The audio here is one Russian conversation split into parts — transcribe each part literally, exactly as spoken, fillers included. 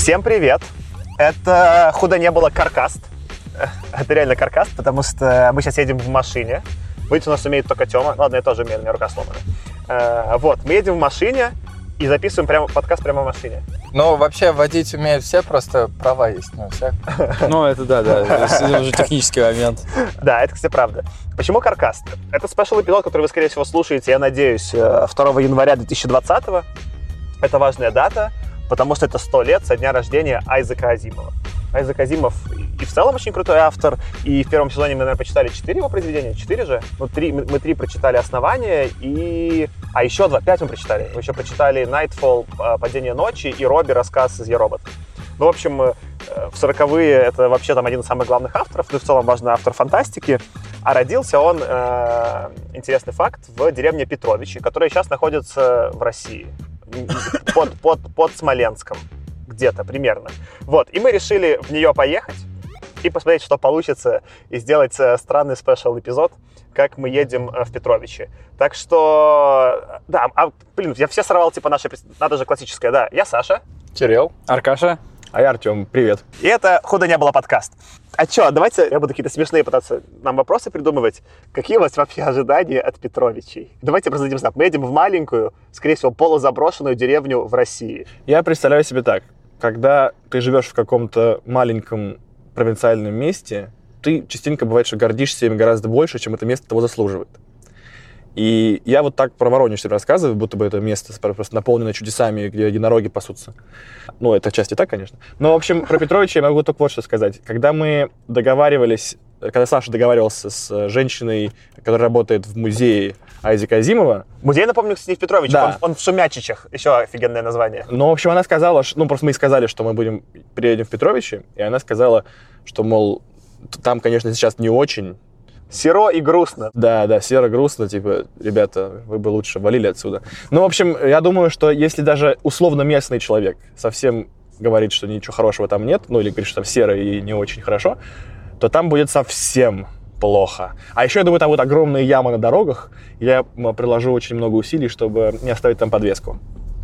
Всем привет! Это худо не было каркаст. Это реально каркаст, потому что мы сейчас едем в машине. Водить у нас умеет только Тёма. Ладно, я тоже умею, у меня рука сломана. Вот, мы едем в машине и записываем прямо, подкаст прямо в машине. Ну, вообще, водить умеют все, просто права есть не у всех. Ну, это да, да, это уже технический момент. Да, это, кстати, правда. Почему каркаст? Это спешл-эпизод, который вы, скорее всего, слушаете, я надеюсь, второго января две тысячи двадцатого. Это важная дата, потому что это сто лет со дня рождения Айзека Азимова. Айзек Азимов и в целом очень крутой автор, и в первом сезоне мы, наверное, почитали четыре его произведения, четыре же, ну, три, мы, мы три прочитали «Основание», и... а еще два, пять мы прочитали. Мы еще прочитали «Nightfall», «Падение ночи» и «Робби», рассказ из «Я, робот». Ну, в общем, в сороковые это вообще там один из самых главных авторов, ну, в целом важный автор фантастики, а родился он, э, интересный факт, в деревне Петровичи, которая сейчас находится в России, под, под, под Смоленском. Где-то примерно. Вот. И мы решили в нее поехать и посмотреть, что получится, и сделать странный спешл-эпизод, как мы едем в Петровичи. Так что... Да, а, блин, я все сорвал, типа, наши... Надо же классическое, да. Я Саша. Кирилл. Аркаша. А я Артем. Привет. И это «Худо не было» подкаст. А что, давайте я буду какие-то смешные пытаться нам вопросы придумывать. Какие у вас вообще ожидания от Петровичей? Давайте просто дадим знак. Мы едем в маленькую, скорее всего, полузаброшенную деревню в России. Я представляю себе так. Когда ты живешь в каком-то маленьком провинциальном месте, ты частенько бывает, что гордишься им гораздо больше, чем это место того заслуживает. И я вот так про Воронеж себе рассказываю, будто бы это место просто наполнено чудесами, где единороги пасутся. Ну, это часть и так, конечно. Но, в общем, про Петровича я могу только вот что сказать. Когда мы договаривались, когда Саша договаривался с женщиной, которая работает в музее Айзека Азимова. Музей, напомню, кстати, не в Петровичах, да. он, он в Шумячичах. Еще офигенное название. Ну, в общем, она сказала, что, ну, просто мы ей сказали, что мы будем, приедем в Петровичи, и она сказала, что, мол, там, конечно, сейчас не очень. Серо и грустно. Да, да, серо, грустно, типа, ребята, вы бы лучше валили отсюда. Ну, в общем, я думаю, что если даже условно местный человек совсем говорит, что ничего хорошего там нет, ну, или говорит, что там серо и не очень хорошо, то там будет совсем плохо. А еще, я думаю, там будут огромные ямы на дорогах. Я приложу очень много усилий, чтобы не оставить там подвеску.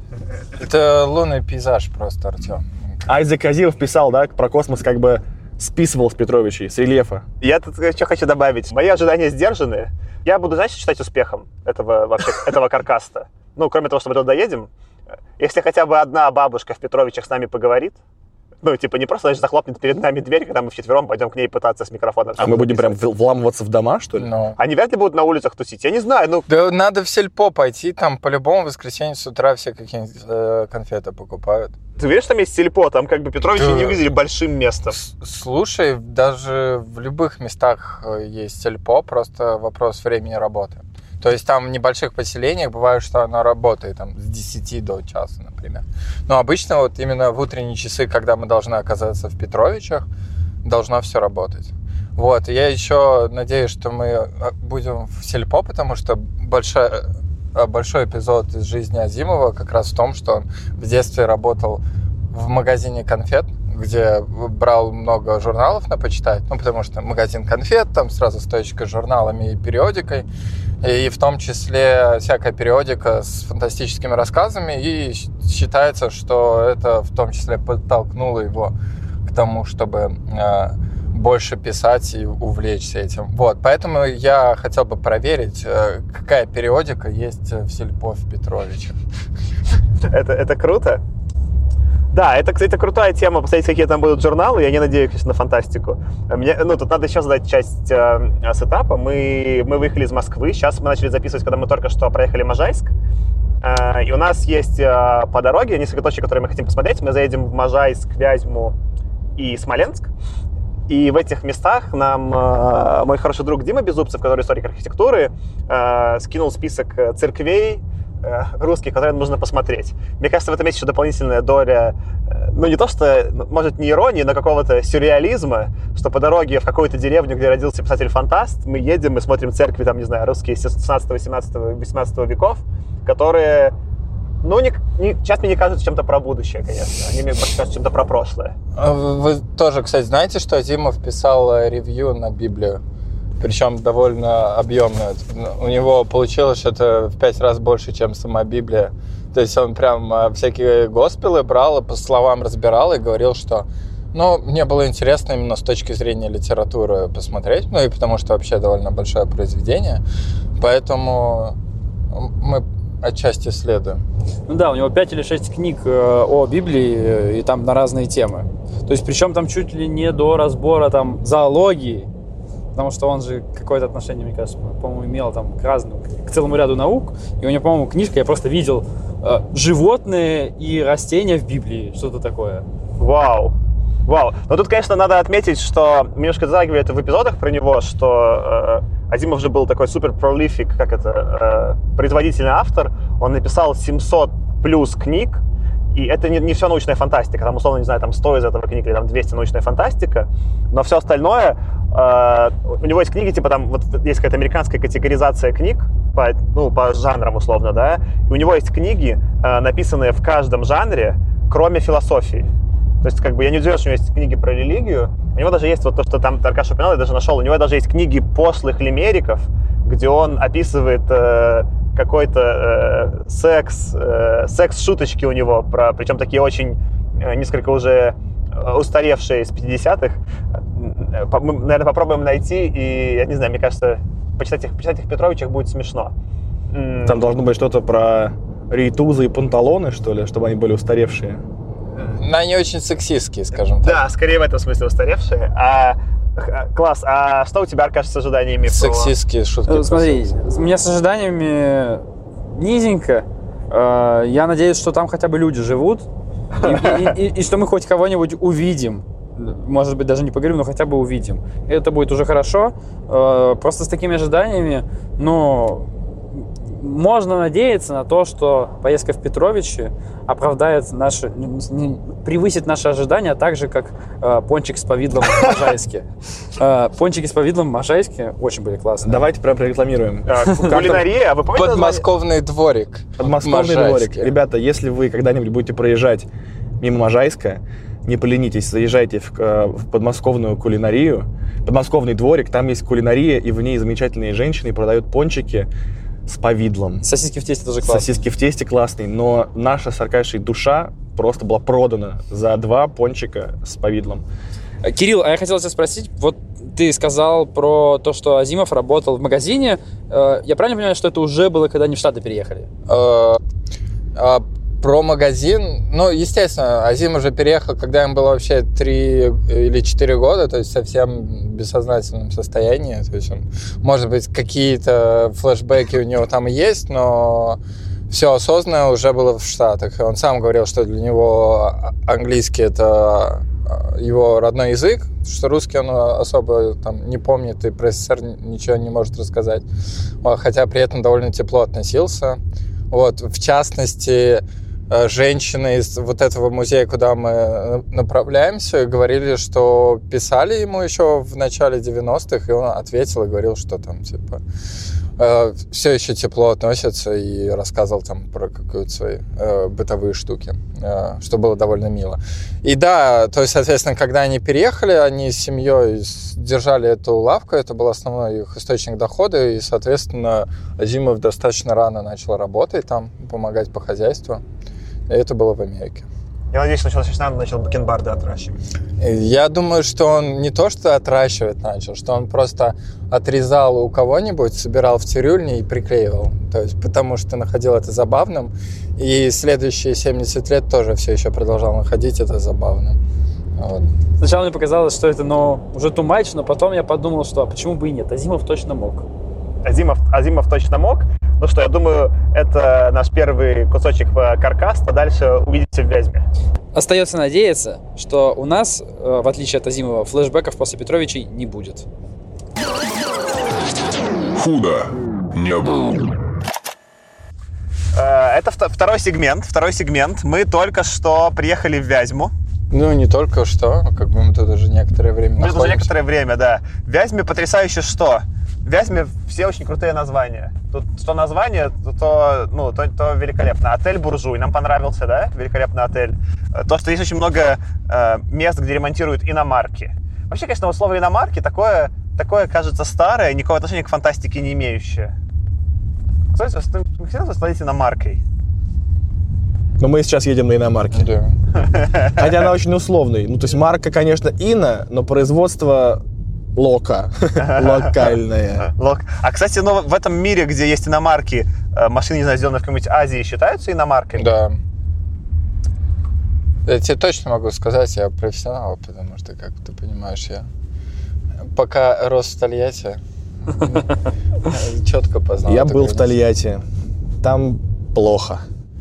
Это лунный пейзаж просто, Артем. Айзек Азимов писал, да, про космос как бы списывал с Петровичей, с рельефа. Я тут что хочу добавить. Мои ожидания сдержаны. Я буду, знаете, считать успехом этого вообще, этого каркаста. Ну, кроме того, что мы туда доедем. Если хотя бы одна бабушка в Петровичах с нами поговорит, ну, типа, не просто, значит, захлопнет перед нами дверь, когда мы вчетвером пойдем к ней пытаться с микрофоном. А мы будем прям вламываться в дома, что ли? No. Они вряд ли будут на улицах тусить, я не знаю, ну... Да надо в сельпо пойти, там по-любому в воскресенье с утра все какие-нибудь э, конфеты покупают. Ты уверен, что там есть сельпо? Там как бы Петровичи да. не выглядели большим местом. Слушай, даже в любых местах есть сельпо, просто вопрос времени работы. То есть там в небольших поселениях бывает, что оно работает там, с десяти до часа, например. Но обычно вот именно в утренние часы, когда мы должны оказаться в Петровичах, должно все работать. Вот, и я еще надеюсь, что мы будем в сельпо, потому что большой, большой эпизод из жизни Азимова как раз в том, что он в детстве работал в магазине конфет, где брал много журналов на почитать, ну, потому что магазин конфет, там сразу стоечка с журналами и периодикой, и в том числе всякая периодика с фантастическими рассказами, и считается, что это в том числе подтолкнуло его к тому, чтобы э, больше писать и увлечься этим. Вот, поэтому я хотел бы проверить, э, какая периодика есть в сельпо в Петровичах. Это, это круто. Да, это, кстати, крутая тема, посмотреть, какие там будут журналы, я не надеюсь, конечно, на фантастику. Мне, ну, тут надо еще задать часть э, сетапа. Мы, мы выехали из Москвы, сейчас мы начали записывать, когда мы только что проехали Можайск. Э, и у нас есть э, по дороге несколько точек, которые мы хотим посмотреть. Мы заедем в Можайск, Вязьму и Смоленск. И в этих местах нам э, мой хороший друг Дима Беззубцев, который историк архитектуры, э, скинул список церквей русских, которые нужно посмотреть. Мне кажется, в этом есть еще дополнительная доля, ну не то что, может, не иронии, но какого-то сюрреализма, что по дороге в какую-то деревню, где родился писатель-фантаст, мы едем, мы смотрим церкви, там, не знаю, русские шестнадцатого, семнадцатого, восемнадцатого веков, которые, ну, не, не, сейчас мне не кажутся чем-то про будущее, конечно. Они мне кажутся чем-то про прошлое. Вы тоже, кстати, знаете, что Азимов писал ревью на Библию? Причем довольно объемную. У него получилось что-то в пять раз больше, чем сама Библия То есть он прям всякие госпелы брал, по словам разбирал и говорил, что ну, мне было интересно именно с точки зрения литературы посмотреть, ну и потому что вообще довольно большое произведение, поэтому мы отчасти следуем. Ну да, у него пять или шесть книг о Библии, и там на разные темы. То есть, причем там чуть ли не до разбора там зоологии, потому что он же какое-то отношение, мне кажется, по-моему, имел там к разным, к целому ряду наук. И у него, по-моему, книжка, я просто видел э, животные и растения в Библии, что-то такое. Вау. Вау. Но тут, конечно, надо отметить, что мы немножко затрагивали это в эпизодах про него, что э, Азимов же был такой супер prolific, как это, э, производительный автор. Он написал семьсот плюс книг, и это не, не все научная фантастика. Там, условно, не знаю, там сто из этого книг или там двести научная фантастика, но все остальное... Э, у него есть книги, типа там, вот есть какая-то американская категоризация книг, по, ну, по жанрам, условно, да, и у него есть книги, э, написанные в каждом жанре, кроме философии. То есть, как бы, я не удивлен, что у него есть книги про религию. У него даже есть вот то, что там Аркаша упоминал, я даже нашел. У него даже есть книги пошлых лимериков, где он описывает э, какой-то э, секс, э, секс-шуточки у него, про, причем такие очень, э, несколько уже устаревшие из пятидесятых. Мы, наверное, попробуем найти, и, я не знаю, мне кажется, почитать их, почитать их в Петровичах будет смешно. Там должно быть что-то про рейтузы и панталоны, что ли, чтобы они были устаревшие. Но они очень сексистские, скажем так. Да, скорее в этом смысле устаревшие. А, класс, а что у тебя, Аркаш, с ожиданиями? Сексистские шутки. Смотри, у меня с ожиданиями низенько. Я надеюсь, что там хотя бы люди живут. И, и, и, и что мы хоть кого-нибудь увидим. Может быть, даже не поговорим, но хотя бы увидим. И это будет уже хорошо. Просто с такими ожиданиями, ну... Можно надеяться на то, что поездка в Петровичи оправдает наши, превысит наши ожидания так же, как э, пончик с повидлом в Можайске. Э, пончики с повидлом в Можайске очень были классные. Давайте прям прорекламируем. Кулинария, а вы помните? Подмосковный дворик. Подмосковный дворик. Ребята, если вы когда-нибудь будете проезжать мимо Можайска, не поленитесь, заезжайте в, в подмосковную кулинарию. Подмосковный дворик, там есть кулинария, и в ней замечательные женщины продают пончики с повидлом. Сосиски в тесте тоже классные. Сосиски в тесте классные, но наша с Аркашей душа просто была продана за два пончика с повидлом. Кирилл, а я хотел тебя спросить, вот ты сказал про то, что Азимов работал в магазине. Я правильно понимаю, что это уже было, когда они в Штаты переехали? Про магазин, ну, естественно, Азим уже переехал, когда им было вообще три или четыре года, то есть совсем в бессознательном состоянии. То есть он, может быть, какие-то флешбеки у него там есть, но все осознанно уже было в Штатах. Он сам говорил, что для него английский — это его родной язык, что русский он особо там не помнит и про СССР ничего не может рассказать, хотя при этом довольно тепло относился. Вот, в частности, женщины из вот этого музея, куда мы направляемся, говорили, что писали ему еще в начале девяностых, и он ответил и говорил, что там, типа, э, все еще тепло относятся, и рассказывал там про какие-то свои э, бытовые штуки, э, что было довольно мило. И да, то есть, соответственно, когда они переехали, они с семьей держали эту лавку, это был основной их источник дохода, и, соответственно, Азимов достаточно рано начал работать там, помогать по хозяйству. И это было в Америке. Я надеюсь, что начал, начал, начал бакенбарды отращивать. Я думаю, что он не то что отращивать начал, что он просто отрезал у кого-нибудь, собирал в цирюльне и приклеивал. То есть, потому что находил это забавным. И следующие семьдесят лет тоже все еще продолжал находить это забавным. Вот. Сначала мне показалось, что это, ну, уже too much, но потом я подумал, что а почему бы и нет? Азимов точно мог. Азимов, Азимов точно мог. Ну что, я думаю, это наш первый кусочек каркаста. Дальше увидите в Вязьме. Остается надеяться, что у нас, в отличие от Азимова, флешбеков после Петровичей не будет. Худо не было. Это второй сегмент. Второй сегмент. Мы только что приехали в Вязьму. Ну, не только что, как бы мы тут уже некоторое время находимся. Мы уже некоторое время, да. В Вязьме потрясающе что? В Вязьме все очень крутые названия. Тут что название, то, ну, то, то великолепно. Отель «Буржуй» нам понравился, да? Великолепный отель. То, что есть очень много э, мест, где ремонтируют иномарки. Вообще, конечно, вот слово «иномарки» такое, такое кажется старое, никакого отношения к фантастике не имеющее. Кстати, вы хотели бы стать иномаркой? Но мы сейчас едем на иномарке. Да. Хотя она очень условная. Ну, то есть марка, конечно, Ина, но производство лока. Локальное. Лок. А, кстати, ну, в этом мире, где есть иномарки, э, машины, не знаю, сделанные в какой-нибудь Азии, считаются иномарками? Да. Я тебе точно могу сказать, я профессионал, потому что, как ты понимаешь, я пока рос в Тольятти, четко познал. Я был в Тольятти. Там плохо.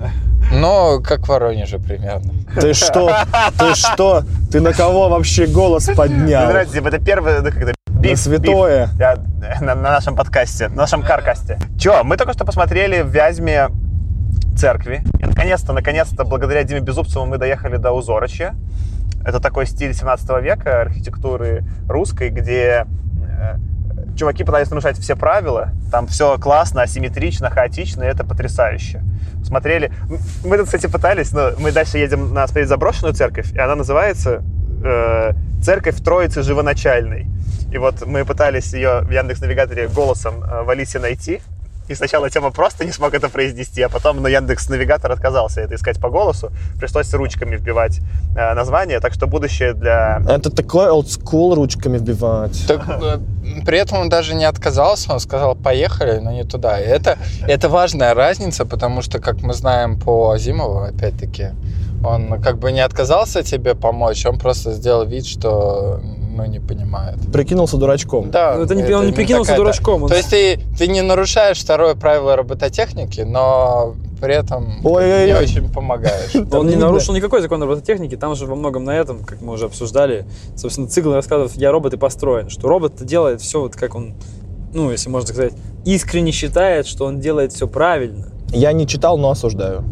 Ну, как в Воронеже примерно. Ты что? Ты что? Ты на кого вообще голос Мне поднял? нравится, типа, это первое, ну, как это, На биф, святое. биф. Я- на, на нашем подкасте, на нашем каркасте. Че, мы только что посмотрели в Вязьме церкви. И наконец-то, наконец-то, благодаря Диме Беззубцеву мы доехали до Узорыча. Это такой стиль семнадцатого века архитектуры русской, где э, чуваки пытались нарушать все правила. Там все классно, асимметрично, хаотично, и это потрясающе. Смотрели. Мы тут, кстати, пытались, но мы дальше едем на спереди заброшенную церковь, и она называется э, «Церковь Троицы Живоначальной». И вот мы пытались ее в Яндекс.Навигаторе голосом э, в Алисе найти. И сначала Тёма просто не смог это произнести, а потом ну, Яндекс.Навигатор отказался это искать по голосу. Пришлось ручками вбивать э, название, так что будущее для... Это такой old school ручками вбивать. Так, э, при этом он даже не отказался, он сказал, поехали, но не туда. И это, это важная разница, потому что, как мы знаем по Азимову, опять-таки, он как бы не отказался тебе помочь, он просто сделал вид, что ну, не понимает. Прикинулся дурачком. Да, Ну, это не- он не прикинулся такая-то- дурачком, он- То есть ты, ты не нарушаешь второе правило робототехники, но при этом Ой-ой-ой. не очень помогаешь. Он не видно. нарушил никакой закон робототехники, там же во многом на этом, как мы уже обсуждали, собственно, цикл рассказов «Я робот» и построен, что робот делает все вот как он, ну, если можно сказать, искренне считает, что он делает все правильно. Я не читал, но осуждаю.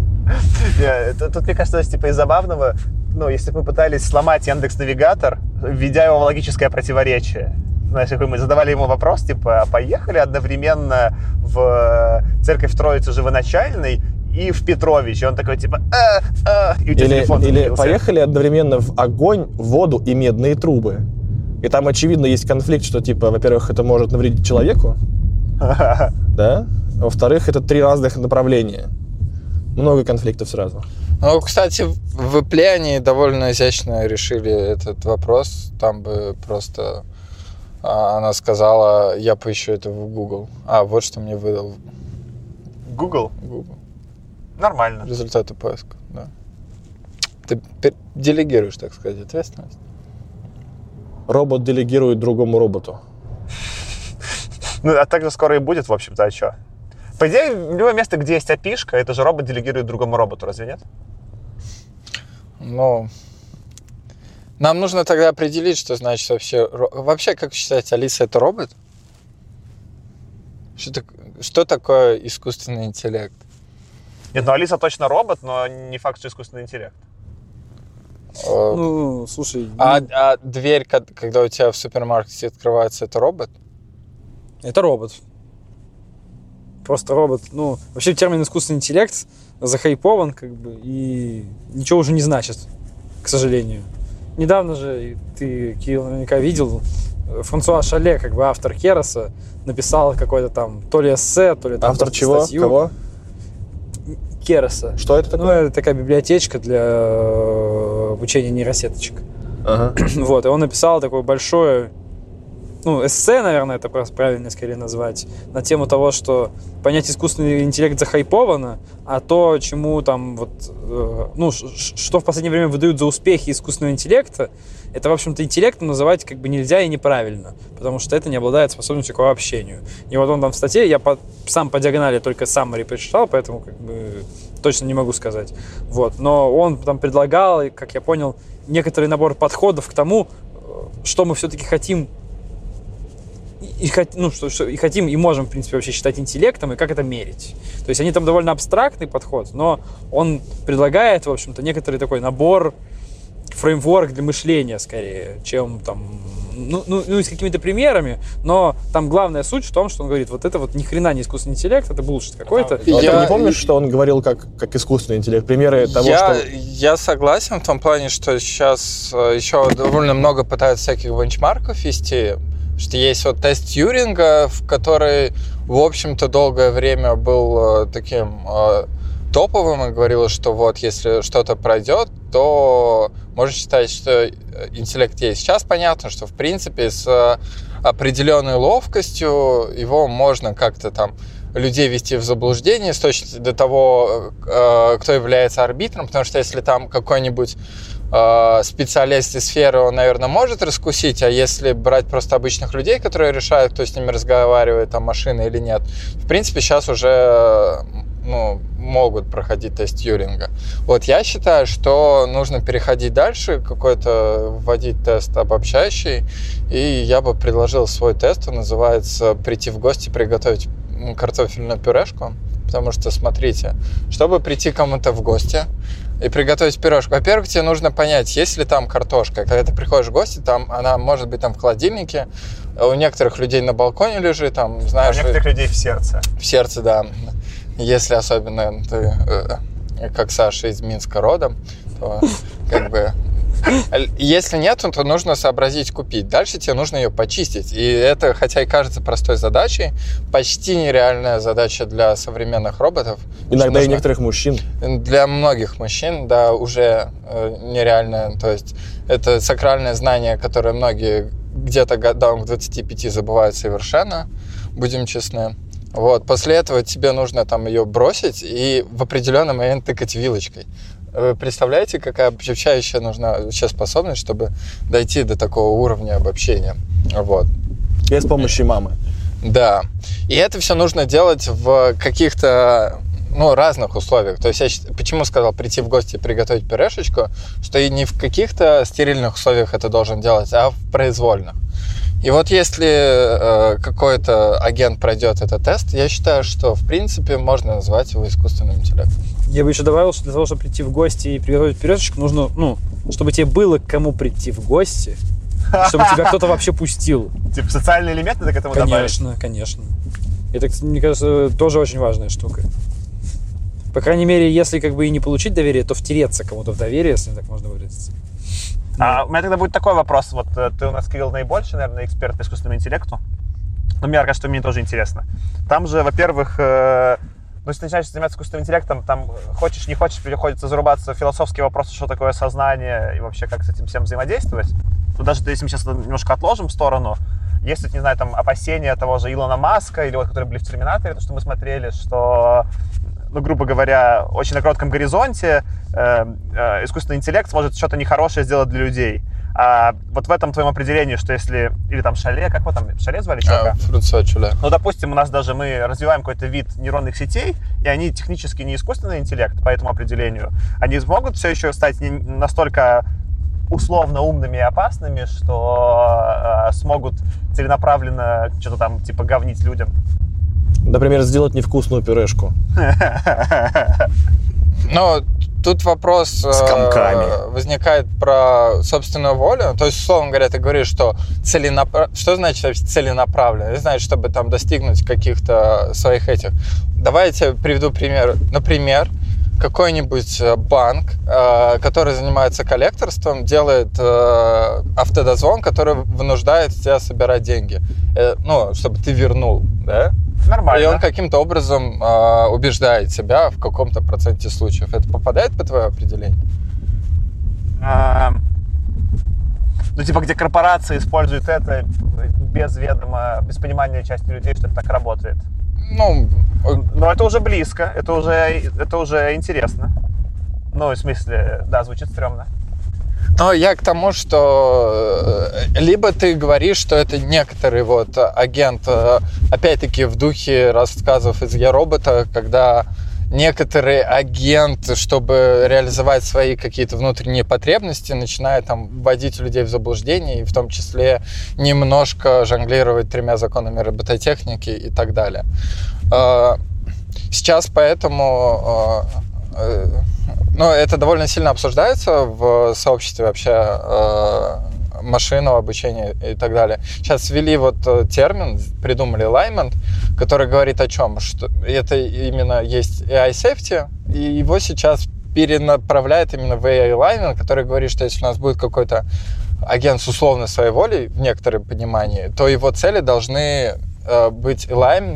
Э, Тут, тут, мне кажется, типа из забавного, ну, если бы мы пытались сломать Яндекс.Навигатор, введя его в логическое противоречие. Знаешь, какой мы задавали ему вопрос, типа, а поехали одновременно в церковь Троицы Живоначальной и в Петрович. И он такой, типа, а, а, и у тебя Или, телефон или загорелся. поехали одновременно в огонь, воду и медные трубы. И там, очевидно, есть конфликт, что, типа, во-первых, это может навредить человеку, да? А во-вторых, это три разных направления. Много конфликтов сразу. Ну, кстати, в Apple они довольно изящно решили этот вопрос. Там бы просто а, она сказала, я поищу это в Google. А, вот что мне выдал Google? Google. Нормально. Результаты поиска, да. Ты пер- делегируешь, так сказать, ответственность. Робот делегирует другому роботу. Ну, а так же скоро и будет, в общем-то, а что? По идее, любое место, где есть опишка, это же робот делегирует другому роботу, разве нет? Ну, нам нужно тогда определить, что значит вообще... ро- Вообще, как считаете, Алиса — это робот? Что, так- что такое искусственный интеллект? Нет, ну Алиса точно робот, но не факт, что искусственный интеллект. Э, Ну, слушай, А, ну, а дверь, ко- когда у тебя в супермаркете открывается, это робот? это робот. Просто робот. Ну, вообще термин искусственный интеллект захайпован, как бы, и ничего уже не значит, к сожалению. Недавно же, ты, Кирилл, наверняка видел, Франсуа Шале, как бы автор Кероса, написал какой-то там то ли эссе, то ли там Автор просто чего? статью. Кого? Кероса. Что это Ну, такое? это такая библиотечка для э, обучения нейросеточек. Ага. Вот, и он написал такое большое, ну, эссе, наверное, это просто правильно скорее назвать, на тему того, что понятие искусственный интеллект захайповано, а то, чему там вот, э, ну, ш- ш- что в последнее время выдают за успехи искусственного интеллекта, это, в общем-то, интеллектом называть как бы нельзя и неправильно, потому что это не обладает способностью к общению. И вот он там в статье, я по, сам по диагонали только summary прочитал, поэтому как бы точно не могу сказать. Вот. Но он там предлагал, как я понял, некоторый набор подходов к тому, что мы все-таки хотим и, и, ну, что, что, и хотим, и можем, в принципе, вообще считать интеллектом, и как это мерить. То есть они там довольно абстрактный подход, но он предлагает, в общем-то, некоторый такой набор, фреймворк для мышления, скорее, чем там, ну, ну, ну и с какими-то примерами, но там главная суть в том, что он говорит, вот это вот ни хрена не искусственный интеллект, это булшит какой-то. Я- А ты не помнишь, что он говорил как, как искусственный интеллект? Примеры того, я, что... я согласен в том плане, что сейчас э, еще довольно много пытаются всяких бенчмарков вести, что есть вот тест Тьюринга, в который, в общем-то, долгое время был э, таким э, топовым и говорила, что вот если что-то пройдет, то можно считать, что интеллект есть. Сейчас понятно, что в принципе с определенной ловкостью его можно как-то там людей ввести в заблуждение с точки до того, кто является арбитром, потому что если там какой-нибудь специалист из сферы, он, наверное, может раскусить, а если брать просто обычных людей, которые решают, кто с ними разговаривает, там, машина или нет, в принципе, сейчас уже ну, могут проходить тест Тьюринга. Вот я считаю, что нужно переходить дальше, какой-то вводить тест обобщающий, и я бы предложил свой тест, он называется «Прийти в гости, приготовить картофельную пюрешку». Потому что, смотрите, чтобы прийти кому-то в гости и приготовить пюрешку, во-первых, тебе нужно понять, есть ли там картошка. Когда ты приходишь в гости, там она может быть там в холодильнике, у некоторых людей на балконе лежит, там, знаешь... А у некоторых людей в сердце. В сердце, да. Если особенно ты, как Саша, из Минска родом, то как бы... Если нет, то нужно сообразить купить. Дальше тебе нужно ее почистить. И это, хотя и кажется простой задачей, почти нереальная задача для современных роботов. Иногда и некоторых мужчин. Для многих мужчин, да, уже э, нереальная. То есть это сакральное знание, которое многие где-то годам к двадцати пяти забывают совершенно, будем честны. Вот. После этого тебе нужно там ее бросить и в определенный момент тыкать вилочкой. Вы представляете, какая обобщающая нужна сейчас способность, чтобы дойти до такого уровня обобщения? Вот. Без помощи мамы. Да. И это все нужно делать в каких-то ну, разных условиях. То есть я почему сказал прийти в гости и приготовить пюрешечку, что и не в каких-то стерильных условиях это должен делать, а в произвольных. И вот если э, какой-то агент пройдет этот тест, я считаю, что в принципе можно назвать его искусственным интеллектом. Я бы еще добавил, что для того, чтобы прийти в гости и приготовить пюрешечку, нужно, ну, чтобы тебе было к кому прийти в гости, чтобы тебя кто-то вообще пустил. Типа социальные элементы ты к этому добавить? Конечно, конечно. Это, мне кажется, тоже очень важная штука. По крайней мере, если как бы и не получить доверие, то втереться кому-то в доверие, если так можно выразиться. А у меня тогда будет такой вопрос. Вот ты у нас, Кирилл, наибольший, наверное, эксперт по искусственному интеллекту. Но мне кажется, что мне тоже интересно. Там же, во-первых, э, ну, если ты начинаешь заниматься искусственным интеллектом, там хочешь, не хочешь, приходится зарубаться в философские вопросы, что такое сознание и вообще как с этим всем взаимодействовать. Ну, даже если мы сейчас это немножко отложим в сторону, есть, не знаю, там опасения того же Илона Маска или вот, которые были в «Терминаторе», то, что мы смотрели, что... ну, грубо говоря, очень на коротком горизонте э, э, искусственный интеллект может что-то нехорошее сделать для людей. А вот в этом твоем определении, что если... Или там Шале, как его там? Шале звали чувака? А, Франсуа Шале. Ну, допустим, у нас даже мы развиваем какой-то вид нейронных сетей, и они технически не искусственный интеллект по этому определению. Они смогут все еще стать настолько условно умными и опасными, что э, смогут целенаправленно что-то там типа говнить людям. Например, сделать невкусную пюрешку. Ну, тут вопрос с комками возникает про собственную волю. То есть, условно говоря, ты говоришь, что целенаправленно... Что значит вообще целенаправленно? Это значит, чтобы там достигнуть каких-то своих этих... Давай я тебе приведу пример. Например, какой-нибудь банк, который занимается коллекторством, делает автодозвон, который вынуждает тебя собирать деньги. Ну, чтобы ты вернул, да? Нормально. И он каким-то образом э, убеждает себя в каком-то проценте случаев. Это попадает по твоему определению? А, ну, типа, где корпорации используют это без ведома, без понимания части людей, что это так работает. Ну, но это уже близко, это уже, это уже интересно. Ну, в смысле, да, звучит стрёмно. Но я к тому, что либо ты говоришь, что это некоторый вот агент, опять-таки в духе рассказов из «Я робота», когда некоторый агент, чтобы реализовать свои какие-то внутренние потребности, начинает там вводить людей в заблуждение и в том числе немножко жонглировать тремя законами робототехники и так далее. Сейчас поэтому... Ну, это довольно сильно обсуждается в сообществе вообще э, машинного обучения и так далее. Сейчас ввели вот термин, придумали alignment, который говорит о чем? Что это именно есть эй ай safety, и его сейчас перенаправляет именно в эй ай alignment, который говорит, что если у нас будет какой-то агент с условно своей волей, в некотором понимании, то его цели должны э, быть aligned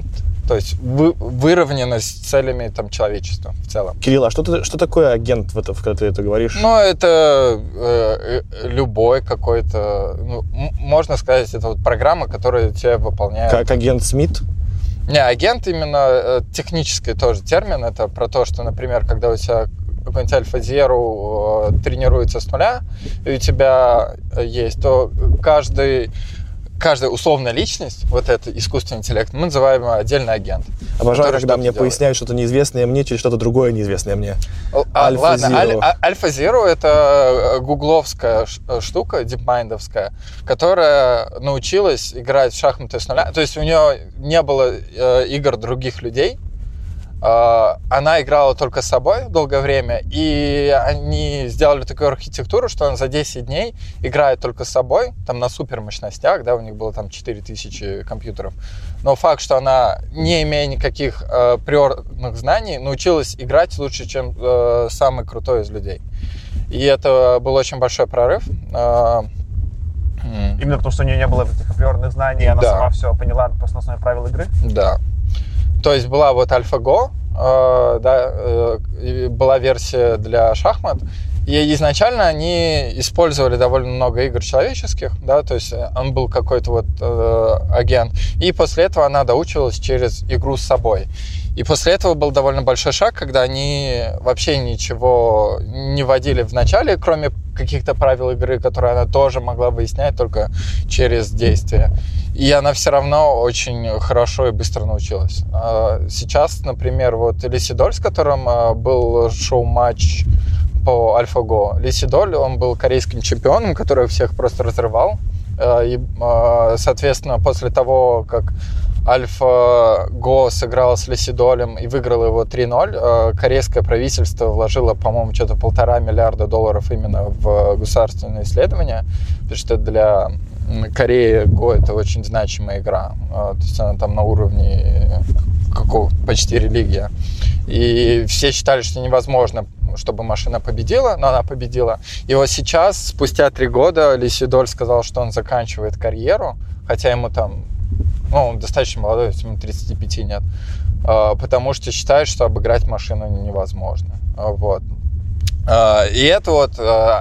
То есть вы, выровненность с целями там, человечества в целом. Кирилл, а что, ты, что такое агент, в это, когда ты это говоришь? Ну, это э, любой какой-то... Ну, м- можно сказать, это вот программа, которая тебя выполняет. Как агент Смит? Не, агент именно э, технический тоже термин. Это про то, что, например, когда у тебя какой-нибудь Альфа-Зеру э, тренируется с нуля, и у тебя есть, то каждый... Каждая условная личность, вот это искусственный интеллект, мы называем отдельный агент. Обожаю, когда мне делает. поясняют что-то неизвестное мне через что-то другое неизвестное мне. А, ладно, Аль, Альфа-Зеру — это гугловская штука, дипмайндовская, которая научилась играть в шахматы с нуля. То есть у нее не было э, игр других людей. Uh, она играла только с собой долгое время, и они сделали такую архитектуру, что она за десять дней играет только с собой, там на супер мощностях, да, у них было там четыре тысячи компьютеров. Но факт, что она, не имея никаких uh, приорных знаний, научилась играть лучше, чем uh, самый крутой из людей. И это был очень большой прорыв. Uh, Именно потому, что у нее не было этих априорных знаний, она да. сама все поняла просто на основе правил игры? Да. То есть была вот AlphaGo, э, да, э, была версия для шахмат, и изначально они использовали довольно много игр человеческих, да, то есть он был какой-то вот э, агент, и после этого она доучивалась через игру с собой. И после этого был довольно большой шаг, когда они вообще ничего не вводили в начале, кроме каких-то правил игры, которые она тоже могла выяснять только через действие. И она все равно очень хорошо и быстро научилась. Сейчас, например, вот Лисидоль, с которым был шоу-матч по AlphaGo. Лисидоль, он был корейским чемпионом, который всех просто разрывал. И, соответственно, после того, как AlphaGo сыграл с Лисидолем и выиграл его три ноль, корейское правительство вложило, по-моему, что-то полтора миллиарда долларов именно в государственные исследования, потому что для Кореи Го — это очень значимая игра. То есть она там на уровне какого-то почти религия. И все считали, что невозможно, чтобы машина победила, но она победила. И вот сейчас, спустя три года, Лисидоль сказал, что он заканчивает карьеру, хотя ему там, ну, он достаточно молодой, ему тридцати пяти нет, потому что считает, что обыграть машину невозможно. Вот. И это вот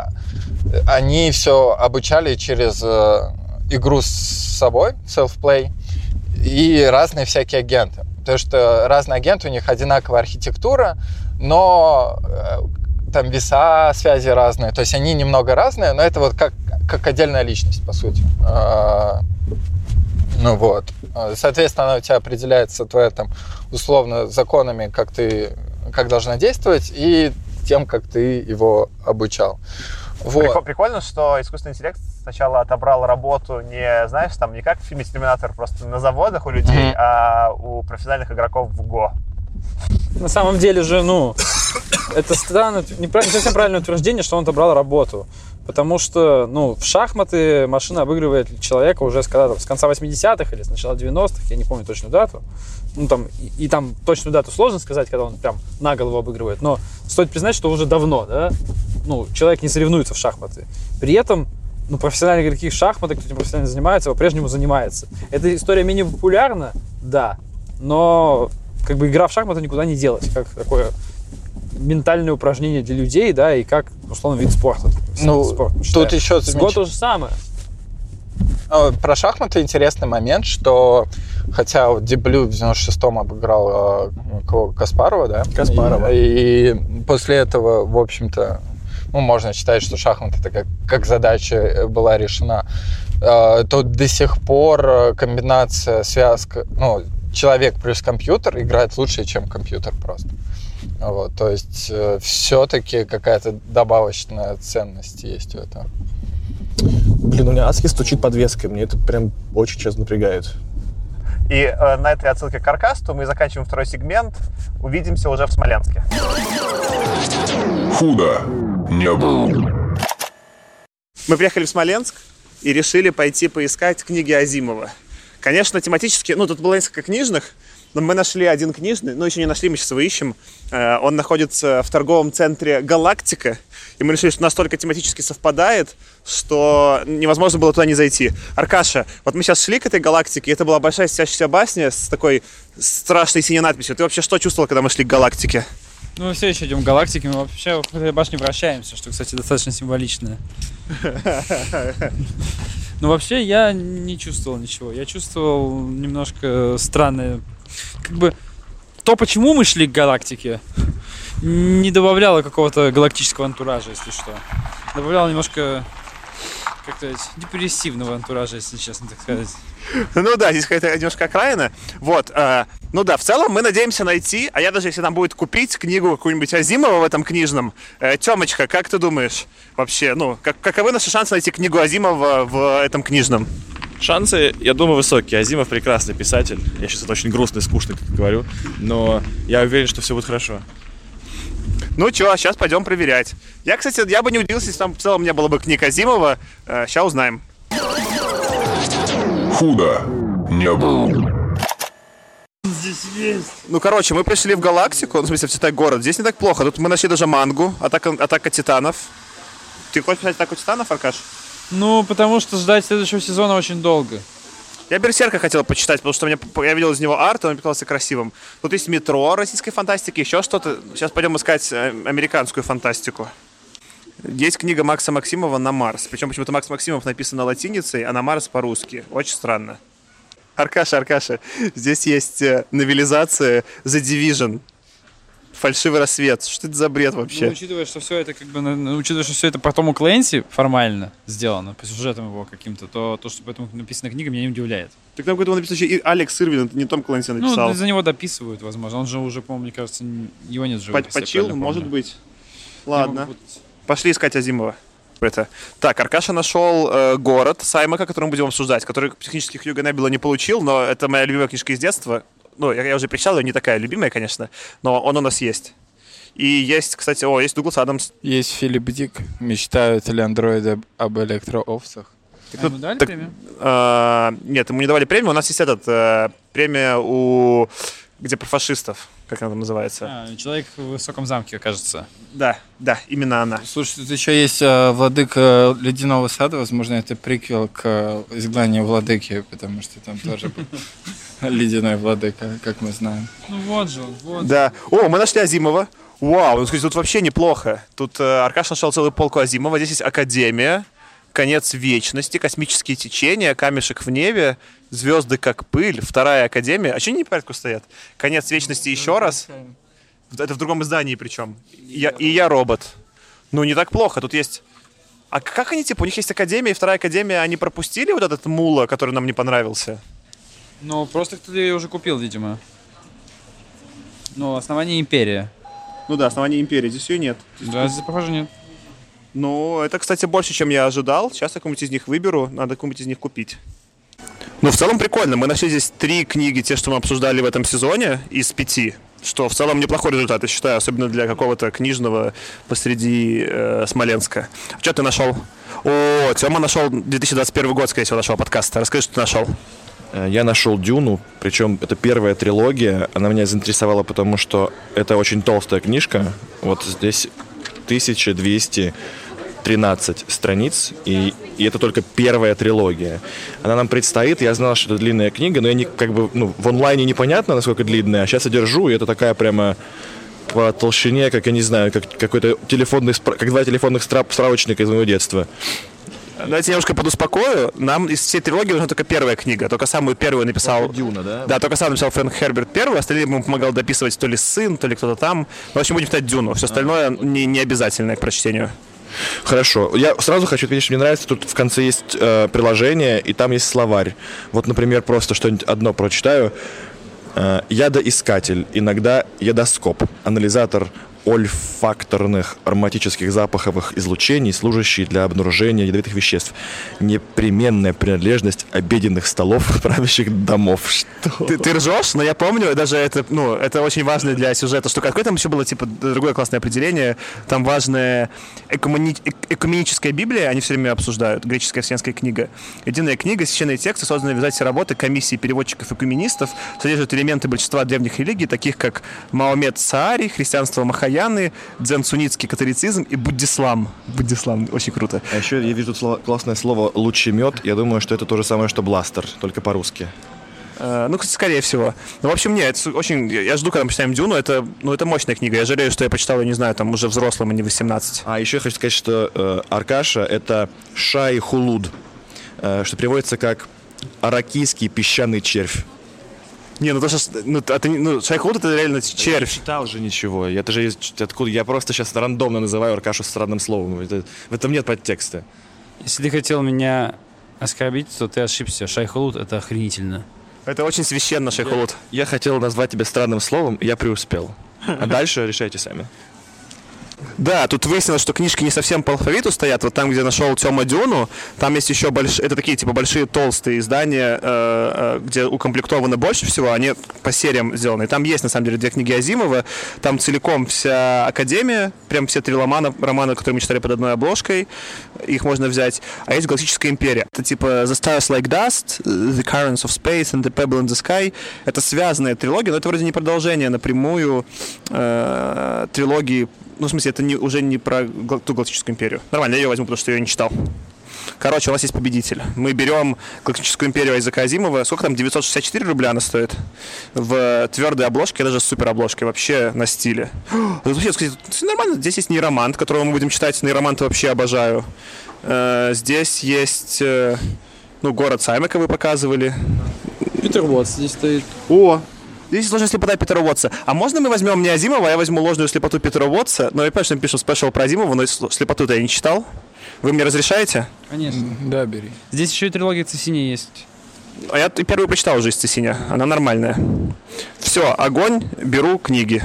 они все обучали через игру с собой, self-play, и разные всякие агенты. Потому что разные агенты, у них одинаковая архитектура, но там веса, связи разные. То есть они немного разные, но это вот как, как отдельная личность, по сути. Ну вот. Соответственно, она у тебя определяется твоя там условно законами, как ты как должна действовать, и тем, как ты его обучал. Вот. Прикольно, что искусственный интеллект сначала отобрал работу не, знаешь, там не как в фильме «Терминатор», просто на заводах у людей, mm-hmm. а у профессиональных игроков в Го. На самом деле же, ну, это странно, не совсем правильное утверждение, что он отобрал работу. Потому что, ну, в шахматы машина обыгрывает человека уже с, когда, с конца восьмидесятых или с начала девяностых, я не помню точную дату. Ну, там, и, и там точную дату сложно сказать, когда он прям на голову обыгрывает, но стоит признать, что уже давно, да, ну, человек не соревнуется в шахматы. При этом, ну, профессиональные игроки в шахматы, кто этим профессионально занимается, по-прежнему занимается. Эта история менее популярна, да, но как бы игра в шахматы никуда не делась, как такое ментальное упражнение для людей, да, и как, условно, вид спорта. Ну, спорт, тут еще с Го то же самое. Про шахматы интересный момент, что хотя вот Deep Blue в девяносто шестом обыграл э, Каспарова, да? Каспарова. И, и после этого, в общем-то, ну, можно считать, что шахматы это как, как задача была решена. Э, то до сих пор комбинация, связка, ну, человек плюс компьютер играет лучше, чем компьютер просто. Вот, то есть э, все-таки какая-то добавочная ценность есть в этом. Блин, у меня адски стучит подвеска, мне это прям очень сейчас напрягает. И э, на этой отсылке к Каркасту мы заканчиваем второй сегмент. Увидимся уже в Смоленске. Худо не было. Мы приехали в Смоленск и решили пойти поискать книги Азимова. Конечно, тематически, ну, тут было несколько книжных, Но мы нашли один книжный, ну, еще не нашли, мы сейчас его ищем. Он находится в торговом центре «Галактика». И мы решили, что настолько тематически совпадает, что невозможно было туда не зайти. Аркаша, вот мы сейчас шли к этой «Галактике», и это была большая светящаяся башня с такой страшной синей надписью. Ты вообще что чувствовал, когда мы шли к «Галактике»? Ну, мы все еще идем к «Галактике», мы вообще в этой башне вращаемся, что, кстати, достаточно символично. Но вообще я не чувствовал ничего. Я чувствовал немножко странное... Как бы то, почему мы шли к «Галактике», не добавляло какого-то галактического антуража, если что. Добавляло немножко, как сказать, депрессивного антуража, если честно так сказать. Ну да, здесь какая-то немножко окраина. Вот, э, ну да, в целом мы надеемся найти, а я даже если нам будет купить книгу какую-нибудь Азимова в этом книжном. Э, Тёмочка, как ты думаешь вообще, ну, как, каковы наши шансы найти книгу Азимова в этом книжном? Шансы, я думаю, высокие. Азимов прекрасный писатель. Я сейчас это очень грустно и скучно как говорю, но я уверен, что все будет хорошо. Ну чё, сейчас пойдем проверять. Я, кстати, я бы не удивился, если там в целом не было бы книг Азимова. Э, сейчас узнаем. Худо не было. Здесь есть. Ну, короче, мы пришли в Галактику, ну, в смысле, в Цветай город. Здесь не так плохо. Тут мы нашли даже мангу, атака, атака титанов. Ты хочешь писать атаку титанов, Аркаш? Ну, потому что ждать следующего сезона очень долго. Я Берсерка хотел почитать, потому что мне, я видел из него арт, он мне показался красивым. Тут есть метро российской фантастики, еще что-то. Сейчас пойдем искать американскую фантастику. Есть книга Макса Максимова «На Марс». Причем почему-то Макс Максимов написано латиницей, а «На Марс» по-русски. Очень странно. Аркаша, Аркаша, здесь есть новелизация The Division. Фальшивый рассвет. Что это за бред вообще? Ну, учитывая, что все это как бы, ну, учитывая, что все это по Тому Клэнси формально сделано, по сюжетам его каким-то, то то, что поэтому написана книга, меня не удивляет. Так там какой-то написал еще и Алекс Ирвин, это не Том Клэнси написал. Ну, за него дописывают, возможно. Он же уже, по-моему, мне кажется, его нет в живых. Почил, может быть. Ладно. Пошли искать Азимова. Это. Так, Аркаша нашел э, «Город» Саймака, который мы будем обсуждать, который технически Хьюго Небела не получил, но это моя любимая книжка из детства. Ну, я, я уже прочитал, ее не такая любимая, конечно, но он у нас есть. И есть, кстати, о, есть Дуглас Адамс. Есть Филипп Дик. Мечтают ли андроиды об электроовцах? Так, а ему дали так, премию? Э, нет, ему не давали премию. У нас есть этот, э, премия у... где про фашистов. Как она там называется? А, «Человек в высоком замке», кажется. Да, да, именно она. Слушай, тут еще есть э, «Владыка Ледяного сада». Возможно, это приквел к э, «Изгнанию владыки», потому что там тоже был ледяной владыка, как мы знаем. Ну вот же он, вот. Да. О, мы нашли Азимова. Вау, ну, скажите, тут вообще неплохо. Тут э, Аркаш нашел целую полку Азимова. Здесь есть «Академия», «Конец вечности», «Космические течения», «Камешек в небе», «Звезды как пыль», «Вторая академия». А что они не по порядку стоят? «Конец вечности» еще раз. Это в другом издании причем. И я, и я робот. Ну, не так плохо. Тут есть... А как они, типа, у них есть академия и вторая академия, они пропустили вот этот мула, который нам не понравился? Ну, просто кто-то ее уже купил, видимо. Ну, «Основание империи». Ну да, «Основание империи». Здесь ее нет. Да, здесь, похоже, нет. Ну, это, кстати, больше, чем я ожидал. Сейчас я какую-нибудь из них выберу, надо какую-нибудь из них купить. Ну, в целом прикольно. Мы нашли здесь три книги, те, что мы обсуждали в этом сезоне, из пяти. Что в целом неплохой результат, я считаю, особенно для какого-то книжного посреди э, Смоленска. Что ты нашел? О, Тёма нашел две тысячи двадцать первый год, скорее всего, нашел подкаст. Расскажи, что ты нашел. Я нашел «Дюну», причем это первая трилогия. Она меня заинтересовала, потому что это очень толстая книжка. Вот здесь тысяча двести тринадцать страниц, и, и это только первая трилогия. Она нам предстоит, я знал, что это длинная книга, но я не, как бы, ну, в онлайне непонятно, насколько длинная, а сейчас я держу, и это такая прямо по толщине, как, я не знаю, как какой-то телефонный, как два телефонных справочника из моего детства. Давайте я немножко подуспокою. Нам из всей трилогии нужна только первая книга. Только самую первую написал... «Дюна», да? Да, только сам написал Фрэнк Херберт первую, остальные ему помогал дописывать то ли сын, то ли кто-то там. В общем, будем читать «Дюну». Все остальное не, не обязательное к прочтению. Хорошо. Я сразу хочу отметить, что мне нравится, тут в конце есть э, приложение, и там есть словарь. Вот, например, просто что-нибудь одно прочитаю. Э, ядоискатель, иногда ядоскоп, анализатор ольфакторных ароматических запаховых излучений, служащие для обнаружения ядовитых веществ. Непременная принадлежность обеденных столов правящих домов. Что? Ты, ты ржешь, но я помню, даже это, ну, это очень важно для сюжета штука. Какое там еще было, типа, другое классное определение? Там важное экумени... экуменическая Библия, они все время обсуждают, греческая вселенская книга. Единая книга, священные тексты, созданные в результате работы комиссии переводчиков-экуменистов, содержат элементы большинства древних религий, таких как Маомед Саари, христианство Махаяны, дзен-суннитский католицизм и буддислам. Буддислам, очень круто. А еще я вижу тут слово, классное слово «лучемет». Я думаю, что это то же самое, что «бластер», только по-русски. Uh, ну, скорее всего. Ну, в общем, нет, это очень... Я жду, когда мы читаем «Дюну». Это, ну, это мощная книга. Я жалею, что я почитал ее, не знаю, там, уже взрослым, а не восемнадцать. А еще я хочу сказать, что э, Аркаша — это шай-хулуд, э, что переводится как «аракийский песчаный червь». Не, ну то, что... Ну, это, ну, шай-хулуд — это реально червь. Я не читал же ничего. Это же откуда? Я просто сейчас рандомно называю Аркашу странным словом. Это, в этом нет подтекста. Если ты хотел меня оскорбить, то ты ошибся. Шай-хулуд — это охренительно. Это очень священно, шай-хулуд. Я, я хотел назвать тебя странным словом, и я преуспел. А дальше решайте сами. Да, тут выяснилось, что книжки не совсем по алфавиту стоят. Вот там, где нашел Тёма Дюну, там есть еще большие, это такие типа большие толстые издания, э, э, где укомплектовано больше всего, они по сериям сделаны. И там есть на самом деле две книги Азимова, там целиком вся Академия, прям все три романа, романа, которые мы читали под одной обложкой, их можно взять. А есть Галактическая империя. Это типа The Stars Like Dust, The Currents of Space and The Pebble in the Sky. Это связанная трилогия, но это вроде не продолжение напрямую э, трилогии. Ну, в смысле, это не, уже не про гал- ту Галактическую империю. Нормально, я ее возьму, потому что я ее не читал. Короче, у нас есть победитель. Мы берем Галактическую империю Айзека Азимова. Сколько там? девятьсот шестьдесят четыре рубля она стоит. В твердой обложке, даже с супер обложкой. Вообще на стиле. Вообще, кстати, нормально. Здесь есть нейромант, которого мы будем читать. Нейроманта вообще обожаю. Здесь есть, ну, город Саймека вы показывали. Питер Уотс здесь стоит. О! Здесь ложная слепота Питера Уотса. А можно мы возьмем не Азимова, а я возьму ложную слепоту Питера Уотса? Но я понимаю, что я пишу спешл про Азимова, но слепоту-то я не читал. Вы мне разрешаете? Конечно. Да, бери. Здесь еще и трилогия Цесини есть. А я первую прочитал уже из Цесиня. Она нормальная. Все, огонь, беру книги.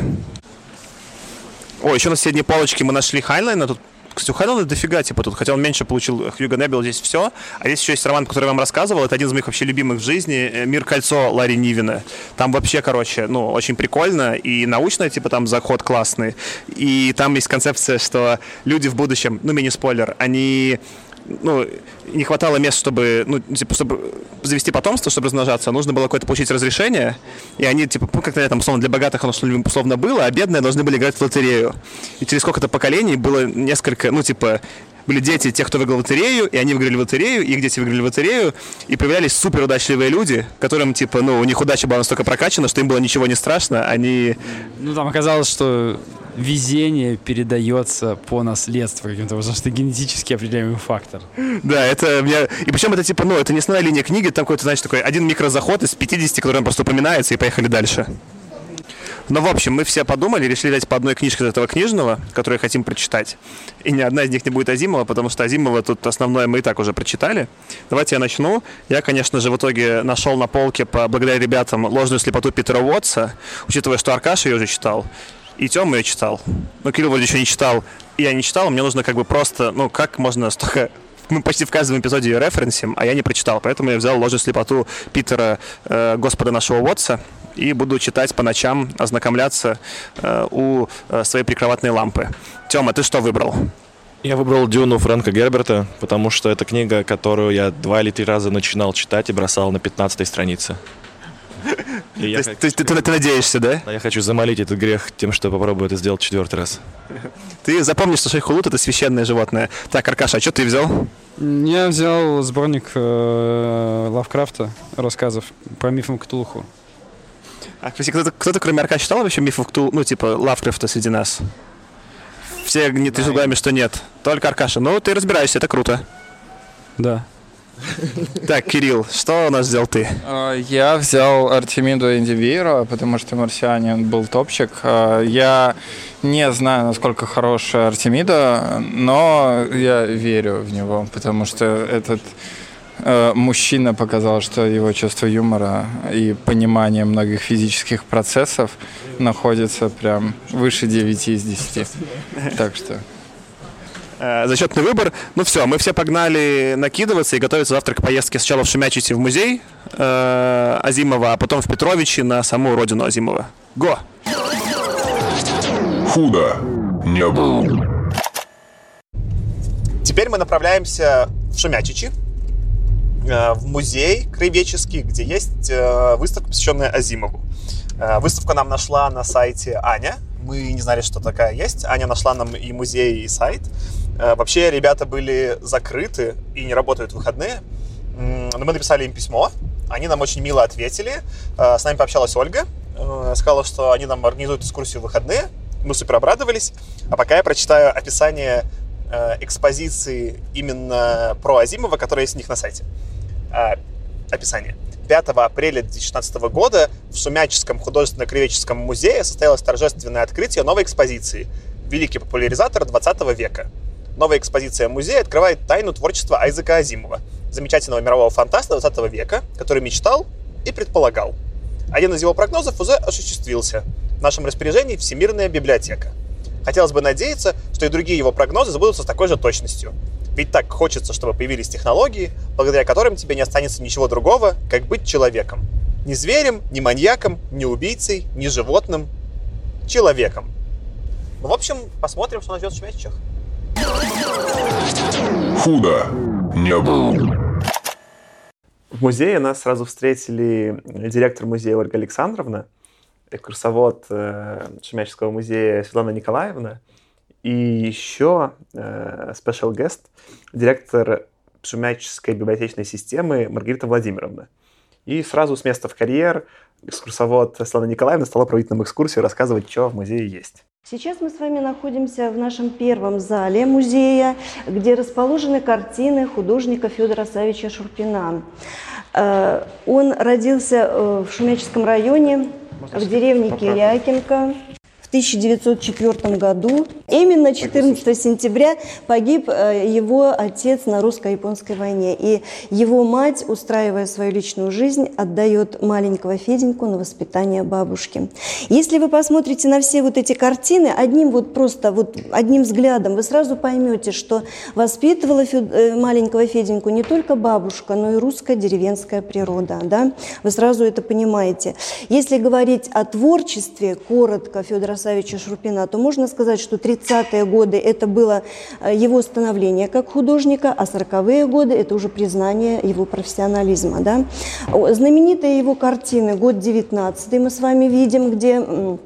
О, еще на соседней полочке мы нашли Хайнлайна. Тут, кстати, у Хайнлайна дофига, типа, тут, хотя он меньше получил Хьюго Неббел, здесь все. А здесь еще есть роман, который я вам рассказывал. Это один из моих вообще любимых в жизни. «Мир кольцо» Ларри Нивена. Там вообще, короче, ну, очень прикольно. И научно, типа, там заход классный. И там есть концепция, что люди в будущем, ну, мини-спойлер, они... ну, не хватало мест, чтобы, ну, типа, чтобы завести потомство, чтобы размножаться, нужно было какое-то получить разрешение, и они, типа, ну, как-то там, условно, для богатых оно условно было, а бедные должны были играть в лотерею. И через сколько-то поколений было несколько, ну, типа, были дети тех, кто выиграл лотерею, и они выиграли лотерею, и их дети выиграли лотерею, и появлялись суперудачливые люди, которым, типа, ну, у них удача была настолько прокачана, что им было ничего не страшно, они... Ну, там оказалось, что везение передается по наследству каким-то, потому что это генетически определяемый фактор. Да, это меня... И причем это, типа, ну, это не основная линия книги, там какой-то, значит, такой один микрозаход из пятидесяти, который нам просто упоминается, и поехали дальше. Ну, в общем, мы все подумали, решили дать по одной книжке из этого книжного, которую хотим прочитать. И ни одна из них не будет Азимова, потому что Азимова тут основное мы и так уже прочитали. Давайте я начну. Я, конечно же, в итоге нашел на полке, по, благодаря ребятам, «Ложную слепоту» Питера Уотса, учитывая, что Аркаша ее уже читал, и Тёма ее читал. Но Кирилл вроде еще не читал, и я не читал, мне нужно как бы просто, ну, как можно столько... Мы почти в каждом эпизоде ее референсим, а я не прочитал, поэтому я взял «Ложную слепоту» Питера э, Господа нашего Уотса и буду читать по ночам, ознакомляться э, у э, своей прикроватной лампы. Тёма, ты что выбрал? Я выбрал «Дюну» Фрэнка Герберта, потому что это книга, которую я два или три раза начинал читать и бросал на пятнадцатой странице. И То я есть, хочу- то есть ты, ты- ты надеешься, да? А я хочу замолить этот грех тем, что попробую это сделать четвертый раз. Ты запомни, что шейхулут — это священное животное. Так, Аркаша, а что ты взял? Я взял сборник э, Лавкрафта, рассказов про миф Ктулху. А, кстати, кто-то, кто-то, кроме Арка, читал вообще мифов Ктул, ну, типа, Лавкрафта среди нас? Все не трясут головами, что нет. Только Аркаша. Ну, ты разбираешься, это круто. Да. Так, Кирилл, что у нас взял ты? А, Я взял Артемиду Эндивейра, потому что «Марсианин» был топчик. А, Я не знаю, насколько хорошая Артемида, но я верю в него, потому что этот э, мужчина показал, что его чувство юмора и понимание многих физических процессов находится прям выше девяти из десяти. Так что... Зачетный выбор. Ну все, мы все погнали накидываться и готовиться завтра к поездке сначала в Шемячице в музей э, Азимова, а потом в Петровичи на саму родину Азимова. Го! Худо не было. Теперь мы направляемся в Шемячичи, э, в музей краеведческий, где есть э, выставка, посвященная Азимову. Э, выставку нам нашла на сайте Аня. Мы не знали, что такая есть. Аня нашла нам и музей, и сайт. Вообще, ребята были закрыты и не работают в выходные. Но мы написали им письмо. Они нам очень мило ответили. С нами пообщалась Ольга. Сказала, что они нам организуют экскурсию в выходные. Мы супер обрадовались. А пока я прочитаю описание экспозиции именно про Азимова, которая есть у них на сайте. Описание. пятого апреля две тысячи шестнадцатого года в Шемяческом художественно-краеведческом музее состоялось торжественное открытие новой экспозиции «Великий популяризатор двадцатого века». Новая экспозиция музея открывает тайну творчества Айзека Азимова, замечательного мирового фантаста двадцатого века, который мечтал и предполагал. Один из его прогнозов уже осуществился. В нашем распоряжении Всемирная библиотека. Хотелось бы надеяться, что и другие его прогнозы сбудутся с такой же точностью. Ведь так хочется, чтобы появились технологии, благодаря которым тебе не останется ничего другого, как быть человеком. Не зверем, не маньяком, не убийцей, не животным. Человеком. Ну, в общем, посмотрим, что нас ждет в Шемячичах. Худо не было. В музее нас сразу встретили директор музея Ольга Александровна, экскурсовод э, Шемяческого музея Светлана Николаевна и еще э, special guest, директор Шемяческой библиотечной системы Маргарита Владимировна. И сразу с места в карьер экскурсовод Светлана Николаевна стала проводить нам экскурсию, рассказывать, что в музее есть. Сейчас мы с вами находимся в нашем первом зале музея, где расположены картины художника Федора Савича Шурпина. Он родился в Шемяческом районе, в деревне Кирякинка в тысяча девятьсот четвёртом году. Именно четырнадцатого сентября погиб его отец на русско-японской войне. И его мать, устраивая свою личную жизнь, отдает маленького Феденьку на воспитание бабушки. Если вы посмотрите на все вот эти картины, одним вот просто вот одним взглядом вы сразу поймете, что воспитывала Фед... маленького Феденьку не только бабушка, но и русская деревенская природа. Да? Вы сразу это понимаете. Если говорить о творчестве, коротко, Федора Савича Шурпина, то можно сказать, что тридцатые годы это было его становление как художника, а сороковые годы это уже признание его профессионализма. Да? Знаменитые его картины «Год девятнадцатый» мы с вами видим, где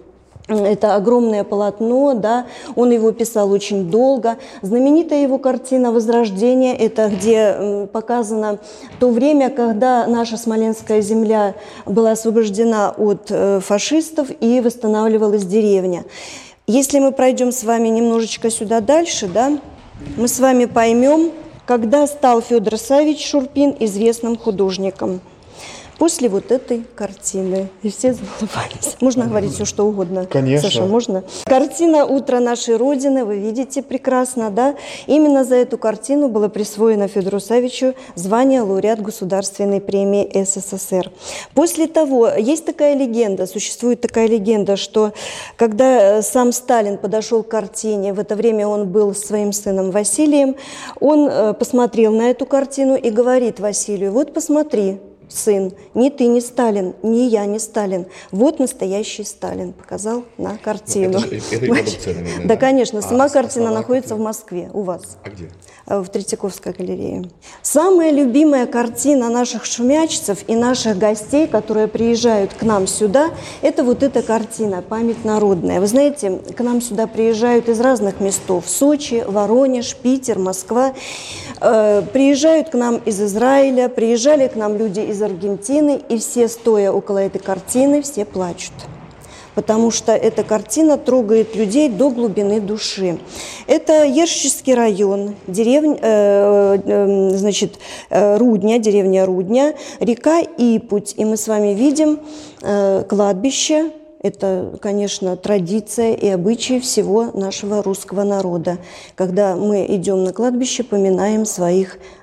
это огромное полотно, да, он его писал очень долго. Знаменитая его картина «Возрождение» – это где показано то время, когда наша Смоленская земля была освобождена от фашистов и восстанавливалась деревня. Если мы пройдем с вами немножечко сюда дальше, да, мы с вами поймем, когда стал Федор Савич Шурпин известным художником. После вот этой картины. И все заулыбались. Можно говорить все, что угодно? Конечно. Саша, можно? Картина «Утро нашей Родины», вы видите прекрасно, да? Именно за эту картину было присвоено Федору Савичу звание лауреат Государственной премии СССР. После того, есть такая легенда, существует такая легенда, что когда сам Сталин подошел к картине, в это время он был с своим сыном Василием, он посмотрел на эту картину и говорит Василию: вот посмотри, сын, ни ты не Сталин, ни я не Сталин. Вот настоящий Сталин. Показал на картину. Это, это репродукция, наверное, да, да? конечно. Сама а, картина слова находится картины. в Москве, у вас. А где? В Третьяковской галерее. Самая любимая картина наших шемячцев и наших гостей, которые приезжают к нам сюда, это вот эта картина «Память народная». Вы знаете, к нам сюда приезжают из разных местов. Сочи, Воронеж, Питер, Москва. Э, приезжают к нам из Израиля, приезжали к нам люди из Аргентины, и все, стоя около этой картины, все плачут. Потому что эта картина трогает людей до глубины души. Это Ершевский район, деревня, э, э, значит, э, Рудня, деревня Рудня, река Ипуть. И мы с вами видим э, кладбище. Это, конечно, традиция и обычаи всего нашего русского народа. Когда мы идем на кладбище, поминаем своих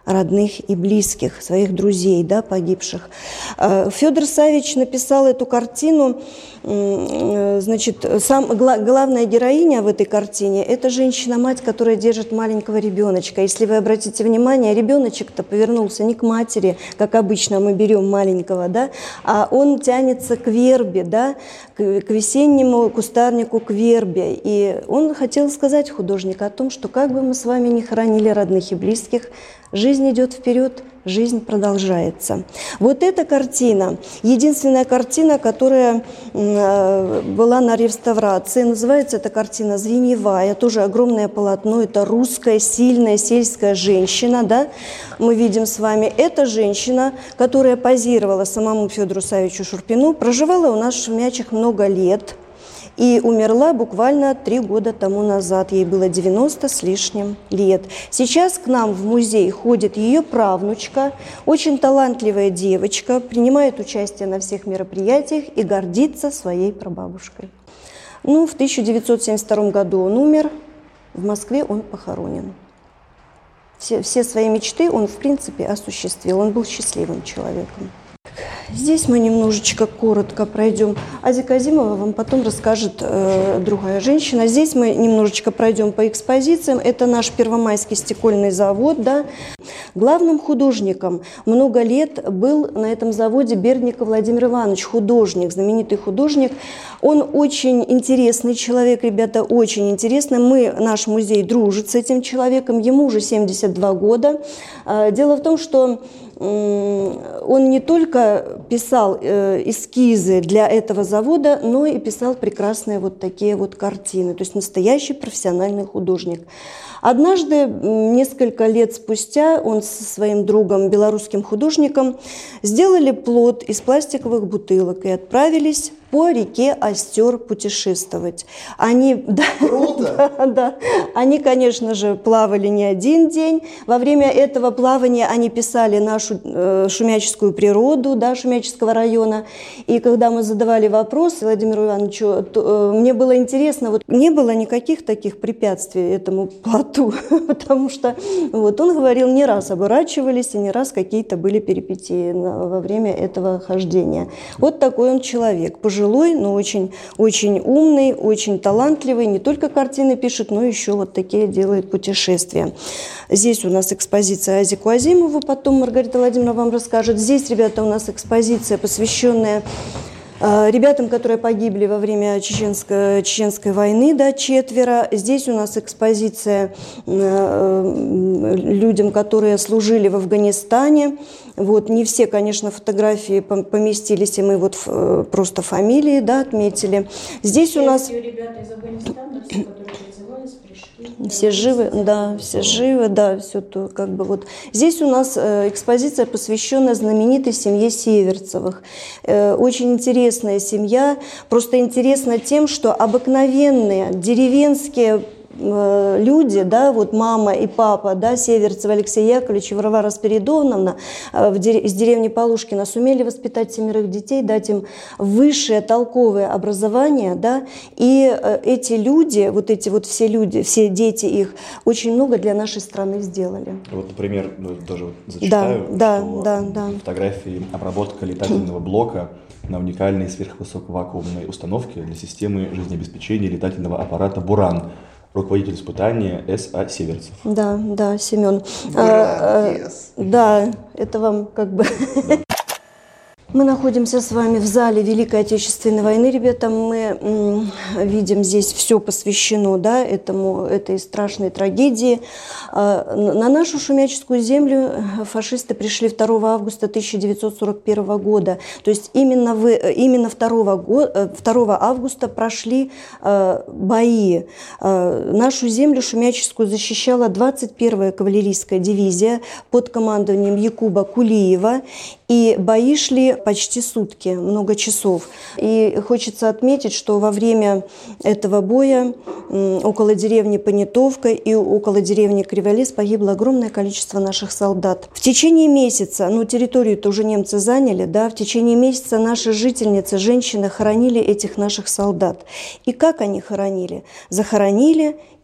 родных и близких, своих друзей, да, погибших. Федор Саввич написал эту картину, значит, сам, главная героиня в этой картине – это женщина-мать, которая держит маленького ребеночка. Если вы обратите внимание, ребеночек-то повернулся не к матери, как обычно мы берем маленького, да, а он тянется к вербе, да, к, к весеннему кустарнику, к вербе. И он хотел сказать, художник, о том, что как бы мы с вами ни хоронили родных и близких, жизнь идет вперед, жизнь продолжается. Вот эта картина, единственная картина, которая э, была на реставрации, называется эта картина «Звеньевая», тоже огромное полотно, это русская, сильная сельская женщина, да, мы видим с вами. Эта женщина, которая позировала самому Федору Саввичу Шурпину, проживала у нас в Шумячих много лет и умерла буквально три года тому назад. Ей было девяносто с лишним лет. Сейчас к нам в музей ходит ее правнучка, очень талантливая девочка, принимает участие на всех мероприятиях и гордится своей прабабушкой. Ну, в тысяча девятьсот семьдесят втором году он умер, в Москве он похоронен. Все, все свои мечты он, в принципе, осуществил. Он был счастливым человеком. Здесь мы немножечко коротко пройдем. Азия Казимова вам потом расскажет э, другая женщина. Здесь мы немножечко пройдем по экспозициям. Это наш Первомайский стекольный завод. Да. Главным художником много лет был на этом заводе Бердников Владимир Иванович, художник, знаменитый художник. Он очень интересный человек, ребята, очень интересный. Мы, наш музей дружит с этим человеком. Ему уже семьдесят два года. Э, дело в том, что он не только писал эскизы для этого завода, но и писал прекрасные вот такие вот картины. То есть настоящий профессиональный художник. Однажды, несколько лет спустя, он со своим другом, белорусским художником, сделали плот из пластиковых бутылок и отправились по реке Остер путешествовать. Они, да, да, да, они, конечно же, плавали не один день. Во время этого плавания они писали нашу э, шумяческую природу, да, Шумяческого района. И когда мы задавали вопрос Владимиру Ивановичу, то, э, мне было интересно, вот не было никаких таких препятствий этому плоту, потому что вот, он говорил, не раз оборачивались, и не раз какие-то были перипетии на, во время этого хождения. Вот такой он человек, пожилой, но очень, очень умный, очень талантливый, не только картины пишет, но еще вот такие делает путешествия. Здесь у нас экспозиция Азии Куазимова, потом Маргарита Владимировна вам расскажет. Здесь, ребята, у нас экспозиция, посвященная ребятам, которые погибли во время Чеченской, Чеченской войны, да, четверо. Здесь у нас экспозиция э, людям, которые служили в Афганистане. Вот, не все, конечно, фотографии поместились, и мы вот э, просто фамилии, да, отметили. Здесь все у нас... Ребята из Афганистана, все, которые призывались, пришли. Все живы, да, все живы, да, все то, как бы вот. Здесь у нас э, экспозиция, посвященная знаменитой семье Северцевых. Э, очень интересная семья, просто интересно тем, что обыкновенные деревенские люди, да, вот мама и папа, да, Северцев Алексей Яковлевич и Варвара Спиридоновна в дерев... из деревни Полушкина сумели воспитать семерых детей, дать им высшее толковое образование, да, и эти люди, вот эти вот все люди, все дети их очень много для нашей страны сделали. Вот, например, ну, тоже вот зачитаю, да, что да, да, да. фотографии обработка летательного блока на уникальной сверхвысоковакуумной установке для системы жизнеобеспечения летательного аппарата «Буран». Руководитель испытания С А Северцев. Да, да, Семен. А, а, да, это вам как бы... Мы находимся с вами в зале Великой Отечественной войны, ребята. Мы м, видим здесь все посвящено, да, этому, этой страшной трагедии. А, на нашу шумяческую землю фашисты пришли второго августа тысяча девятьсот сорок первого года. То есть именно, в, именно второго августа прошли а, бои. А, нашу землю шумяческую защищала двадцать первая кавалерийская дивизия под командованием Якуба Кулиева. И бои шли почти сутки, много часов. И хочется отметить, что во время этого боя около деревни Понятовка и около деревни Криволес погибло огромное количество наших солдат. В течение месяца, ну территорию-то уже немцы заняли, да, в течение месяца наши жительницы, женщины хоронили этих наших солдат. И как они хоронили? Захоронили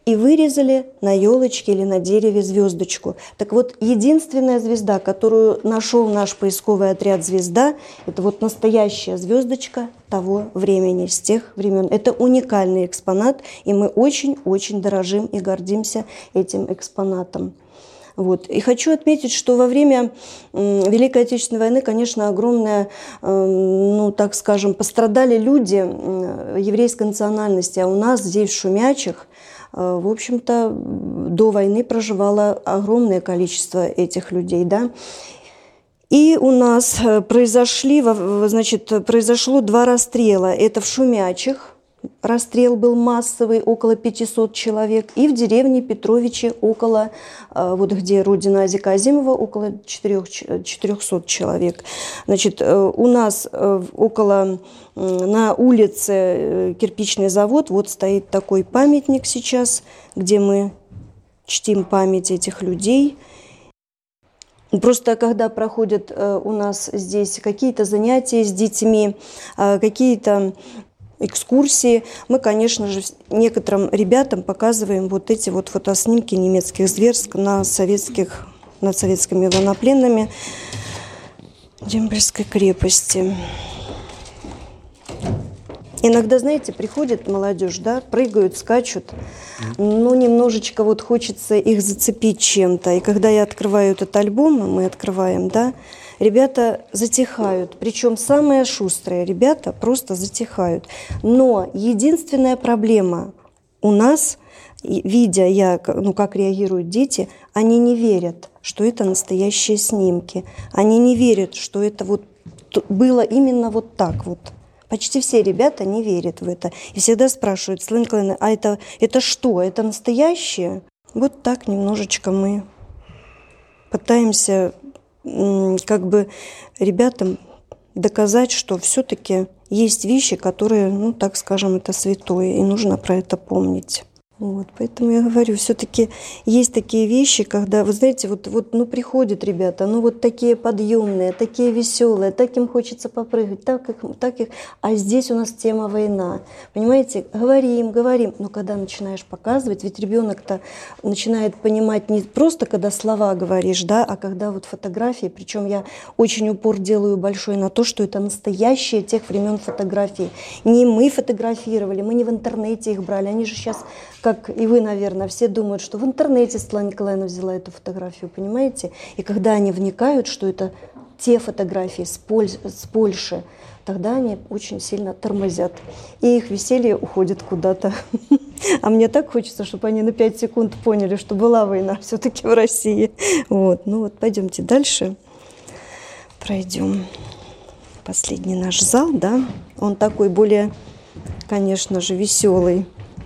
и вырезали на елочке или на дереве звездочку. Так вот, единственная звезда, которую нашел наш поисковый отряд «Звезда», это вот настоящая звездочка того времени, с тех времен. Это уникальный экспонат, и мы очень-очень дорожим и гордимся этим экспонатом. Вот. И хочу отметить, что во время м, Великой Отечественной войны, конечно, огромное, э, ну, так скажем, пострадали люди э, еврейской национальности, а у нас здесь, в Шумячих, э, в общем-то, до войны проживало огромное количество этих людей, да. И у нас произошли, значит, произошло два расстрела. Это в Шумячих. Расстрел был массовый, около пятисот человек, и в деревне Петровичи около, вот где родина Азика Азимова, около четырехсот человек. Значит, у нас около, на улице Кирпичный завод, вот стоит такой памятник сейчас, где мы чтим память этих людей. Просто когда проходят у нас здесь какие-то занятия с детьми, какие-то экскурсии, мы, конечно же, некоторым ребятам показываем вот эти вот фотоснимки немецких зверств на советских, над советскими военнопленными Дембельской крепости. Иногда, знаете, приходит молодежь, да, прыгают, скачут, но немножечко вот хочется их зацепить чем-то. И когда я открываю этот альбом, мы открываем, да, ребята затихают. Причем самые шустрые ребята просто затихают. Но единственная проблема у нас, видя я, ну, как реагируют дети, они не верят, что это настоящие снимки. Они не верят, что это вот было именно вот так вот. Почти все ребята не верят в это. И всегда спрашивают: Светлана Николаевна, а это, это что? Это настоящее? Вот так немножечко мы пытаемся как бы ребятам доказать, что все-таки есть вещи, которые, ну, так скажем, это святое, и нужно про это помнить. Вот, поэтому я говорю, все-таки есть такие вещи, когда, вы знаете, вот, вот ну, приходят ребята, ну вот такие подъемные, такие веселые, так им хочется попрыгать, так их, так их, а здесь у нас тема война. Понимаете, говорим, говорим, но когда начинаешь показывать, ведь ребенок-то начинает понимать не просто, когда слова говоришь, да, а когда вот фотографии, причем я очень упор делаю большой на то, что это настоящие тех времен фотографии. Не мы фотографировали, мы не в интернете их брали, они же сейчас, как и вы, наверное, все думают, что в интернете Светлана Николаевна взяла эту фотографию, понимаете? И когда они вникают, что это те фотографии с, Поль... с Польши, тогда они очень сильно тормозят. И их веселье уходит куда-то. А мне так хочется, чтобы они на пять секунд поняли, что была война все-таки в России. Вот. Ну вот, пойдемте дальше. Пройдем последний наш зал, да? Он такой более, конечно же, веселый.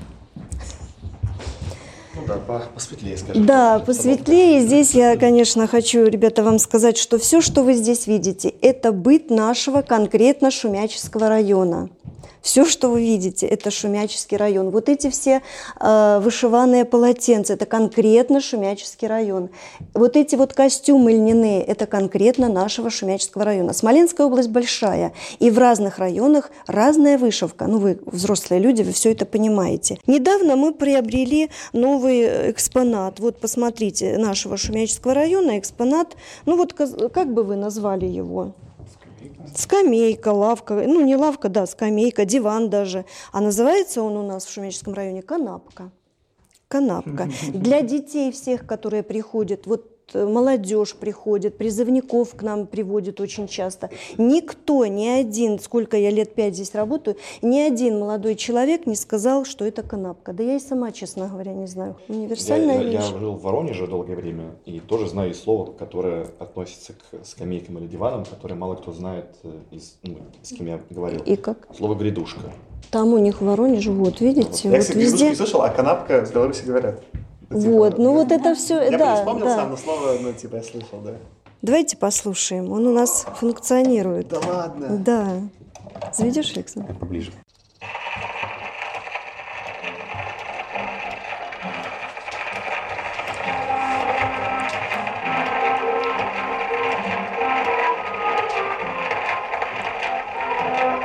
Да, посветлее, скажем. Да, посветлее. Здесь я, конечно, хочу, ребята, вам сказать, что все, что вы здесь видите, это быт нашего конкретно Шумяческого района. Все, что вы видите, это Шумяческий район. Вот эти все э, вышиванные полотенца, это конкретно Шумяческий район. Вот эти вот костюмы льняные, это конкретно нашего Шумяческого района. Смоленская область большая, и в разных районах разная вышивка. Ну, вы, взрослые люди, вы все это понимаете. Недавно мы приобрели новый экспонат. Вот, посмотрите, нашего Шумяческого района экспонат. Ну, вот, как бы вы назвали его? Скамейка, лавка, ну не лавка, да, скамейка, диван даже. А называется он у нас в Шумяческом районе канапка. Канапка. Для детей всех, которые приходят, вот молодежь приходит, призывников к нам приводят очень часто. Никто, ни один, сколько я лет пять здесь работаю, ни один молодой человек не сказал, что это канапка. Да я и сама, честно говоря, не знаю. Универсальная я, вещь. Я жил в Воронеже долгое время и тоже знаю слово, которое относится к скамейкам или диванам, которое мало кто знает, из, ну, с кем я говорил. И как? Слово «грядушка». Там у них в Воронеже, вот, видите, Я, вот кстати, везде. не слышал, а канапка в Беларуси говорят. Вот, ну вот это все, Я да, бы не вспомнил да. сам, но слово, ну, типа, я слышал, да. Давайте послушаем, он у нас функционирует. Да ладно? Да. Заведешь, Александр? Поближе.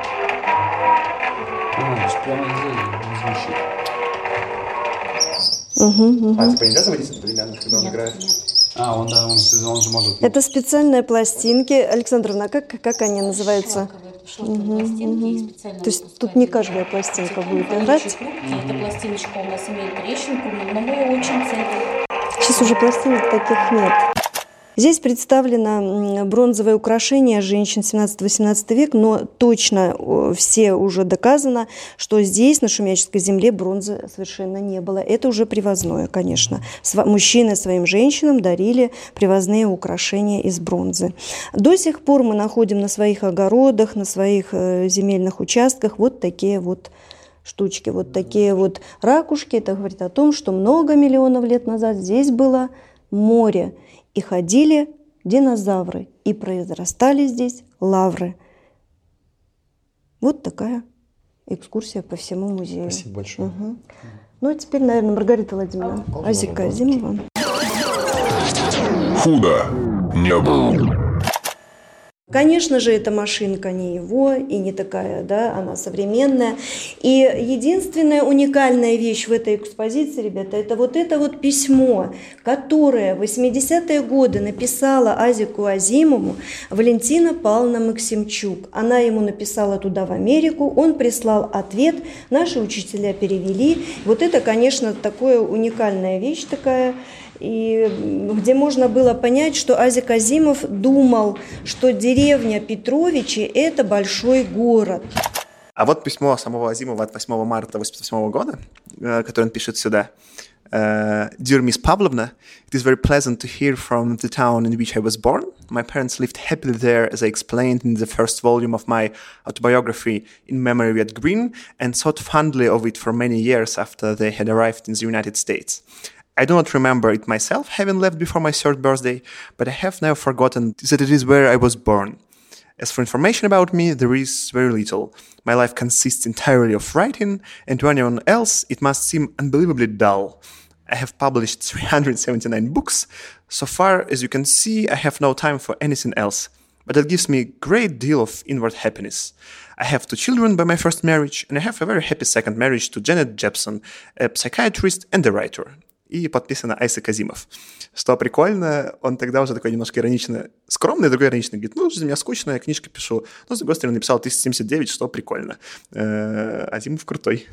А, прямо здесь звучит. Угу, угу. А, типа нельзя заводить одновременно, когда он играет? А, он, да, он, он же может... Это специальные пластинки. Александровна, как, как они называются? Шлаковые Угу, пластинки угу. и специально То есть тут выпускают не для каждая пластинка будет Они играть? очень хрупкие. Эта пластиночка у нас имеет трещинку, но мы очень ценим. Сейчас уже пластинок таких нет. Здесь представлено бронзовое украшение женщин семнадцатого-восемнадцатого века, но точно все уже доказано, что здесь, на Шумяческой земле, бронзы совершенно не было. Это уже привозное, конечно. Мужчины своим женщинам дарили привозные украшения из бронзы. До сих пор мы находим на своих огородах, на своих земельных участках вот такие вот штучки, вот такие вот ракушки. Это говорит о том, что много миллионов лет назад здесь было море. И ходили динозавры, и произрастали здесь лавры. Вот такая экскурсия по всему музею. Спасибо большое. Угу. Ну, а теперь, наверное, Маргарита Владимировна, А, Азика Азимова. Худо не было. Конечно же, эта машинка не его и не такая, да, она современная. И единственная уникальная вещь в этой экспозиции, ребята, это вот это вот письмо, которое в восьмидесятые годы написала Азику Азимову Валентина Павловна Максимчук. Она ему написала туда, в Америку, он прислал ответ, наши учителя перевели. Вот это, конечно, такая уникальная вещь такая, и где можно было понять, что Азик Азимов думал, что деревня Петровичи – это большой город. А вот письмо самого Азимова от восьмого марта восемьдесят восьмого года, которое он пишет сюда. Dear Miss Pavlovna, it is very pleasant to hear from the town in which I was born. My parents lived happily there, as I explained in the first volume of my autobiography, In Memory with Green, and thought fondly of it for many years after they had arrived in the United States. I do not remember it myself, having left before my third birthday, but I have now forgotten that it is where I was born. As for information about me, there is very little. My life consists entirely of writing, and to anyone else, it must seem unbelievably dull. I have published three hundred seventy-nine books. So far, as you can see, I have no time for anything else. But it gives me a great deal of inward happiness. I have two children by my first marriage, and I have a very happy second marriage to Janet Jepson, a psychiatrist and a writer. И подписано Айзек Азимов. Что прикольно, он тогда уже такой немножко иронично скромный, другой иронично говорит, ну, жизнь у меня скучная, я книжки пишу. Но, с другой стороны, написал тысяча семьдесят девять, что прикольно. Азимов крутой.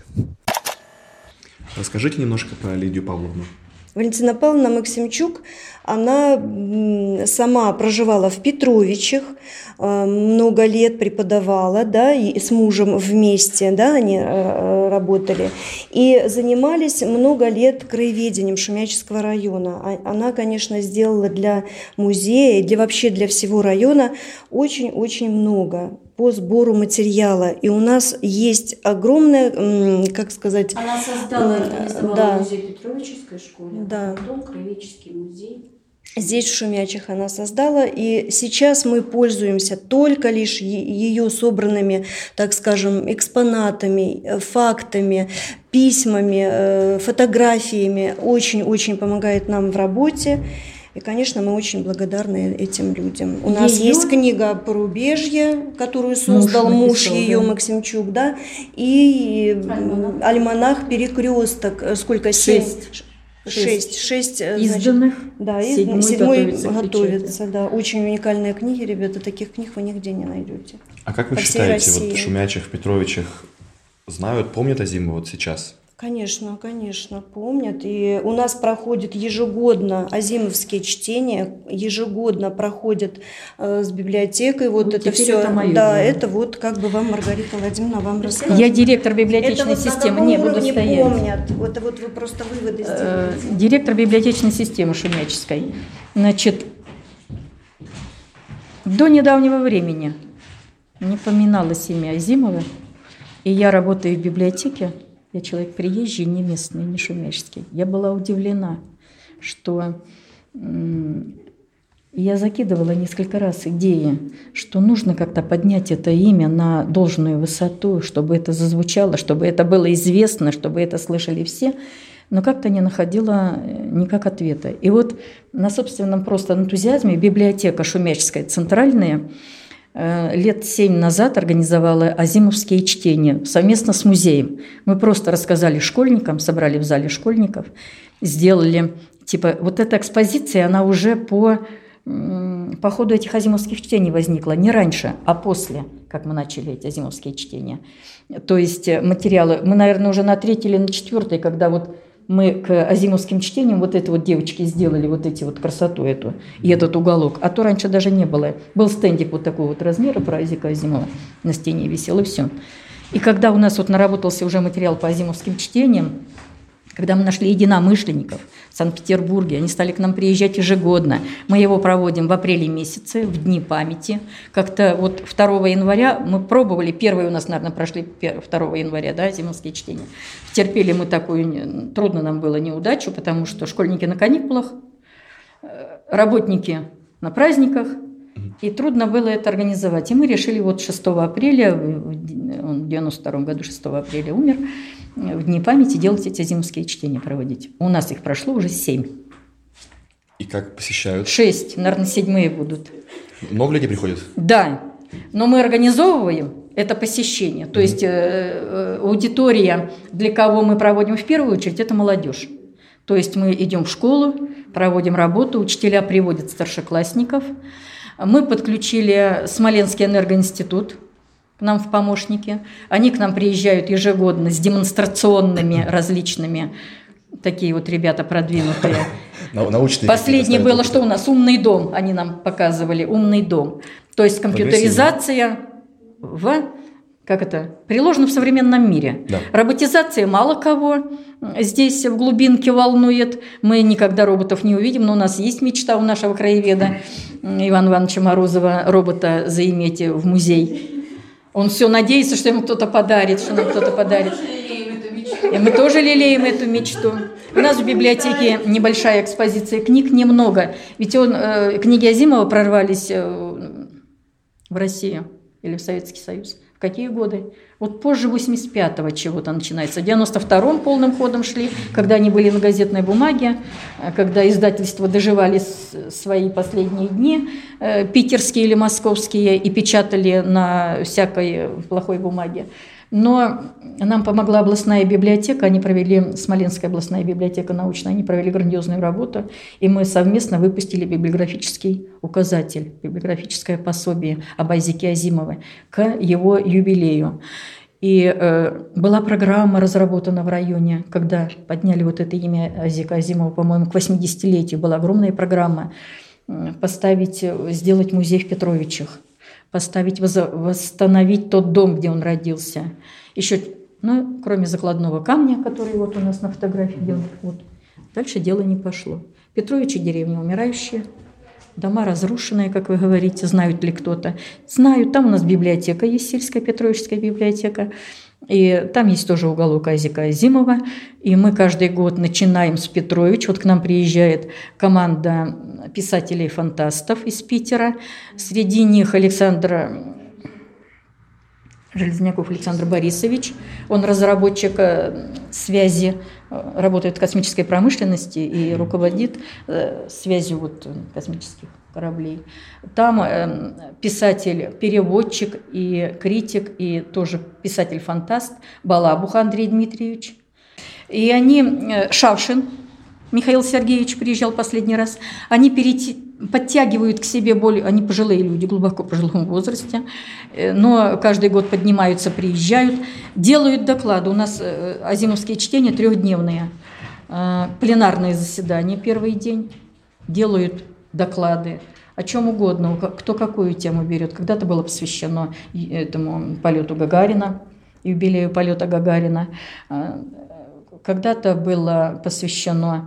Расскажите немножко про Лидию Павловну. Валентина Павловна Максимчук, она сама проживала в Петровичах, много лет преподавала, да, и с мужем вместе, да, они работали, и занимались много лет краеведением Шумяческого района. Она, конечно, сделала для музея, для вообще для всего района очень-очень много по сбору материала. И у нас есть огромное, как сказать... Она создала, организовала да. музей Петровической школе, да. потом краеведческий музей. Здесь, в Шумячих, она создала, и сейчас мы пользуемся только лишь ее собранными, так скажем, экспонатами, фактами, письмами, фотографиями. Очень-очень помогает нам в работе. И, конечно, мы очень благодарны этим людям. У нас Ее... есть книга «Порубежье», которую создал муж, муж написал, ее, да. Максимчук, да, и альманах, альманах «Перекресток». Сколько? Шесть. Шесть. Шесть изданных. Значит, да, из... седьмой, седьмой готовится, готовится, да. Очень уникальные книги, ребята. Таких книг вы нигде не найдете. А как вы По считаете, вот Шумячих, Петровичах знают, помнят Азимова вот сейчас? Конечно, конечно, помнят. И у нас проходит ежегодно азимовские чтения, ежегодно проходят э, с библиотекой. Вот, вот это все. Это мое, да, да, это вот как бы вам Маргарита Владимировна вам рассказала. Я директор библиотечной это системы. Вот не буду стоять. Помнят. Вот, вот вы просто выводы сделали. Директор библиотечной системы Шумяческой. Значит, до недавнего времени не поминалось имя Азимова, и я работаю в библиотеке. Я человек приезжий, не местный, не шумяческий. Я была удивлена, что м- я закидывала несколько раз идеи, что нужно как-то поднять это имя на должную высоту, чтобы это зазвучало, чтобы это было известно, чтобы это слышали все, но как-то не находила никак ответа. И вот на собственном просто энтузиазме библиотека Шумяческая центральная лет семь назад организовала азимовские чтения совместно с музеем. Мы просто рассказали школьникам, собрали в зале школьников, сделали, типа, вот эта экспозиция, она уже по, по ходу этих азимовских чтений возникла, не раньше, а после, как мы начали эти азимовские чтения. То есть материалы, мы, наверное, уже на третьей или на четвертой, когда вот мы к азимовским чтениям вот это вот девочки сделали вот эти вот красоту эту и этот уголок, а то раньше даже не было. Был стендик вот такого вот размера про Айзека Азимова, на стене висел и все. И когда у нас вот наработался уже материал по азимовским чтениям, когда мы нашли единомышленников в Санкт-Петербурге, они стали к нам приезжать ежегодно. Мы его проводим в апреле месяце, в Дни памяти. Как-то вот второго января мы пробовали, первые у нас, наверное, прошли второго января, да, зимовские чтения. Терпели мы такую, трудно нам было неудачу, потому что школьники на каникулах, работники на праздниках, и трудно было это организовать. И мы решили вот шестого апреля, он в девяносто втором году шестого апреля умер, в Дни памяти делать эти зимские чтения проводить. У нас их прошло уже семь. И как посещают? Шесть, наверное, седьмые будут. Много людей приходит? Да, но мы организовываем это посещение. То есть э, аудитория, для кого мы проводим в первую очередь, это молодежь. То есть мы идем в школу, проводим работу, учителя приводят старшеклассников. Мы подключили Смоленский энергоинститут к нам в помощники. Они к нам приезжают ежегодно с демонстрационными различными, такие вот ребята продвинутые. Научные. Последнее было, что у нас умный дом, они нам показывали, умный дом. То есть компьютеризация в, как это, приложена в современном мире. Да. Роботизация мало кого здесь в глубинке волнует. Мы никогда роботов не увидим, но у нас есть мечта у нашего краеведа Ивана Ивановича Морозова робота заиметь в музей. Он все надеется, что ему кто-то подарит, что нам кто-то подарит. И мы тоже лелеем эту мечту. У нас в библиотеке небольшая экспозиция книг, немного. Ведь он, э, книги Азимова прорвались э, в Россию или в Советский Союз. В какие годы? Вот позже восемьдесят пятого чего-то начинается. В девяносто втором полным ходом шли, когда они были на газетной бумаге, когда издательства доживали свои последние дни, э, питерские или московские, и печатали на всякой плохой бумаге. Но нам помогла областная библиотека, они провели, Смоленская областная библиотека научная, они провели грандиозную работу, и мы совместно выпустили библиографический указатель, библиографическое пособие об Айзеке Азимове к его юбилею. И э, была программа разработана в районе, когда подняли вот это имя Айзека Азимова, по-моему, к восьмидесятилетию, была огромная программа поставить, сделать музей в Петровичах. Поставить, восстановить тот дом, где он родился. Еще, ну, кроме закладного камня, который вот у нас на фотографии, где он, вот. Дальше дело не пошло. Петровичи деревня умирающая, дома разрушенные, как вы говорите, знают ли кто-то. Знают, там у нас библиотека есть, сельская Петровичская библиотека. И там есть тоже уголок Айзека Азимова. И мы каждый год начинаем с Петрович. Вот к нам приезжает команда писателей-фантастов из Питера. Среди них Александр Железняков Александр Борисович. Он разработчик связи, работает в космической промышленности и руководит связью вот космических кораблей. Там писатель, переводчик и критик, и тоже писатель-фантаст Балабух Андрей Дмитриевич. И они, Шавшин Михаил Сергеевич приезжал последний раз, они перейти, подтягивают к себе более, они пожилые люди, глубоко в пожилом возрасте, но каждый год поднимаются, приезжают, делают доклады. У нас азимовские чтения трехдневные, пленарные заседания первый день, делают доклады о чем угодно, кто какую тему берет. Когда-то было посвящено этому полету Гагарина, юбилею полета Гагарина. Когда-то было посвящено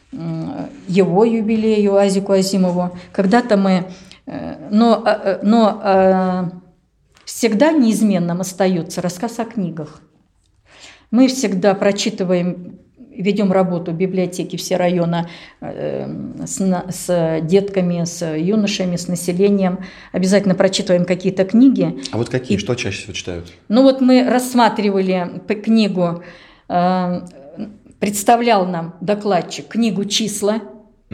его юбилею, Айзеку Азимову. Когда-то мы... Но, но всегда неизменным остается рассказ о книгах. Мы всегда прочитываем... Ведем работу в библиотеке все района с, с детками, с юношами, с населением. Обязательно прочитываем какие-то книги. А вот какие? И, что чаще всего читают? Ну вот мы рассматривали книгу, представлял нам докладчик книгу «Числа». Угу.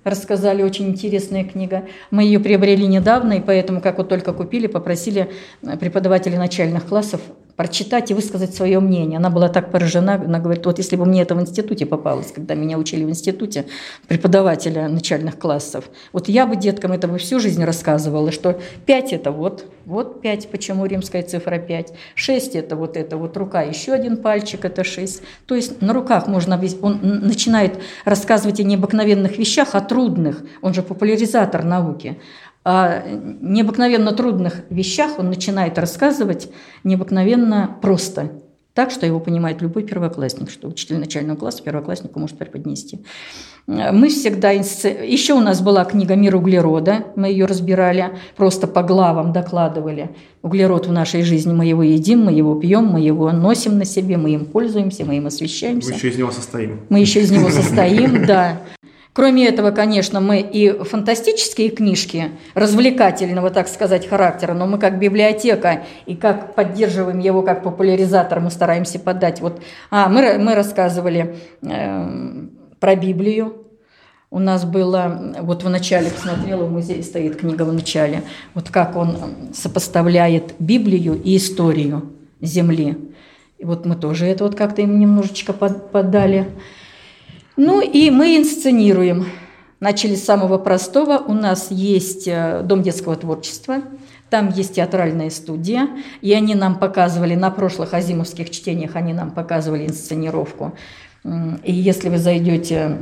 Рассказали, очень интересная книга. Мы ее приобрели недавно, и поэтому, как вот только купили, попросили преподавателей начальных классов прочитать и высказать свое мнение. Она была так поражена, она говорит, вот если бы мне это в институте попалось, когда меня учили в институте, преподавателя начальных классов, вот я бы деткам это бы всю жизнь рассказывала, что пять это вот, вот пять, почему римская цифра пять, шесть это вот это, вот рука, еще один пальчик это шесть. То есть на руках можно, он начинает рассказывать о необыкновенных вещах, о трудных, он же популяризатор науки. О необыкновенно трудных вещах он начинает рассказывать необыкновенно просто, так, что его понимает любой первоклассник, что учитель начального класса первокласснику может преподнести. Мы всегда... Еще у нас была книга «Мир углерода», мы ее разбирали, просто по главам докладывали. Углерод в нашей жизни, мы его едим, мы его пьем, мы его носим на себе, мы им пользуемся, мы им освещаемся. Мы еще из него состоим. Мы еще из него состоим, да. Кроме этого, конечно, мы и фантастические книжки развлекательного, так сказать, характера, но мы как библиотека и как поддерживаем его как популяризатор, мы стараемся подать. Вот, а, мы, мы рассказывали э, про Библию. У нас было, вот в начале, посмотрела, в музее стоит книга в начале, вот как он сопоставляет Библию и историю Земли. И вот мы тоже это вот как-то им немножечко поддали. Ну и мы инсценируем. Начали с самого простого. У нас есть Дом детского творчества, там есть театральная студия, и они нам показывали, на прошлых азимовских чтениях они нам показывали инсценировку. И если вы зайдете,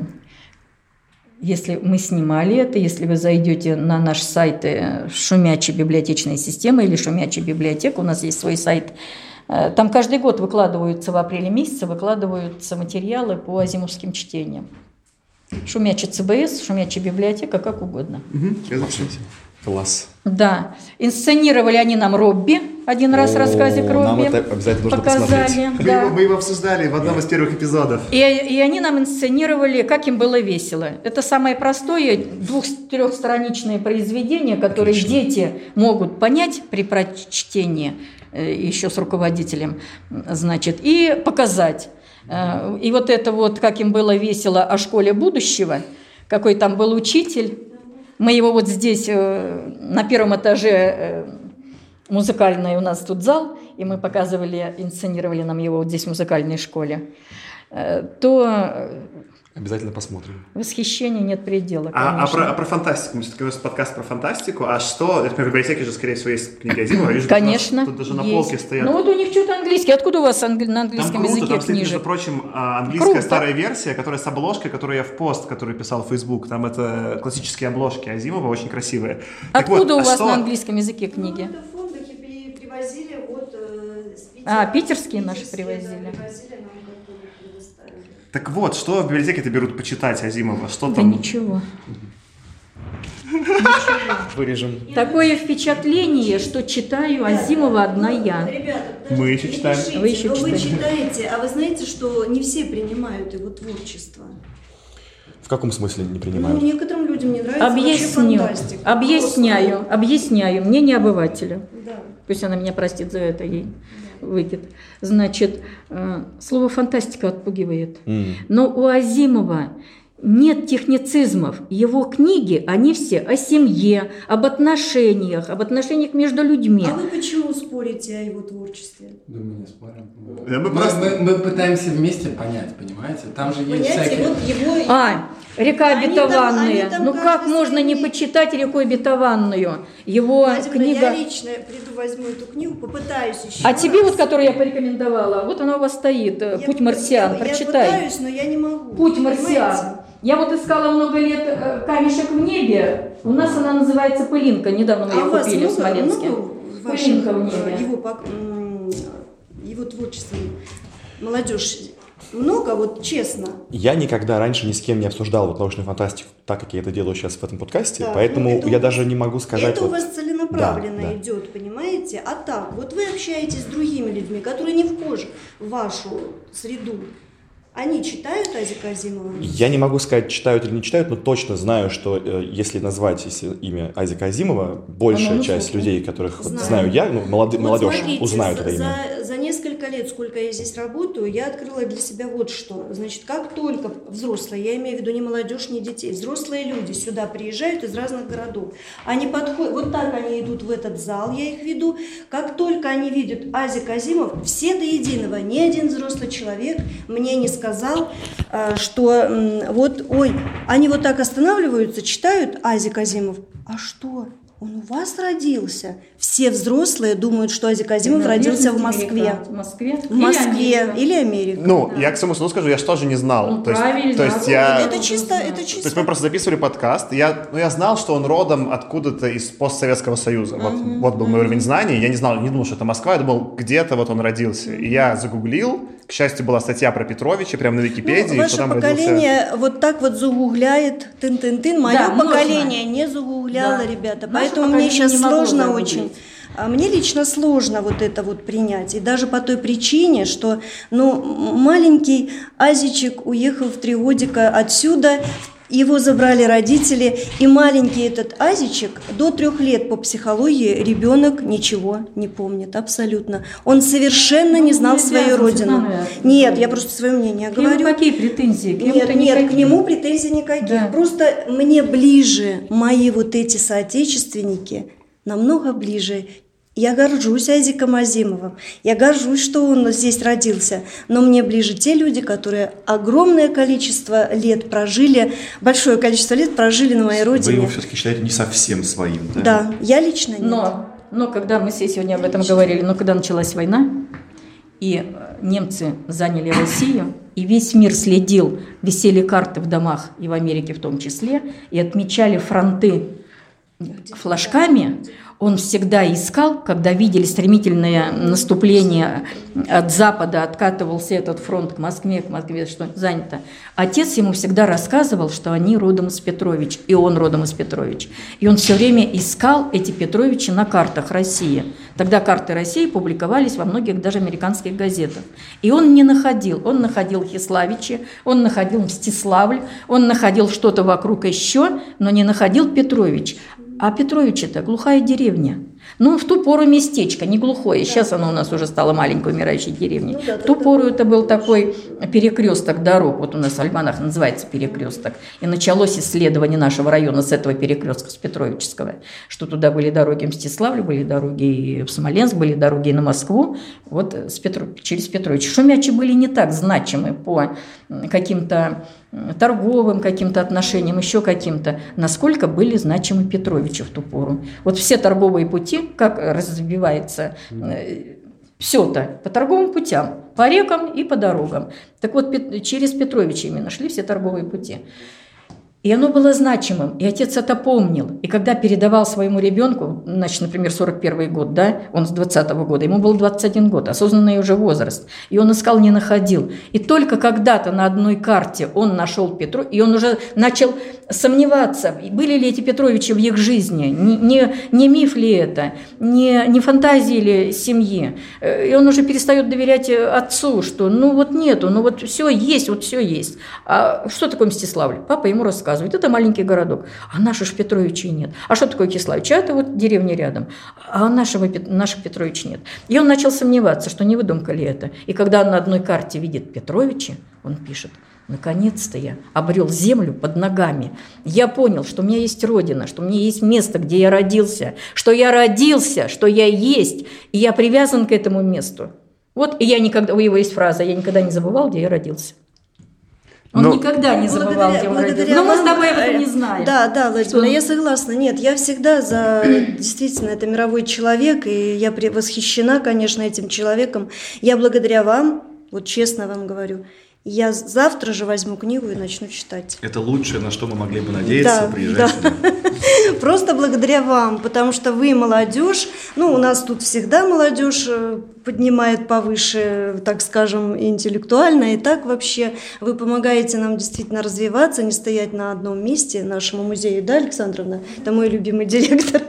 если мы снимали это, если вы зайдете на наш сайт «Шумячая библиотечная система» или «Шумячая библиотека», у нас есть свой сайт. Там каждый год выкладываются, в апреле месяце выкладываются материалы по азимовским чтениям. Шумячий ЦБС, шумячая библиотека, как угодно. Угу. Класс. Да. Инсценировали они нам Робби, один раз рассказик Робби. Нам это обязательно нужно показали, посмотреть. да. Мы, его, мы его обсуждали в одном из первых эпизодов. И, и они нам инсценировали, как им было весело. Это самое простое, двух-трехстраничное произведение, которое Отлично. Дети могут понять при прочтении, еще с руководителем, значит, и показать. И вот это вот, как им было весело о школе будущего, какой там был учитель. Мы его вот здесь, на первом этаже, музыкальный у нас тут зал, и мы показывали, инсценировали нам его вот здесь в музыкальной школе, то... Обязательно посмотрим. Восхищения нет предела, а, а, про, а про фантастику? Мы все-таки у нас подкаст про фантастику. А что? Это, в библиотеке же, скорее всего, есть книги Азимова. Вижу, конечно, тут даже на есть. полке стоят. Ну вот у них что-то английский. Откуда у вас англи... на английском там круто, языке там стоит, книжек? между прочим, английская круто. Старая версия, которая с обложкой, которую я в пост, который писал в Facebook. Там это классические обложки Азимова, очень красивые. Откуда вот, у а вас что? на английском языке книги? Ну, это в фондах и привозили вот э, с Питера. А, питерские наши привозили. Да, привозили нам, которые предоставили. Так вот, что в библиотеке-то берут почитать Азимова? Что Да там? ничего. Вырежем. Такое впечатление, что читаю Азимова одна я. Ребята, Мы еще не читаем. пишите, Вы еще но вы читаете. читаете, а вы знаете, что не все принимают его творчество. В каком смысле не Ну, принимают? некоторым людям не нравится Объясню. вообще фантастика. Объясняю. Объясняю. Мне не обывателя. Да. Пусть она меня простит за это, ей выйдет. Значит, э, слово «фантастика» отпугивает. М. Но у Азимова нет техницизмов. Его книги, они все о семье, об отношениях, об отношениях между людьми. А вы почему спорите о его творчестве? Да мы не спорим. Да, мы Мы, просто- мы- мы пытаемся вместе понять, понимаете? Там же есть Понимаете, всякие... вот его... А, «Река Они там- обетованная». они там Ну как каждый можно не свои- почитать «Реку обетованную»? Его Владимир, книга... я лично приду, возьму эту книгу, попытаюсь еще А тебе раз. вот, которую я порекомендовала, вот она у вас стоит, Я- «Путь марсиан», я, прочитай. Я пытаюсь, но я не могу. «Путь понимаете? марсиан». Я вот искала много лет э, «Камешек в небе». У нас она называется «Пылинка». Недавно мы А ее у вас купили в много, Смоленске. много ваших, «Пылинка в э, небе». его, пок- м, его творчества, молодежь много, вот честно. Я никогда раньше ни с кем не обсуждал вот научную фантастику, так как я это делаю сейчас в этом подкасте, Да, поэтому ну, это я у- даже не могу сказать... Это у вот- вас целенаправленно Да, да. идет, понимаете? А так, вот вы общаетесь с другими людьми, которые не вхожи в вашу среду. Они читают Азика Азимова? Я не могу сказать, читают или не читают, но точно знаю, что э, если назвать если имя Азика Азимова, большая Оно на часть слуху. людей, которых вот Знаю. знаю я, ну, молоды- Вот молодежь, смотрите, узнают за, это имя. За, за несколько лет лет, сколько я здесь работаю, я открыла для себя вот что. Значит, как только взрослые, я имею в виду не молодежь, не детей, взрослые люди сюда приезжают из разных городов, они подходят, вот так они идут в этот зал, я их веду, как только они видят Азик Азимов, все до единого, ни один взрослый человек мне не сказал, что вот, ой, они вот так останавливаются, читают Азик Азимов, а что? Он у вас родился? Все взрослые думают, что Азик Азимов родился в Москве. В Москве? В Москве или Америка. Ну, да. Я к своему суду скажу, я же тоже не знал. Ну, то есть, правильно. То есть я... Это чисто, это чисто. То есть мы просто записывали подкаст, я, ну, я знал, что он родом откуда-то из постсоветского союза. Вот, uh-huh. вот был мой уровень знаний. Я не знал, не думал, что это Москва, я думал, где-то вот он родился. И я загуглил, к счастью, была статья про Петровича прямо на Википедии. Ну, ваше что там поколение родился... вот так вот загугляет тын-тын-тын. Мое да, поколение можно. не загугляло, да. Ребята. Наше Поэтому мне сейчас сложно загуглить. очень. А мне лично сложно вот это вот принять. И даже по той причине, что ну, маленький Азичек уехал в три годика отсюда, его забрали родители, и маленький этот Азичек до трех лет по психологии ребенок ничего не помнит, абсолютно. Он совершенно не знал свою родину. Нет, я просто свое мнение к говорю. Нему какие претензии? К нет, нет, никаких. к нему претензий никаких. Да. Просто мне ближе мои вот эти соотечественники, намного ближе. Я горжусь Азиком Азимовым, я горжусь, что он здесь родился, но мне ближе те люди, которые огромное количество лет прожили, большое количество лет прожили на моей родине. Вы его все-таки считаете не совсем своим, да? Да, я лично нет. Но, но когда мы все сегодня об этом говорили, но когда началась война, и немцы заняли Россию, и весь мир следил, висели карты в домах, и в Америке в том числе, и отмечали фронты флажками, он всегда искал, когда видели стремительное наступление от запада, откатывался этот фронт к Москве, к Москве, что занято. Отец ему всегда рассказывал, что они родом из Петрович, и он родом из Петрович. И он все время искал эти Петровичи на картах России. Тогда карты России публиковались во многих даже американских газетах. И он не находил. Он находил Хиславичи, он находил Мстиславль, он находил что-то вокруг еще, но не находил Петрович. А Петрович – это глухая деревня. Ну, в ту пору местечко, не глухое. Сейчас оно у нас уже стало маленькой умирающей деревней. Ну, да, в ту да, пору да. это был такой перекресток дорог. Вот у нас в Альманах называется перекресток. И началось исследование нашего района с этого перекрестка, с Петровического. Что туда были дороги в Мстиславль, были дороги и в Смоленск, были дороги и на Москву. Вот с Петро... через Петрович. Шумячи были не так значимы по каким-то торговым каким-то отношениям, еще каким-то, насколько были значимы Петровичи в ту пору. Вот все торговые пути, как развивается э, все-то, по торговым путям, по рекам и по дорогам. Так вот, пет, через Петровича именно шли все торговые пути. И оно было значимым, и отец это помнил. И когда передавал своему ребенку, значит, например, сорок первый год, да, он с двадцатого года, ему был двадцать один год, осознанный уже возраст, и он искал, не находил. И только когда-то на одной карте он нашел Петров, и он уже начал сомневаться, были ли эти Петровичи в их жизни, не, не, не миф ли это, не, не фантазии ли семьи. И он уже перестает доверять отцу, что ну вот нету, ну вот все есть, вот все есть. А что такое Мстиславль? Папа ему рассказывает. Это маленький городок, а наших ж Петровичей нет. А что такое Киславич? А это вот деревня рядом, а нашего, наших Петрович нет. И он начал сомневаться, что не выдумка ли это. И когда он на одной карте видит Петровичи, он пишет: наконец-то я обрел землю под ногами. Я понял, что у меня есть родина, что у меня есть место, где я родился, что я родился, что я есть, и я привязан к этому месту. Вот, и я никогда, у него есть фраза: я никогда не забывал, где я родился. Он ну, никогда не забывал, где он родился. Но мы с тобой об этом не знаем. Да, да, Владимир, я согласна. Нет, я всегда за... Действительно, это мировой человек, и я восхищена, конечно, этим человеком. Я благодаря вам, вот честно вам говорю, я завтра же возьму книгу и начну читать. Это лучшее, на что мы могли бы надеяться, да, приезжать да. сюда. Просто благодаря вам, потому что вы молодежь, ну, у нас тут всегда молодежь поднимает повыше, так скажем, интеллектуально, и так вообще вы помогаете нам действительно развиваться, не стоять на одном месте, нашему музею, да, Александровна? Это мой любимый директор.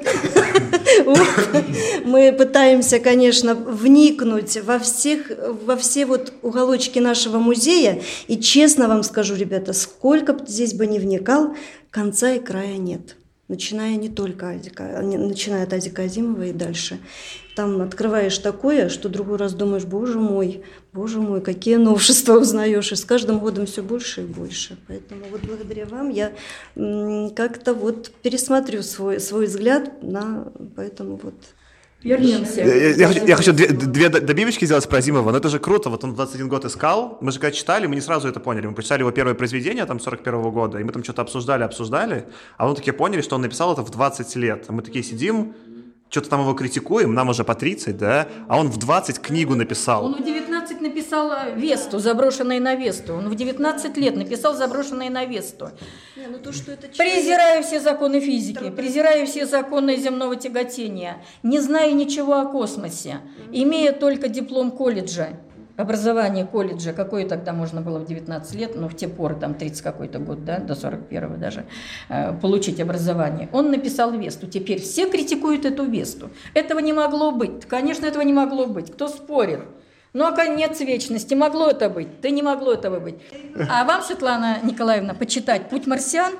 Мы пытаемся, конечно, вникнуть во всех, во все вот уголочки нашего музея, и честно вам скажу, ребята, сколько бы здесь бы ни вникал, конца и края нет. начиная не только Азика, начиная от Азика Азимова и дальше. Там открываешь такое, что другой раз думаешь, боже мой, боже мой, какие новшества узнаешь, и с каждым годом все больше и больше. Поэтому вот благодаря вам я как-то вот пересмотрю свой, свой взгляд на, поэтому вот... Вернемся. Я, я, хочу, я хочу две, две добивочки сделать про Азимова, но это же круто, вот он двадцать один год искал, мы же когда читали, мы не сразу это поняли, мы прочитали его первое произведение, там, сорок первого года, и мы там что-то обсуждали, обсуждали, а мы такие поняли, что он написал это в двадцать лет, а мы такие сидим, что-то там его критикуем, нам уже по тридцать, да, а он в двадцать книгу написал. Он в девятнадцать написал «Весту», «Заброшенные на Весту». Он в девятнадцать лет написал «Заброшенные на Весту». Не, ну то, что это человек... Презираю все законы физики, презираю все законы земного тяготения, не зная ничего о космосе, имея только диплом колледжа, образование колледжа, какое тогда можно было в девятнадцать лет, ну в те поры, там тридцать какой-то год, да, до сорок первого даже, э, получить образование. Он написал Весту. Теперь все критикуют эту Весту. Этого не могло быть. Конечно, этого не могло быть. Кто спорит? Ну, а конец вечности. Могло это быть? Да не могло этого быть. А вам, Светлана Николаевна, почитать «Путь марсиан»?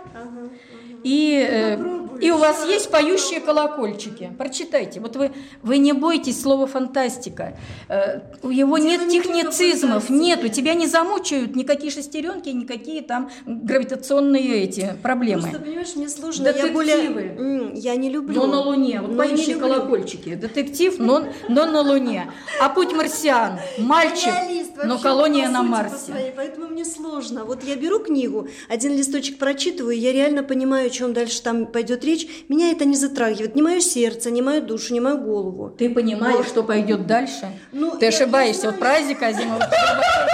И, э, и у вас есть поющие колокольчики. Прочитайте. Вот вы, вы не бойтесь слова «фантастика». Э, у его Дело нет техницизмов, нет. У тебя не замучают никакие шестеренки, никакие там гравитационные эти проблемы. Просто, понимаешь, мне сложно. Детективы. Я, более... я не люблю. Но на Луне. Вот но поющие колокольчики. Детектив, но, но на Луне. А «Путь марсиан». Мальчик, но колония на Марсе. Своей, поэтому мне сложно. Вот я беру книгу, один листочек прочитываю, я реально понимаю, о чем дальше там пойдет речь. Меня это не затрагивает. Ни мое сердце, ни мою душу, ни мою голову. Ты понимаешь, вот. Что пойдет дальше? Ну, ты я, ошибаешься. Я вот про Азика Азимова ты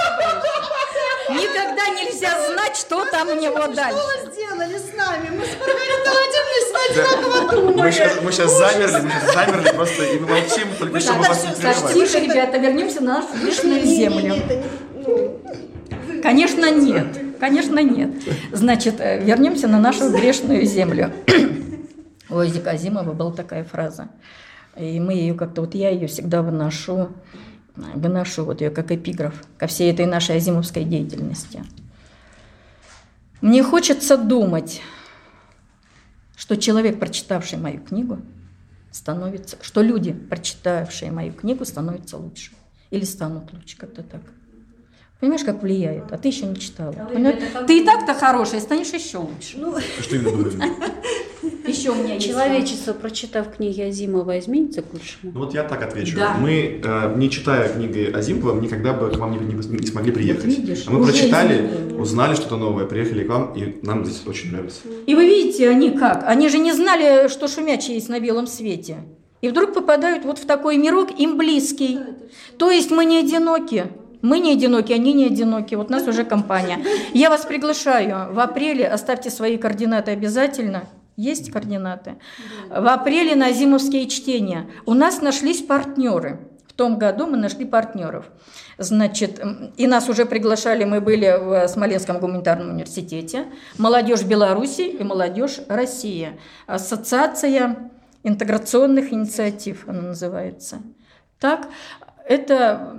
никогда нельзя знать, что там у него дальше. Что вы сделали с нами? Мы с Маргаритой Владимировной одинаково думали. Мы сейчас, мы сейчас замерли, мы сейчас замерли просто, и мы молчим, только чтобы вас не прерывать. Тише, ребята, вернемся на нашу грешную землю. Конечно, нет. Конечно, нет. Значит, вернемся на нашу грешную землю. У Азика Азимова была такая фраза. И мы ее как-то, вот я ее всегда выношу, выношу вот ее как эпиграф ко всей этой нашей азимовской деятельности. Мне хочется думать, что человек, прочитавший мою книгу, становится, что люди, прочитавшие мою книгу, становятся лучше. Или станут лучше, как-то так. Понимаешь, как влияет? А ты еще не читала. А ты и так-то хорошая, станешь еще лучше. Ну, что именно думаешь? Еще у меня есть. Человечество, прочитав книги Азимова, изменится к лучшему? Ну вот я так отвечу. Да. Мы, э, не читая книги Азимова, никогда бы к вам не, не, не смогли приехать. Вот видишь, а мы прочитали, изменили. Узнали что-то новое, приехали к вам, и нам здесь очень нравится. И вы видите, они как? Они же не знали, что шумячий есть на белом свете. И вдруг попадают вот в такой мирок, им близкий. То есть мы не одиноки. Мы не одиноки, они не одиноки. Вот у нас уже компания. Я вас приглашаю в апреле, оставьте свои координаты обязательно. Есть координаты? В апреле на азимовские чтения. У нас нашлись партнеры. В том году мы нашли партнеров. Значит, и нас уже приглашали, мы были в Смоленском гуманитарном университете. Молодежь Беларуси и молодежь России. Ассоциация интеграционных инициатив, она называется. Так, это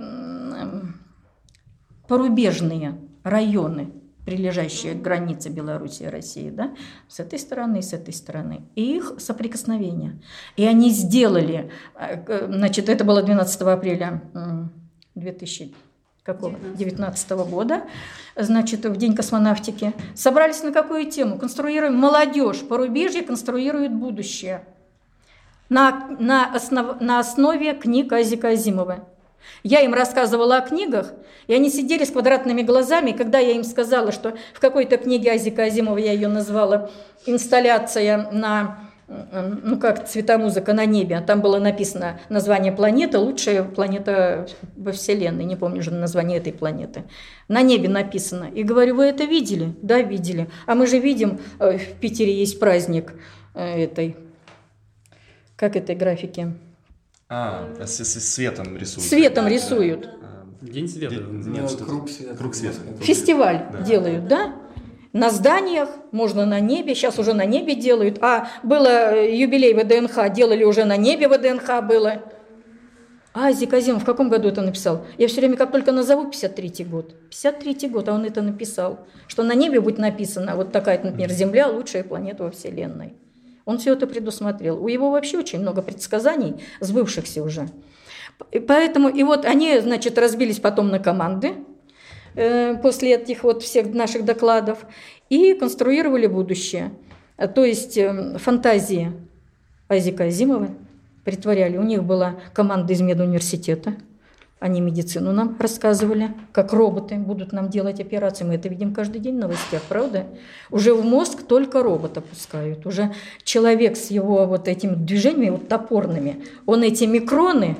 порубежные районы, прилежащие к границе Беларуси и России, да, с этой стороны и с этой стороны, и их соприкосновение. И они сделали, значит, это было двенадцатого апреля две тысячи девятнадцатого года, значит, в День космонавтики, собрались на какую тему? Конструируем, молодежь порубежья конструирует будущее на, на, основ, на основе книг Азика Азимова. Я им рассказывала о книгах, и они сидели с квадратными глазами, и когда я им сказала, что в какой-то книге Азика Азимова, я ее назвала «Инсталляция на, ну как, цветомузыка на небе», там было написано название планеты, лучшая планета во Вселенной, не помню уже название этой планеты, на небе написано. И говорю, вы это видели? Да, видели. А мы же видим, в Питере есть праздник этой, как этой графики? А, с, с светом рисуют. Светом рисуют. День света. Нет, круг света. Круг света. Фестиваль да. делают, да? На зданиях, можно на небе, сейчас уже на небе делают. А было юбилей ВДНХ, делали уже на небе ВДНХ было. А Азик Азимов в каком году это написал? Я все время как только назову пятьдесят третий год. пятьдесят третий год, а он это написал. Что на небе будет написано, вот такая, например, Земля, лучшая планета во Вселенной. Он все это предусмотрел. У его вообще очень много предсказаний, сбывшихся уже. И поэтому, и вот они, значит, разбились потом на команды э, после этих вот всех наших докладов и конструировали будущее. То есть э, фантазии Айзека Азимова притворяли. У них была команда из медуниверситета. Они медицину нам рассказывали, как роботы будут нам делать операции. Мы это видим каждый день в новостях, правда? Уже в мозг только робота пускают. Уже человек с его вот этими движениями, вот топорными, он эти микроны,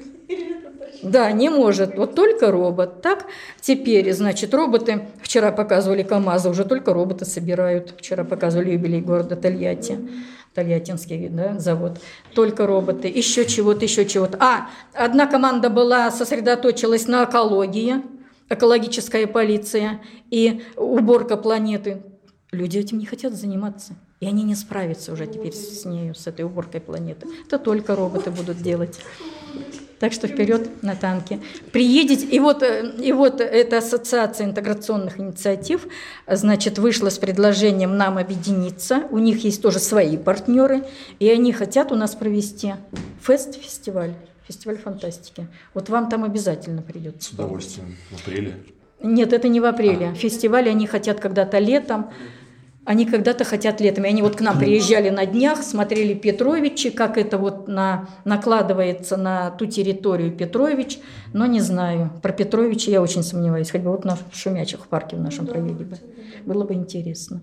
да, не может. Вот только робот. Так, теперь, значит, роботы, вчера показывали КамАЗы, уже только роботы собирают. Вчера показывали юбилей города Тольятти. Тольяттинский, да, завод. Только роботы, еще чего-то, еще чего-то. А, одна команда была, сосредоточилась на экологии, экологическая полиция и уборка планеты. Люди этим не хотят заниматься. И они не справятся уже теперь с нею, с этой уборкой планеты. Это только роботы будут делать. Так что вперед на танке. Приедете, и вот, и вот эта ассоциация интеграционных инициатив, значит, вышла с предложением нам объединиться. У них есть тоже свои партнеры, и они хотят у нас провести фест-фестиваль, фестиваль фантастики. Вот вам там обязательно придется. С удовольствием. В апреле? Нет, это не в апреле. А. Фестиваль они хотят когда-то летом. Они когда-то хотят летом. И они вот к нам приезжали на днях, смотрели Петровичи, как это вот на, накладывается на ту территорию Петрович. Но не знаю. Про Петровича я очень сомневаюсь. Хоть бы вот на Шумячих в парке в нашем провели бы. Было бы интересно.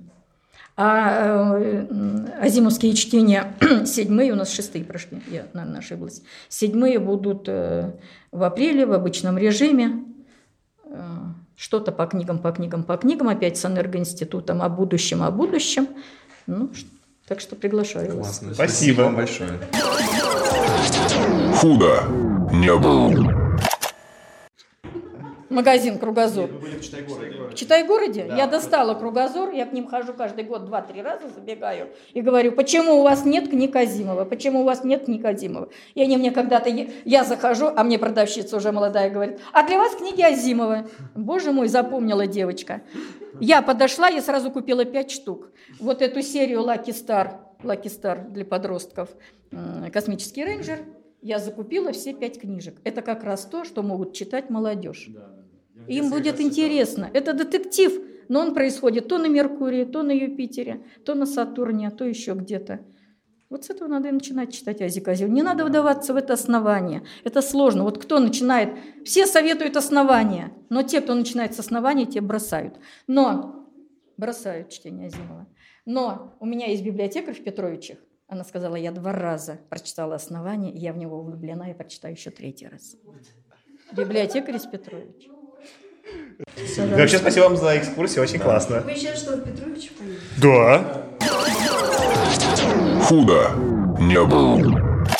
А э, азимовские чтения седьмые, у нас шестые прошли, я, наверное, ошиблась. Седьмые будут э, в апреле в обычном режиме. Э, Что-то по книгам, по книгам, по книгам, опять с энергоинститутом, о будущем, о будущем. Ну, так что приглашаю вас. Классно. Спасибо вам большое. Худо не было. Магазин «Кругозор». Вы были в Читай-городе? В Читай-городе? Да, я достала «Кругозор», я к ним хожу каждый год, два-три раза забегаю и говорю, почему у вас нет книг Азимова, почему у вас нет книг Азимова. И они мне когда-то, я захожу, а мне продавщица уже молодая говорит, а для вас книги Азимова. Боже мой, запомнила девочка. Я подошла, я сразу купила пять штук. Вот эту серию «Lucky Star», «Lucky Star» для подростков, «Космический рейнджер». Я закупила все пять книжек. Это как раз то, что могут читать молодежь. Им будет интересно. Это детектив, но он происходит то на Меркурии, то на Юпитере, то на Сатурне, то еще где-то. Вот с этого надо и начинать читать Айзека Азимова. Не надо вдаваться в это основание. Это сложно. Вот кто начинает... Все советуют основания, но те, кто начинает с основания, те бросают. Но... Бросают чтение Азимова. Но у меня есть библиотекарь в Петровичах. Она сказала, я два раза прочитала «Основание», и я в него влюблена, и прочитаю еще третий раз. Библиотекарь из Петровича. Вообще, спасибо вам за экскурсию, очень да. классно. Вы сейчас что, в Петровиче поедете? Да. Худо не было.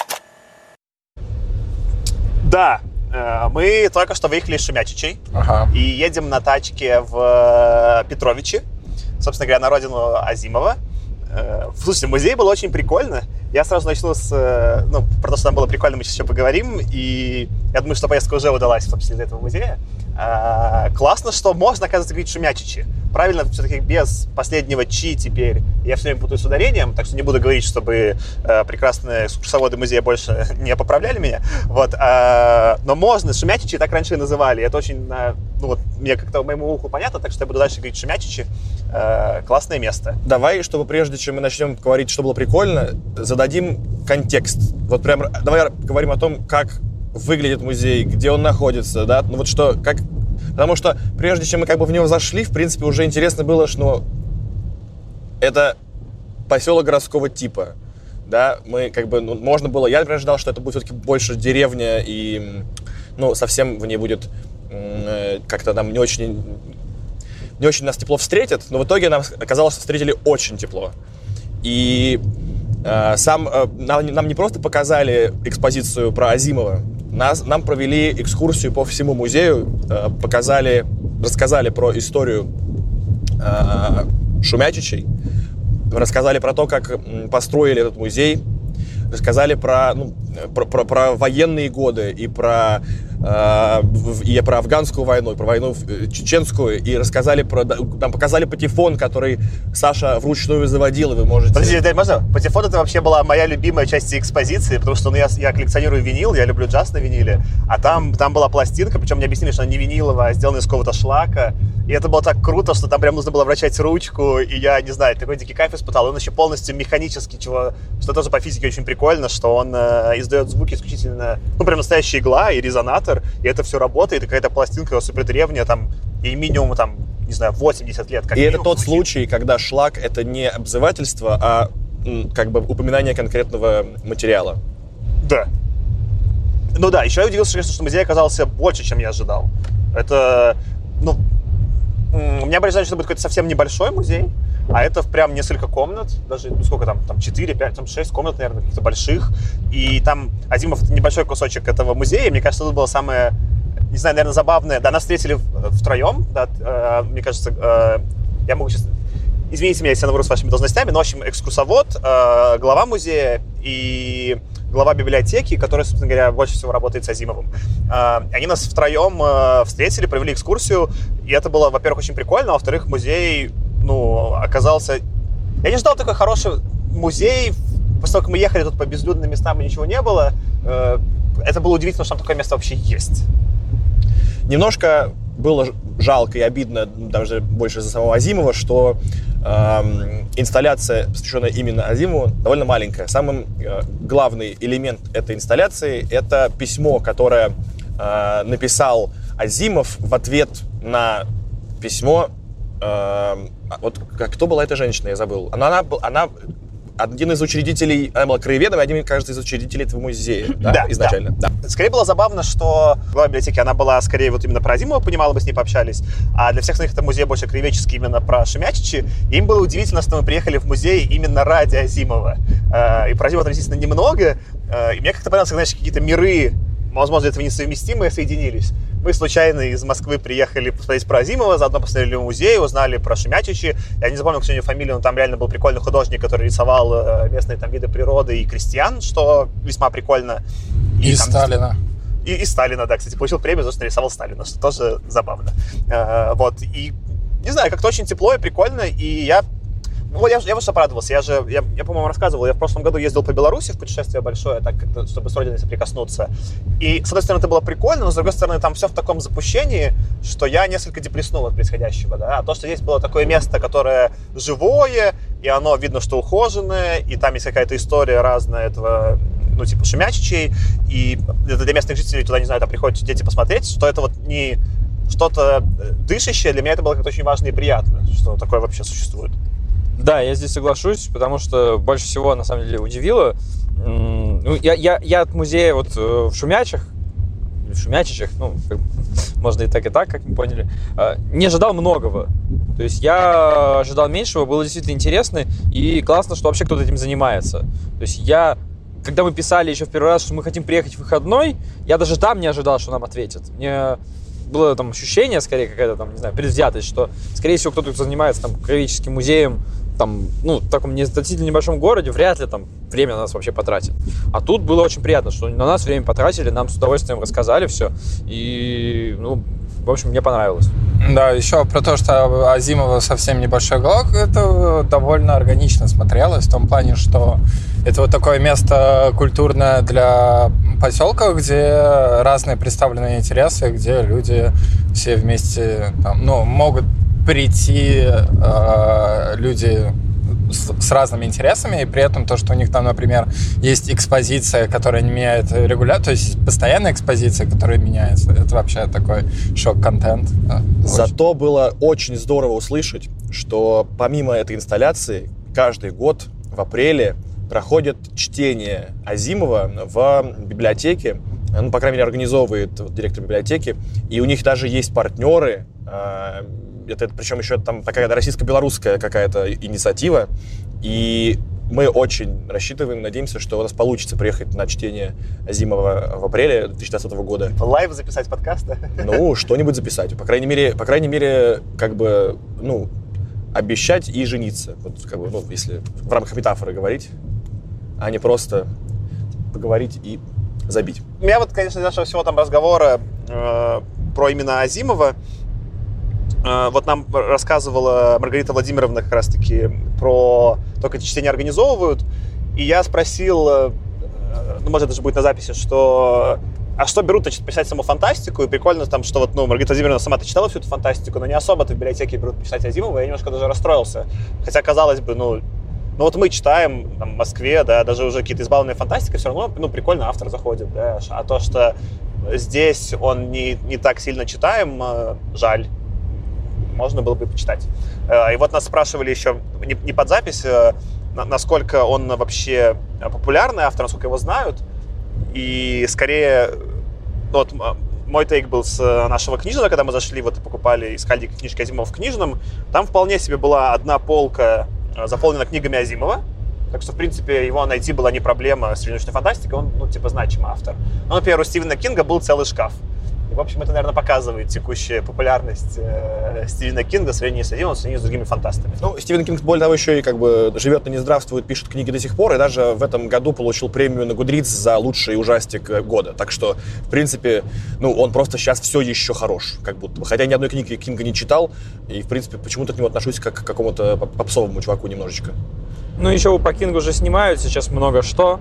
Да, мы только что выехали из Шумячичей ага. и едем на тачке в Петровичи, собственно говоря, на родину Азимова. Слушайте, музей был очень прикольно. Я сразу начну с... Ну, про то, что там было прикольно, мы сейчас еще поговорим. И я думаю, что поездка уже удалась, в том числе из этого музея. А, классно, что можно, оказывается, говорить Шумячичи. Правильно, все-таки без последнего «чи» теперь. Я все время путаю с ударением, так что не буду говорить, чтобы э, прекрасные экскурсоводы музея больше не поправляли меня. Вот. А, но можно. Шумячичи так раньше и называли. Это очень, ну вот, мне как-то моему уху понятно, так что я буду дальше говорить Шумячичи. Э, классное место. Давай, чтобы прежде чем мы начнем говорить, что было прикольно, зададим контекст. Вот прям давай говорим о том, как выглядит музей, где он находится, да, ну вот что, как... Потому что прежде чем мы как бы в него зашли, в принципе, уже интересно было, что это поселок городского типа, да, мы как бы, ну, можно было, я, например, ожидал, что это будет все-таки больше деревня и, ну, совсем в ней будет э, как-то нам не очень, не очень нас тепло встретят, но в итоге нам оказалось, что встретили очень тепло. И э, сам, э, нам, нам не просто показали экспозицию про Азимова, нас, нам провели экскурсию по всему музею, э, показали, рассказали про историю э, Шумячичей, рассказали про то, как построили этот музей, рассказали про, ну, про, про, про военные годы и про э, и про афганскую войну, и про войну чеченскую, и рассказали про... Там показали патефон, который Саша вручную заводил, и вы можете... Подожди, можно? Патефон — это вообще была моя любимая часть экспозиции, потому что ну, я, я коллекционирую винил, я люблю джаз на виниле, а там, там была пластинка, причем мне объяснили, что она не виниловая, а сделана из какого-то шлака, и это было так круто, что там прям нужно было вращать ручку, и я, не знаю, такой дикий кайф испытал. И он еще полностью механический, чего, что тоже по физике очень прикольно, что он э, издает звуки исключительно, ну, прям настоящая игла и резонатор, и это все работает, и какая-то пластинка супер древняя, там, и минимум, там, не знаю, восемьдесят лет. Как и минимум, это тот звучит. случай, когда шлак — это не обзывательство, а м, как бы упоминание конкретного материала. Да. Ну да, еще я удивился, конечно, что музей оказался больше, чем я ожидал. Это, ну, у меня были ожидания, что это будет какой-то совсем небольшой музей, а это прям несколько комнат, даже, ну сколько там, там четыре, пять, там шесть комнат, наверное, каких-то больших. И там Азимов — это небольшой кусочек этого музея. Мне кажется, тут было самое, не знаю, наверное, забавное. Да, нас встретили втроем, да, э, мне кажется, э, я могу сейчас... Извините меня, если я навру с вашими должностями, но, в общем, экскурсовод, э, глава музея и глава библиотеки, который, собственно говоря, больше всего работает с Азимовым. Э, они нас втроем э, встретили, провели экскурсию, и это было, во-первых, очень прикольно, а во-вторых, музей, ну, оказался... Я не ждал такой хороший музей. После того, как мы ехали тут по безлюдным местам и ничего не было, э, это было удивительно, что там такое место вообще есть. Немножко было жалко и обидно, даже больше за самого Азимова, что э, инсталляция, посвященная именно Азимову, довольно маленькая. Самый э, главный элемент этой инсталляции — это письмо, которое э, написал Азимов в ответ на письмо. Э, вот как, кто была эта женщина, я забыл. Она, она, она один из учредителей, она была краеведом, и один, кажется, из учредителей этого музея, да, да изначально. Да. Да. Скорее было забавно, что глава библиотеки, она была скорее вот именно про Азимова, понимала, мы с ней пообщались, а для всех остальных это музей больше краеведческий, именно про Шемячичи. И им было удивительно, что мы приехали в музей именно ради Азимова. И про Азимова там, естественно, немного. И мне как-то понравилось, знаешь, какие-то миры, возможно, этого несовместимые, соединились. Мы случайно из Москвы приехали посмотреть про Азимова, заодно посмотрели музей, узнали про Шемячичи. Я не запомнил, к сожалению, фамилию, но там реально был прикольный художник, который рисовал местные там виды природы и крестьян, что весьма прикольно. И, и там, Сталина. И, и Сталина, да, кстати, получил премию за то, что нарисовал Сталина, что тоже забавно. Э, вот, и, не знаю, как-то очень тепло и прикольно, и я... Ну, я, я вот что порадовался. Я же, я, я, по-моему, рассказывал, я в прошлом году ездил по Беларуси в путешествие большое, так как-то, чтобы с родиной соприкоснуться. И, с одной стороны, это было прикольно, но, с другой стороны, там все в таком запущении, что я несколько депресснул от происходящего, да. А то, что здесь было такое место, которое живое, и оно видно, что ухоженное, и там есть какая-то история разная этого, ну, типа, Шемячичей, и для местных жителей туда, не знаю, там приходят дети посмотреть, что это вот не что-то дышащее. Для меня это было как-то очень важно и приятно, что такое вообще существует. Да, я здесь соглашусь, потому что больше всего, на самом деле, удивило. Ну, я, я, я от музея вот в Шумячах, в Шумячичах, ну, можно и так, и так, как мы поняли, не ожидал многого. То есть я ожидал меньшего, было действительно интересно, и классно, что вообще кто-то этим занимается. То есть я, когда мы писали еще в первый раз, что мы хотим приехать в выходной, я даже там не ожидал, что нам ответят. Мне было там ощущение, скорее, какая-то там, не знаю, предвзятость, что, скорее всего, кто-то, кто занимается там краеведческим музеем, там, ну, в таком относительно небольшом городе, вряд ли там время на нас вообще потратит. А тут было очень приятно, что на нас время потратили, нам с удовольствием рассказали все. И, ну, в общем, мне понравилось. Да, еще про то, что Азимова совсем небольшой уголок, это довольно органично смотрелось, в том плане, что это вот такое место культурное для поселка, где разные представленные интересы, где люди все вместе, там, ну, могут прийти э, люди с, с разными интересами, и при этом то, что у них там, например, есть экспозиция, которая не меняет регулярно, то есть постоянная экспозиция, которая меняется, это вообще такой шок-контент. Да, Зато было очень здорово услышать, что помимо этой инсталляции каждый год в апреле проходит чтение Азимова в библиотеке, ну, по крайней мере, организовывает вот, директор библиотеки, и у них даже есть партнеры, э, это, причем еще там такая российско-белорусская какая-то инициатива, и мы очень рассчитываем, надеемся, что у нас получится приехать на чтение Азимова в апреле две тысячи двадцатого года. Лайв записать подкаст, да? Ну, что-нибудь записать. По крайней мере, по крайней мере, как бы, ну, обещать и жениться. Вот, как бы, ну, если в рамках метафоры говорить, а не просто поговорить и забить. Меня вот, конечно, из нашего всего там разговора э, про именно Азимова. Э, вот нам рассказывала Маргарита Владимировна как раз-таки про то, как эти чтения организовывают. И я спросил, э, ну, может, это же будет на записи, что... А что берут, значит, писать саму фантастику? И прикольно там, что вот, ну, Маргарита Владимировна сама-то читала всю эту фантастику, но не особо-то в библиотеке берут писать Азимова. Я немножко даже расстроился. Хотя, казалось бы, ну... Ну вот мы читаем там, в Москве, да, даже уже какие-то избалованные фантастики, все равно, ну, прикольно автор заходит, да, а то, что здесь он не, не так сильно читаем, жаль, можно было бы почитать. И вот нас спрашивали еще не, не под запись, насколько он вообще популярный автор, насколько его знают, и скорее, ну, вот мой тейк был с нашего книжного, когда мы зашли, вот покупали, искали книжки Азимова в книжном, там вполне себе была одна полка заполнена книгами Азимова, так что, в принципе, его найти была не проблема с средненаучной фантастикой, он, ну, типа, значимый автор. Ну, например, у Стивена Кинга был целый шкаф. И, в общем, это, наверное, показывает текущую популярность э, Стивена Кинга в сравнении с Азимовым, в сравнении с другими фантастами. Ну, Стивен Кинг, более того, еще и как бы живет и не здравствует, пишет книги до сих пор, и даже в этом году получил премию на Goodreads за лучший ужастик года. Так что, в принципе, ну, он просто сейчас все еще хорош, как будто бы. Хотя ни одной книги Кинга не читал, и, в принципе, почему-то к нему отношусь как к какому-то попсовому чуваку немножечко. Ну, еще по Кингу уже снимают сейчас много что,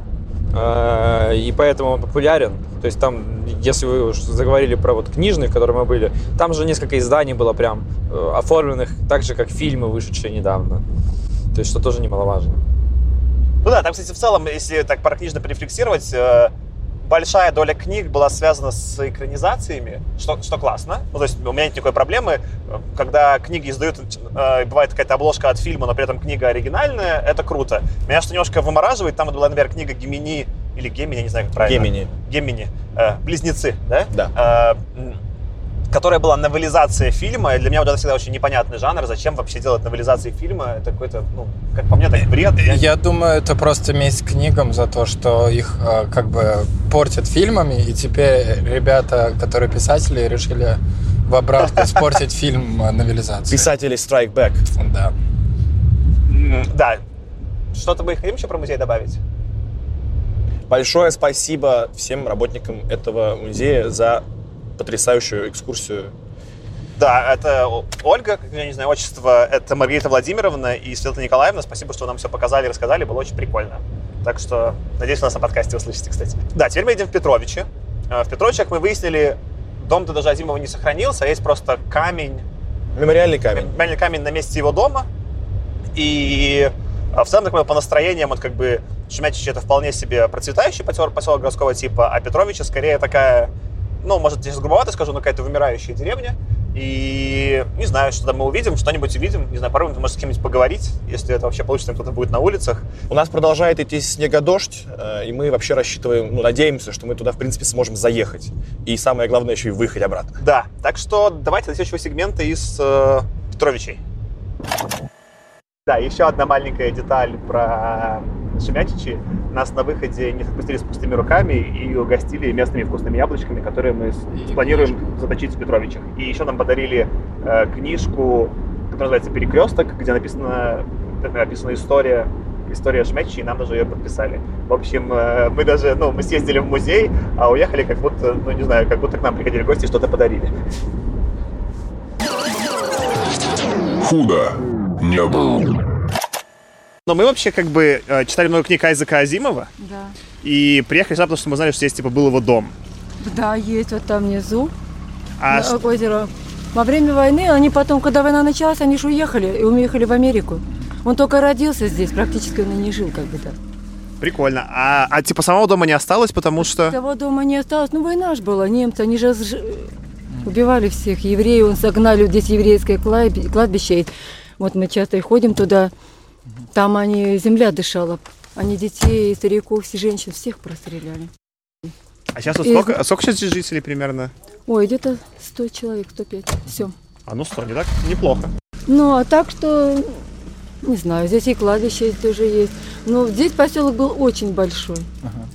и поэтому он популярен. То есть там, если вы уж заговорили про вот книжный, в котором мы были, там же несколько изданий было прям оформленных, так же, как фильмы, вышедшие недавно. То есть, что тоже немаловажно. Ну да, там, кстати, в целом, если так паракнижно порефлексировать, большая доля книг была связана с экранизациями, что, что классно. Ну, то есть у меня нет никакой проблемы. Когда книги издают, э, бывает какая-то обложка от фильма, но при этом книга оригинальная, это круто. Меня что немножко вымораживает, там была, например, книга Гемини, или Гемини, я не знаю, как правильно. Гемини. Гемини. Э, Близнецы, да? Да. Э, которая была новелизация фильма, и для меня вот это всегда очень непонятный жанр, зачем вообще делать новелизации фильма, это какой-то, ну, как по мне, так бред. Я, я думаю, это просто месть книгам за то, что их как бы портят фильмами, и теперь ребята, которые писатели, решили в обратку испортить фильм новелизацией. Писатели Strike Back. Да. Да. Что-то мы хотим еще про музей добавить? Большое спасибо всем работникам этого музея за потрясающую экскурсию. Да, это Ольга, я не знаю отчество, это Маргарита Владимировна и Светлана Николаевна. Спасибо, что вы нам все показали, рассказали, было очень прикольно. Так что, надеюсь, вы нас на подкасте услышите, кстати. Да, теперь мы идем в Петровичи. В Петровичах мы выяснили, дом-то даже Азимова не сохранился, а есть просто камень. Мемориальный камень. Мемориальный камень на месте его дома. И в целом, так, по настроениям, вот как бы Шемячичи это вполне себе процветающий поселок городского типа, а Петровичи скорее такая, ну, может, я сейчас грубовато скажу, но какая-то вымирающая деревня. И не знаю, что там мы увидим, что-нибудь увидим. Не знаю, порой мы можем с кем-нибудь поговорить, если это вообще получится, кто-то будет на улицах. У нас продолжает идти снегодождь, и мы вообще рассчитываем, ну, надеемся, что мы туда, в принципе, сможем заехать. И самое главное, еще и выехать обратно. Да, так что давайте до следующего сегмента из э, Петровичей. Да, еще одна маленькая деталь про Шемячичи. Нас на выходе не отпустили с пустыми руками и угостили местными вкусными яблочками, которые мы планируем заточить в Петровичах. И еще нам подарили э, книжку, которая называется «Перекресток», где написана, написана история, история Шемячичи, и нам даже ее подписали. В общем, э, мы даже, ну, мы съездили в музей, а уехали как будто, ну, не знаю, как будто к нам приходили гости и что-то подарили. Худо не было. Но мы вообще как бы читали много книг Айзека Азимова. Да. И приехали сюда, потому что мы знали, что здесь типа был его дом. Да, есть вот там внизу, а на что... озеро. Во время войны, они потом, когда война началась, они же уехали и уехали в Америку. Он только родился здесь, практически он и не жил как бы так. Прикольно. А, а типа самого дома не осталось, потому что... Того дома не осталось. Ну, война же была, немцы, они же убивали всех. Евреев, он согнали, здесь еврейское кладбище. Вот мы часто и ходим туда. Там они, земля дышала. Они детей, стариков, всех женщин, всех простреляли. А сейчас вот и... сколько, а сколько сейчас здесь жителей примерно? Ой, где-то сто человек, сто пять. Все. А ну сто, не так? Неплохо. Ну, а так что, не знаю, здесь и кладбище тоже есть. Но здесь поселок был очень большой. Ага.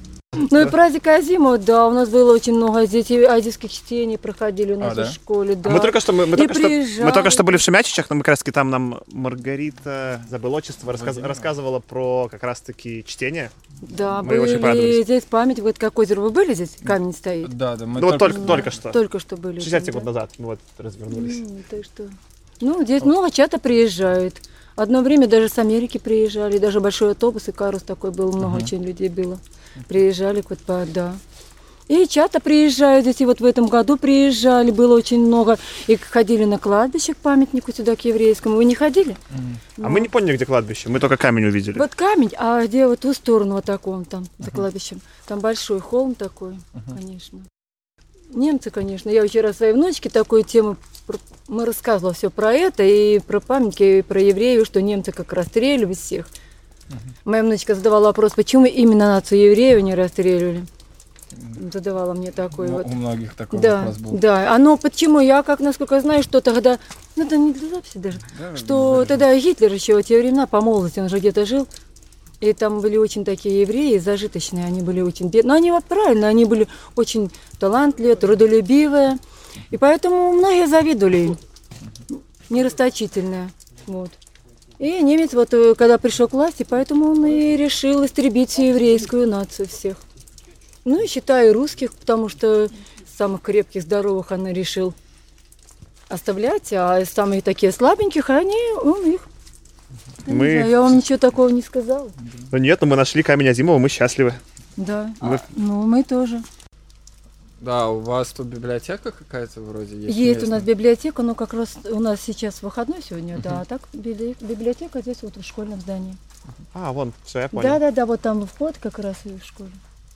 Ну и праздник Азимова, да, у нас было очень много здесь, и азийских чтений проходили у нас А, да? в школе, да. Мы только что, мы, мы И только что, приезжали. мы только что были в Шемячичах, но мы как раз таки там нам Маргарита, забыл отчество, рассказ, рассказывала про как раз таки чтение. Да, мы очень были порадовались. здесь память, вот как озеро, вы были здесь? Камень стоит? Да, да, мы Ну вот только, Да, только что. Только что были. шестьдесят там, секунд да. назад мы вот развернулись. Ну, так что... Ну, здесь много чата приезжает. Одно время даже с Америки приезжали, даже большой автобус, и Карус такой был, много Мгм. очень людей было. Приезжали, вот, по- да. И чата приезжают здесь, и вот в этом году приезжали, было очень много. И ходили на кладбище к памятнику сюда, к еврейскому. Вы не ходили? А мы не поняли, где кладбище, мы только камень увидели. Вот камень, а где вот ту сторону вот таком там, за кладбищем. Там большой холм такой, конечно. Немцы, конечно. Я вчера своей внучке такую тему, пр- мы рассказывала все про это, и про памятники, и про евреев, что немцы как расстреливали всех. Моя внучка задавала вопрос, почему именно нацию евреев не расстреливали. Задавала мне такой Ну, вот. у многих такой да, вопрос был. Да, а ну почему? Я, как насколько знаю, что тогда, ну это не для записи даже, Да, что тогда Гитлер еще в те времена, по молодости, он же где-то жил, и там были очень такие евреи зажиточные, они были очень бедные. Но они вот правильно, они были очень талантливые, трудолюбивые, и поэтому многие завидовали им, нерасточительные. Вот. И немец, вот, э, когда пришел к власти, поэтому он и решил истребить всю еврейскую нацию всех. Ну и считаю русских, потому что самых крепких, здоровых он решил оставлять, а самые такие слабеньких, они, он их. Я не Мы- знаю, я вам ничего такого не сказала. Ну нет, но мы нашли камень Азимова, мы счастливы. Да, Мы- а, ну мы тоже. Да, у вас тут библиотека какая-то вроде есть? Есть у местная? нас библиотека, но как раз у нас сейчас выходной сегодня, да, а так библи- библиотека здесь вот в школьном здании. А, вон, все, я понял. Да, да, да, вот там вход как раз и в школе.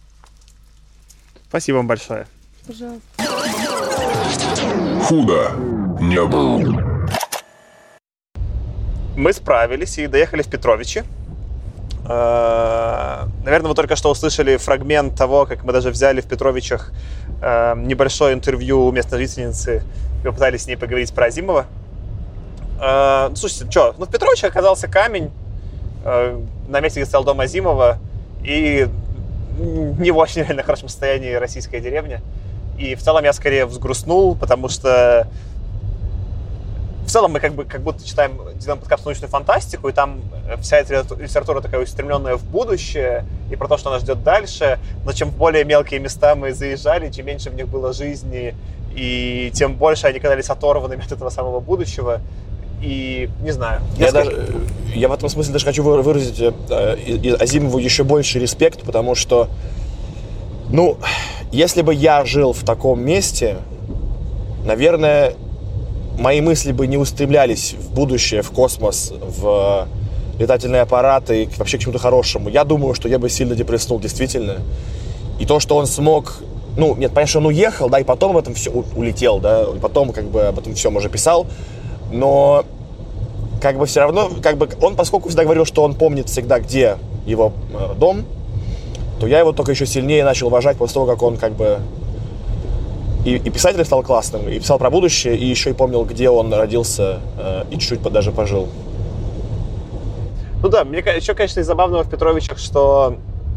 Спасибо вам большое. Пожалуйста. Худо не был. Мы справились и доехали в Петровичи. Э, Наверное, вы только что услышали фрагмент того, как мы даже взяли в Петровичах э, небольшое интервью у местной жительницы и попытались с ней поговорить про Азимова. Э, ну, Слушайте, что, ну в Петровичах оказался камень э, на месте, где стоял дом Азимова, и не в очень реально хорошем состоянии российская деревня. И в целом я скорее взгрустнул, потому что в целом мы как бы как будто читаем, делаем подкаст научную фантастику, и там вся эта литература такая устремленная в будущее и про то, что нас ждет дальше. Но чем в более мелкие места мы заезжали, чем меньше в них было жизни, и тем больше они казались оторванными от этого самого будущего. И не знаю. Я, несколько- даже, я в этом смысле даже хочу вы- выразить э, и- и Азимову еще больше респект, потому что, ну, если бы я жил в таком месте, наверное, мои мысли бы не устремлялись в будущее, в космос, в летательные аппараты и вообще к чему-то хорошему. Я думаю, что я бы сильно депресснул, действительно. И то, что он смог... Ну, нет, понятно, что он уехал, да, и потом об этом все улетел, да, и потом как бы об этом всем уже писал. Но как бы все равно, как бы он, поскольку всегда говорил, что он помнит всегда, где его э, дом, то я его только еще сильнее начал уважать после того, как он как бы и, и писатель стал классным, и писал про будущее, и еще и помнил, где он родился, э, и чуть-чуть даже пожил. Ну да, мне ка- еще, конечно, из забавного в Петровичах, что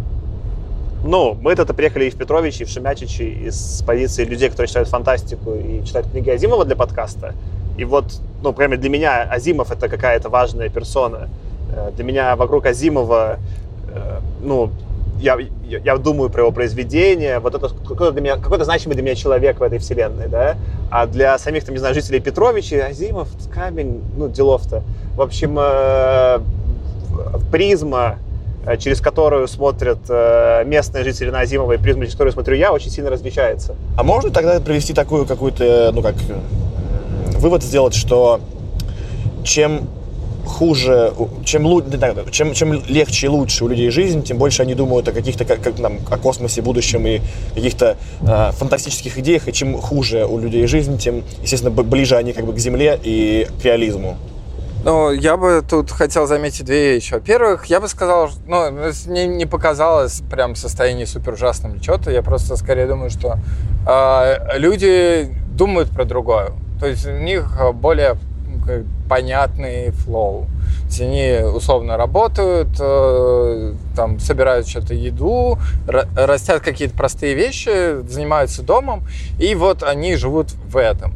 ну, мы-то приехали и в Петровичи, и в Шемячичи из позиции людей, которые читают фантастику и читают книги Азимова для подкаста. И вот, ну, прямо для меня Азимов — это какая-то важная персона. Э, Для меня вокруг Азимова, э, ну, я, я, я думаю про его произведение, вот это какой-то, для меня, какой-то значимый для меня человек в этой вселенной, да. А для самих, там, не знаю, жителей Петровичи, Азимов, камень, ну, делов-то. В общем, э, призма, э, через которую смотрят э, местные жители на Азимова, и призма, через которую смотрю я, очень сильно различается. А можно тогда провести такую какую-то, ну как, вывод сделать, что чем хуже, чем, лу- не знаю, чем, чем легче и лучше у людей жизнь, тем больше они думают о каких-то, как, как, там, о космосе, будущем и каких-то э, фантастических идеях, и чем хуже у людей жизнь, тем, естественно, б- ближе они как бы к Земле и к реализму. Ну, я бы тут хотел заметить две вещи. Во-первых, я бы сказал, ну, мне не показалось прям состояние супер ужасным или что-то. Я просто скорее думаю, что э, люди думают про другое. То есть у них более понятный флоу. То есть они условно работают, э, там, собирают что-то еду, р- растят какие-то простые вещи, занимаются домом, и вот они живут в этом.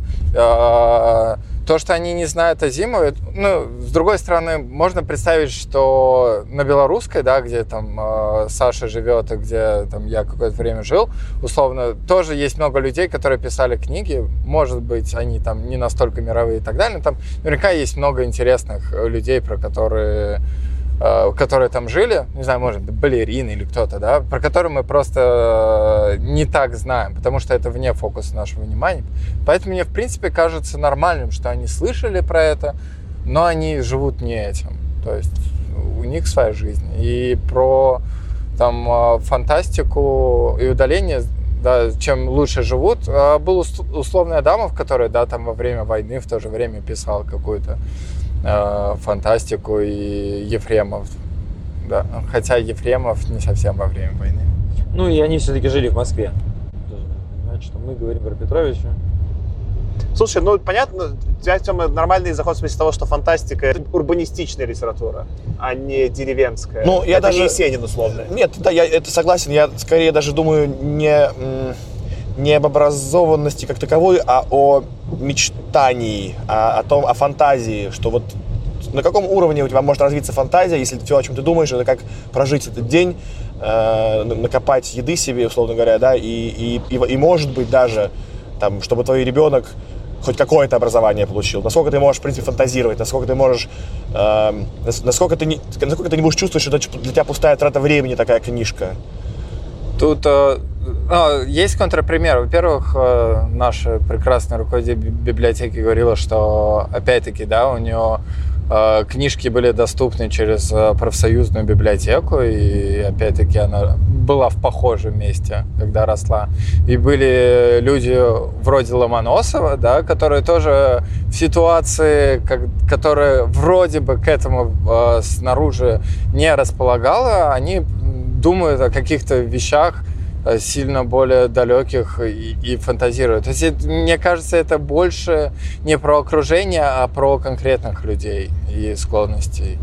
Э, то, что они не знают Азимова, ну, с другой стороны, можно представить, что на белорусской, да, где там э, Саша живет, и где там я какое-то время жил, условно, тоже есть много людей, которые писали книги. Может быть, они там не настолько мировые и так далее. Там наверняка есть много интересных людей, про которые, э, которые там жили. Не знаю, может, балерины или кто-то, да, про которые мы просто не так знаем, потому что это вне фокуса нашего внимания. Поэтому мне, в принципе, кажется нормальным, что они слышали про это, но они живут не этим. То есть у них своя жизнь. И про там фантастику и удаление, да, чем лучше живут. Был условный Адамов, который, да, там во время войны в то же время писал какую-то э, фантастику, и Ефремов, да. Хотя Ефремов не совсем во время войны. Ну и они все-таки жили в Москве. Понимаете, что мы говорим про Петровича. Слушай, ну понятно, у тебя, Тёма, нормальный заход в смысле того, что фантастика — это урбанистичная литература, а не деревенская. Ну, я это даже... не Есенин, условно. Нет, да, я это согласен. Я скорее даже думаю не, не об образованности как таковой, а о мечтании, о, о том, о фантазии, что вот на каком уровне у тебя может развиться фантазия, если все, о чем ты думаешь, это как прожить этот день, э, накопать еды себе, условно говоря, да, и, и, и, и может быть даже, там, чтобы твой ребенок хоть какое-то образование получил, насколько ты можешь, в принципе, фантазировать, насколько ты можешь, э, насколько, ты не, насколько ты не будешь чувствовать, что это для тебя пустая трата времени такая книжка. Тут э, ну, есть контрпример. Во-первых, э, наша прекрасная руководитель библиотеки говорила, что, опять-таки, да, у нее э, книжки были доступны через э, профсоюзную библиотеку, и, опять-таки, она была в похожем месте, когда росла. И были люди вроде Ломоносова, да, которые тоже в ситуации, как, которая вроде бы к этому э, снаружи не располагала, они думают о каких-то вещах сильно более далеких и, и фантазируют. То есть, это, мне кажется, это больше не про окружение, а про конкретных людей и склонностей.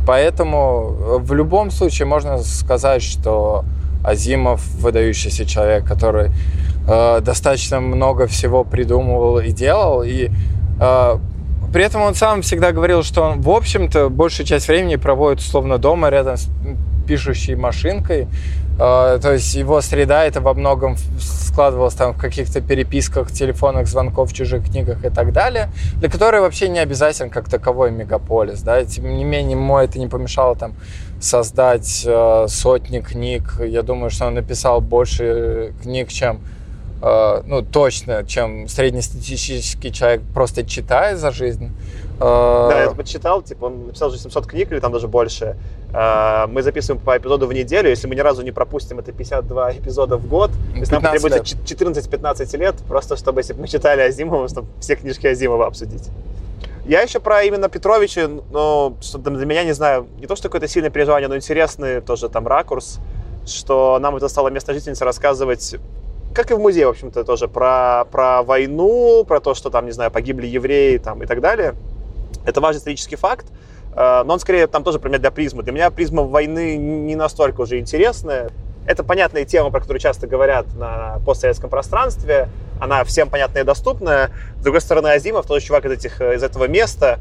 Поэтому в любом случае можно сказать, что Азимов выдающийся человек, который э, достаточно много всего придумывал и делал, и э, при этом он сам всегда говорил, что он, в общем-то, большую часть времени проводит условно дома рядом с пишущей машинкой. Э, то есть его среда это во многом складывалось там в каких-то переписках, телефонных звонков, чужих книгах и так далее, для которой вообще не обязателен как таковой мегаполис. Да? Тем не менее, ему это не помешало там создать э, сотни книг. Я думаю, что он написал больше книг, чем э, ну, точно, чем среднестатистический человек просто читает за жизнь. Э, да, я подсчитал, типа, он написал уже семьсот книг или там даже больше. Э, мы записываем по эпизоду в неделю. Если мы ни разу не пропустим, это пятьдесят два эпизода в год. То есть нам потребуется четырнадцать-пятнадцать лет, просто чтобы, если бы мы читали Азимова, чтобы все книжки Азимова обсудить. Я еще про именно Петровича, ну, что для меня, не знаю, не то, что какое-то сильное переживание, но интересный тоже там ракурс, что нам это стало местная жительница рассказывать, как и в музее, в общем-то, тоже про, про войну, про то, что там, не знаю, погибли евреи там и так далее. Это важный исторический факт, но он скорее там тоже пример для призмы. Для меня призма войны не настолько уже интересная. Это понятная тема, про которую часто говорят на постсоветском пространстве. Она всем понятная и доступная. С другой стороны, Азимов тоже чувак из, этих, из этого места.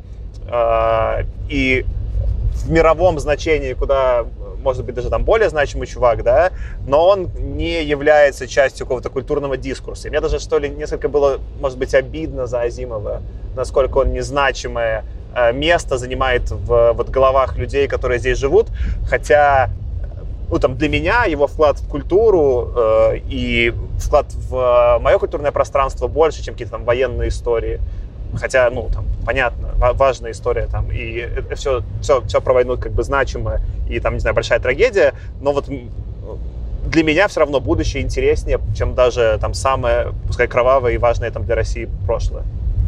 Э, и в мировом значении, куда, может быть, даже там более значимый чувак, да, но он не является частью какого-то культурного дискурса. И мне даже, что ли, несколько было, может быть, обидно за Азимова, насколько он незначимое э, место занимает в вот, головах людей, которые здесь живут. Хотя... Ну, там, для меня его вклад в культуру э, и вклад в мое культурное пространство больше, чем какие-то там военные истории. Хотя, ну, там, понятно, важная история, там, и это все, все, все про войну как бы значимо, и там, не знаю, большая трагедия, но вот для меня все равно будущее интереснее, чем даже там самое, пускай кровавое и важное там для России прошлое.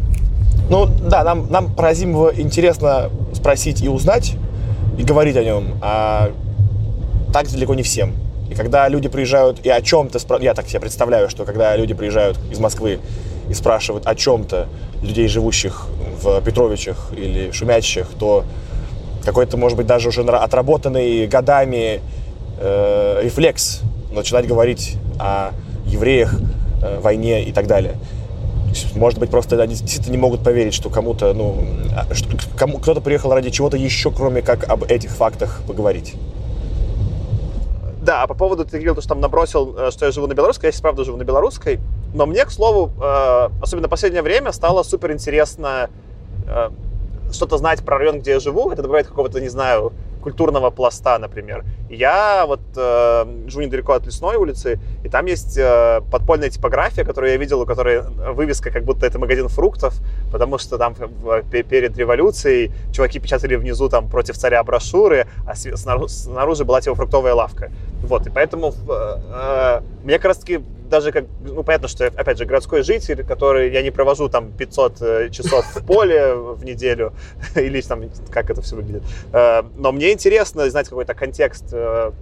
Ну, да, нам, нам про Азимова интересно спросить и узнать, и говорить о нем, а так далеко не всем. И когда люди приезжают и о чем-то спрашивают, я так себе представляю, что когда люди приезжают из Москвы и спрашивают о чем-то людей, живущих в Петровичах или Шумячичах, то какой-то, может быть, даже уже отработанный годами э, рефлекс начинать говорить о евреях, э, войне и так далее. Может быть, просто они действительно не могут поверить, что кому-то, ну, что кому, кто-то приехал ради чего-то еще, кроме как об этих фактах поговорить. Да, а по поводу, ты говорил, что там набросил, что я живу на белорусской, я сейчас правда живу на белорусской, но мне, к слову, особенно в последнее время стало супер интересно что-то знать про район, где я живу. Это добавляет какого-то, не знаю, культурного пласта, например. Я вот э, живу недалеко от Лесной улицы, и там есть э, подпольная типография, которую я видел, у которой вывеска, как будто это магазин фруктов, потому что там перед революцией чуваки печатали внизу там против царя брошюры, а снаружи, снаружи была типа фруктовая лавка. Вот, и поэтому э, э, мне как раз-таки даже как, ну, понятно, что я, опять же, городской житель, который, я не провожу там пятьсот часов в поле в неделю, или там, как это все выглядит. Но мне интересно знать какой-то контекст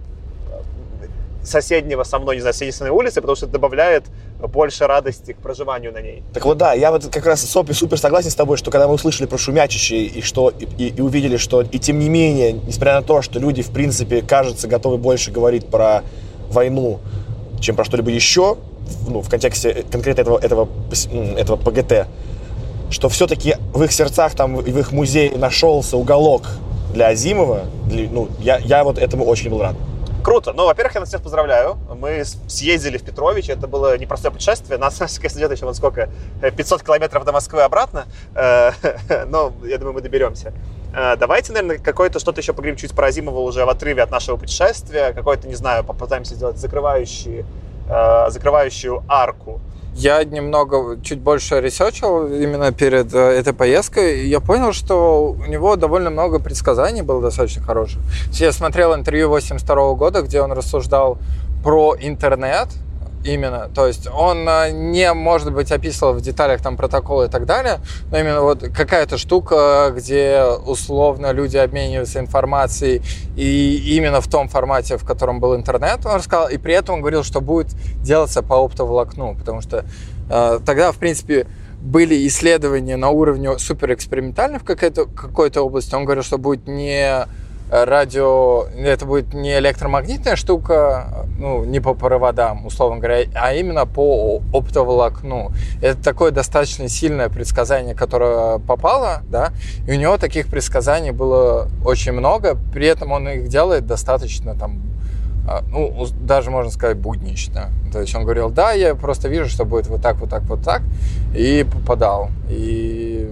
соседнего со мной, не знаю, соседней улицы, потому что это добавляет больше радости к проживанию на ней. Так вот, да, я вот как раз супер, супер согласен с тобой, что когда мы услышали про Шумячичи и, что, и, и увидели, что и тем не менее, несмотря на то, что люди, в принципе, кажется, готовы больше говорить про войну, чем про что-либо еще, ну, в контексте конкретно этого, этого, этого ПГТ, что все-таки в их сердцах там, в их музее нашелся уголок для Азимова, для, ну, я, я вот этому очень был рад. Круто. Ну, во-первых, я нас всех поздравляю. Мы съездили в Петрович, это было непростое путешествие. Нас, конечно, идет еще вот сколько, пятьсот километров до Москвы обратно, но я думаю, мы доберемся. Давайте, наверное, какое-то что-то еще поговорим чуть про Азимова уже в отрыве от нашего путешествия. Какое-то, не знаю, попытаемся сделать закрывающий, закрывающую арку. Я немного, чуть больше ресерчил именно перед этой поездкой, и я понял, что у него довольно много предсказаний было достаточно хороших. Я смотрел интервью восемьдесят второго года, где он рассуждал про интернет именно, то есть он не, может быть, описывал в деталях там протоколы и так далее, но именно вот какая-то штука, где условно люди обмениваются информацией, и именно в том формате, в котором был интернет, он рассказал, и при этом он говорил, что будет делаться по оптоволокну, потому что э, тогда, в принципе, были исследования на уровне суперэкспериментальных в какой-то, какой-то области, он говорил, что будет не радио, это будет не электромагнитная штука, ну, не по проводам, условно говоря, а именно по оптоволокну. Это такое достаточно сильное предсказание, которое попало, да, и у него таких предсказаний было очень много, при этом он их делает достаточно там, ну, даже можно сказать, буднично. То есть он говорил, да, я просто вижу, что будет вот так, вот так, вот так, и попадал. И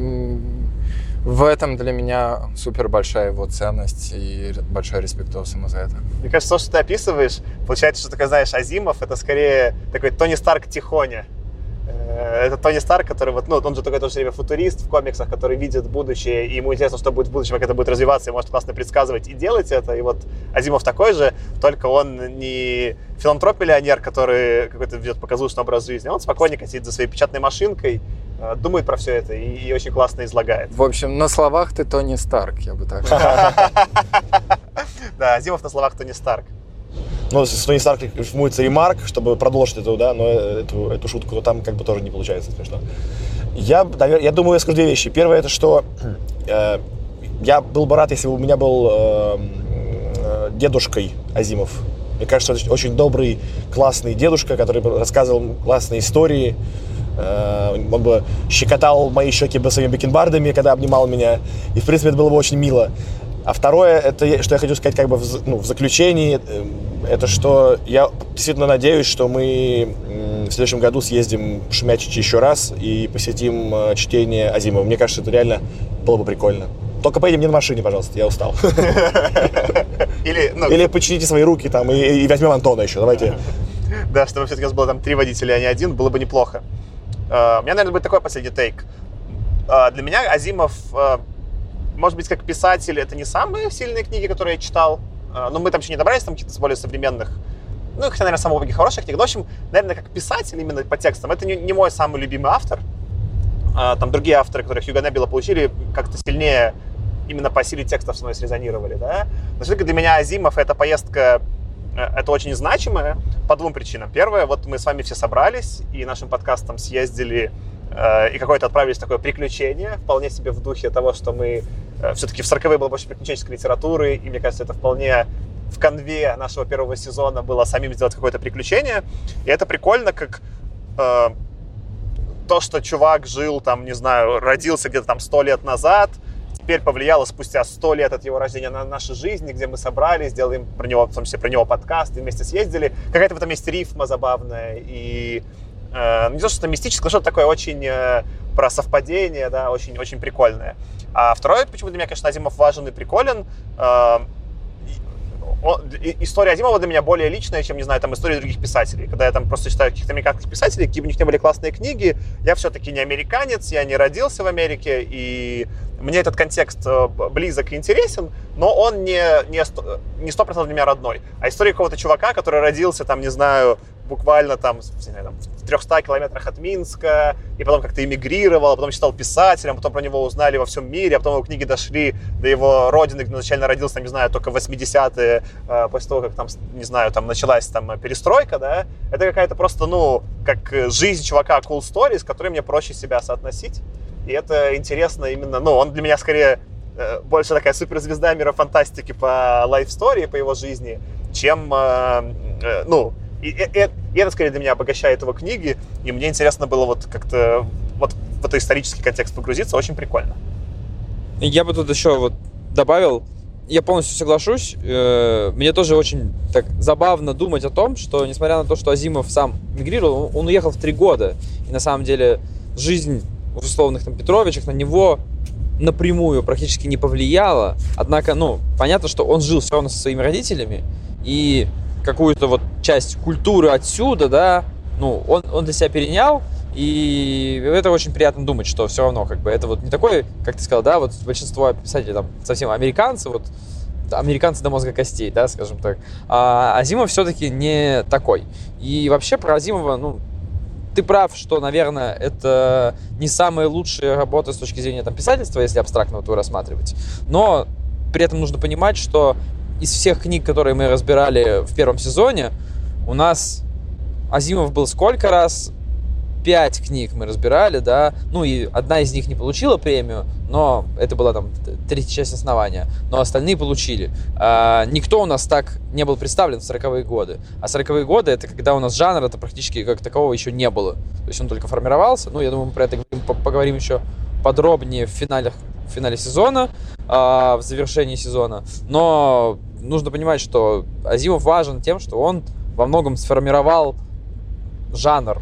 в этом для меня супер большая его ценность и большой респектос ему за это. Мне кажется, то, что ты описываешь, получается, что такой, знаешь, Азимов, это скорее такой Тони Старк Тихоня. Это Тони Старк, который вот, ну, он же такой тоже время футурист в комиксах, который видит будущее, и ему интересно, что будет в будущем, как это будет развиваться, и может классно предсказывать и делать это. И вот Азимов такой же, только он не филантроп-миллионер, который какой-то ведет показушный образ жизни, он спокойненько сидит за своей печатной машинкой, думает про все это и, и очень классно излагает. В общем, на словах ты Тони Старк, я бы так сказал. Да, Азимов на словах Тони Старк. Ну, с Тони Старк рифмуется ремарк, чтобы продолжить эту, да, но эту, эту шутку, но там как бы тоже не получается смешно. Я, я думаю, я скажу две вещи. Первое, это что э, я был бы рад, если бы у меня был э, э, дедушкой Азимов. Мне кажется, это очень добрый, классный дедушка, который рассказывал классные истории. Э, он бы щекотал мои щеки бы своими бакенбардами, когда обнимал меня. И, в принципе, это было бы очень мило. А второе, это, что я хочу сказать как бы в, ну, в заключении, это что я действительно надеюсь, что мы в следующем году съездим в Шумячичи еще раз и посетим чтение Азимова. Мне кажется, это реально было бы прикольно. Только поедем не на машине, пожалуйста, я устал. Или, ну, Или почините свои руки там и, и возьмем Антона еще, давайте. Да, чтобы все-таки у нас было там три водителя, а не один, было бы неплохо. У меня, наверное, будет такой последний тейк. Для меня Азимов... Может быть, как писатель, это не самые сильные книги, которые я читал. Но мы там еще не добрались, там каких-то более современных. Ну, хотя, наверное, самые многие хорошие книги. Но, в общем, наверное, как писатель именно по текстам, это не, не мой самый любимый автор. Там другие авторы, которые Хьюго Небела получили, как-то сильнее именно по силе текстов со мной срезонировали. Да? Но все-таки для меня Азимов — это поездка, это очень значимая, по двум причинам. Первое, вот мы с вами все собрались и нашим подкастом съездили э, и какое-то отправились в такое приключение, вполне себе в духе того, что мы э, все-таки в сороковые было больше приключенческой литературы, и мне кажется, это вполне в конве нашего первого сезона было самим сделать какое-то приключение. И это прикольно, как э, то, что чувак жил там, не знаю, родился где-то там сто лет назад, теперь повлияло спустя сто лет от его рождения на наши жизни, где мы собрались, делаем про него, в том числе про него подкаст, и вместе съездили. Какая-то в этом есть рифма забавная, и э, не то, что это мистическое, что-то такое очень э, про совпадение, да, очень, очень прикольное. А второе, почему для меня, конечно, Азимов важен и приколен, э, история Азимова для меня более личная, чем, не знаю, там, история других писателей. Когда я там просто читаю каких-то американских писателей, какие бы у них не были классные книги, я все-таки не американец, я не родился в Америке, и мне этот контекст близок и интересен, но он не, не, не сто процентов для меня родной. А история какого-то чувака, который родился, там, не знаю, буквально там, не знаю, там в трехстах километрах от Минска, и потом как-то эмигрировал, а потом стал писателем, потом про него узнали во всем мире, а потом его книги дошли до его родины, где он изначально родился, там, не знаю, только в восьмидесятые, после того, как там, не знаю, там началась там перестройка, да, это какая-то просто, ну, как жизнь чувака cool story, с которой мне проще себя соотносить, и это интересно именно, ну, он для меня скорее больше такая суперзвезда мира фантастики по лайф-стори, по его жизни, чем, ну, И, и, и это, скорее, для меня обогащает его книги, и мне интересно было вот как-то вот в этот исторический контекст погрузиться, очень прикольно. Я бы тут еще вот добавил, я полностью соглашусь, э, мне тоже очень так забавно думать о том, что, несмотря на то, что Азимов сам мигрировал, он уехал в три года, и на самом деле жизнь в условных там Петровичах на него напрямую практически не повлияла, однако, ну, понятно, что он жил все равно со своими родителями, и какую-то вот часть культуры отсюда, да, ну, он, он для себя перенял, и это очень приятно думать, что все равно, как бы, это вот не такой, как ты сказал, да, вот большинство писателей, там, совсем американцы, вот, американцы до мозга костей, да, скажем так, а Азимов все-таки не такой. И вообще про Азимова, ну, ты прав, что, наверное, это не самая лучшая работа с точки зрения, там, писательства, если абстрактно вот его рассматривать, но при этом нужно понимать, что из всех книг, которые мы разбирали в первом сезоне, у нас Азимов был сколько раз? Пять книг мы разбирали, да, ну и одна из них не получила премию, но это была там третья часть основания, но остальные получили. А, никто у нас так не был представлен в сороковые годы, а сороковые годы — это когда у нас жанр, это практически как такового еще не было, то есть он только формировался, ну, я думаю, мы про это поговорим еще подробнее в финале, в финале сезона, а, в завершении сезона, но нужно понимать, что Азимов важен тем, что он во многом сформировал жанр,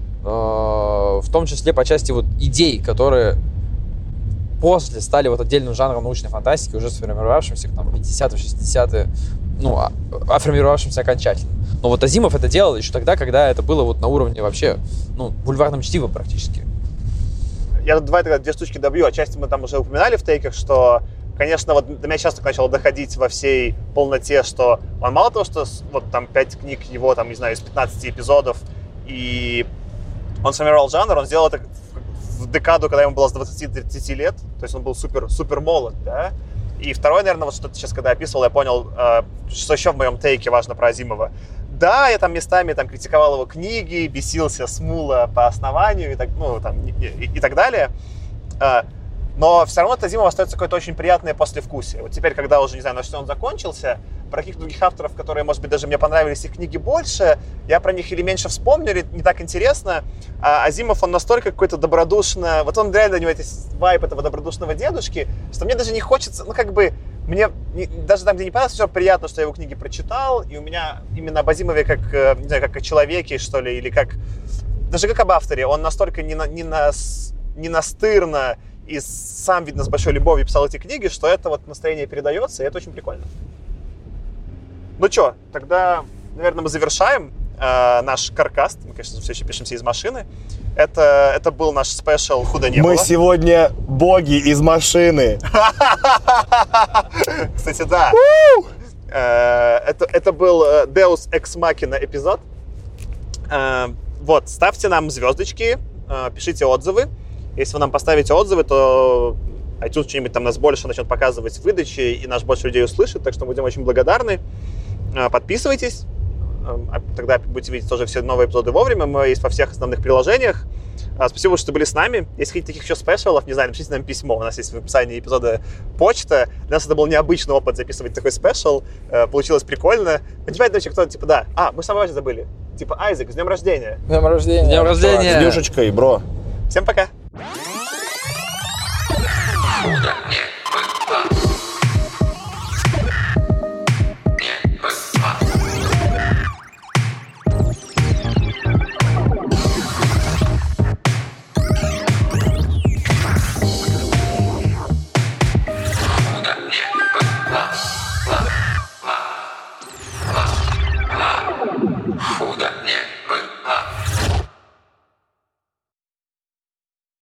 в том числе по части вот идей, которые после стали вот отдельным жанром научной фантастики, уже сформировавшимся там в пятидесятые, шестидесятые, ну, оформировавшимся окончательно. Но вот Азимов это делал еще тогда, когда это было вот на уровне вообще, ну, бульварным чтивом практически. Я тут давай тогда две штучки добью. Отчасти мы там уже упоминали в тейках, что, конечно, вот до меня сейчас только начало доходить во всей полноте, что он мало того, что вот там пять книг его, там, не знаю, из пятнадцати эпизодов, и он сформировал жанр, он сделал это в декаду, когда ему было с двадцати до тридцати лет, то есть он был супер, супер молод, да. И второе, наверное, вот что ты сейчас, когда описывал, я понял, что еще в моем тейке важно про Азимова. Да, я там местами там критиковал его книги, бесился с мула по основанию и так, ну, там, и, и, и так далее. Но все равно от Азимова остается какое-то очень приятное послевкусие. Вот теперь, когда уже, не знаю, на что он закончился, про каких-то других авторов, которые, может быть, даже мне понравились их книги больше, я про них или меньше вспомню, или не так интересно. А Азимов, он настолько какой-то добродушно... Вот он реально, у него есть вайб этого добродушного дедушки, что мне даже не хочется, ну, как бы, мне не, даже там, где не понравилось, все приятно, что я его книги прочитал, и у меня именно об Азимове как, не знаю, как о человеке, что ли, или как... Даже как об авторе, он настолько не, на, не, на, не настырно и сам, видно, с большой любовью писал эти книги, что это вот настроение передается, и это очень прикольно. Ну что, тогда, наверное, мы завершаем э, наш каркаст. Мы, конечно, все еще пишемся из машины. Это, это был наш спешл «Худо не было». Мы сегодня боги из машины. Кстати, да. Это, это был Deus Ex Machina эпизод. Вот, ставьте нам звездочки, пишите отзывы. Если вы нам поставите отзывы, то iTunes что-нибудь там нас больше начнет показывать в выдаче, и нас больше людей услышит, так что мы будем очень благодарны. Подписывайтесь, Тогда будете видеть тоже все новые эпизоды вовремя. Мы есть во всех основных приложениях. Спасибо, что были с нами. Если хотите таких еще спешалов, не знаю, напишите нам письмо. У нас есть в описании эпизода почта. Для нас это был необычный опыт записывать такой спешал. Получилось прикольно. Понимаете, вообще кто-то, типа, да. А, мы самое важное забыли. Типа, Айзек, с днем рождения. С днем рождения. С днем рождения. С дюшечкой, бро. Всем пока. Худо не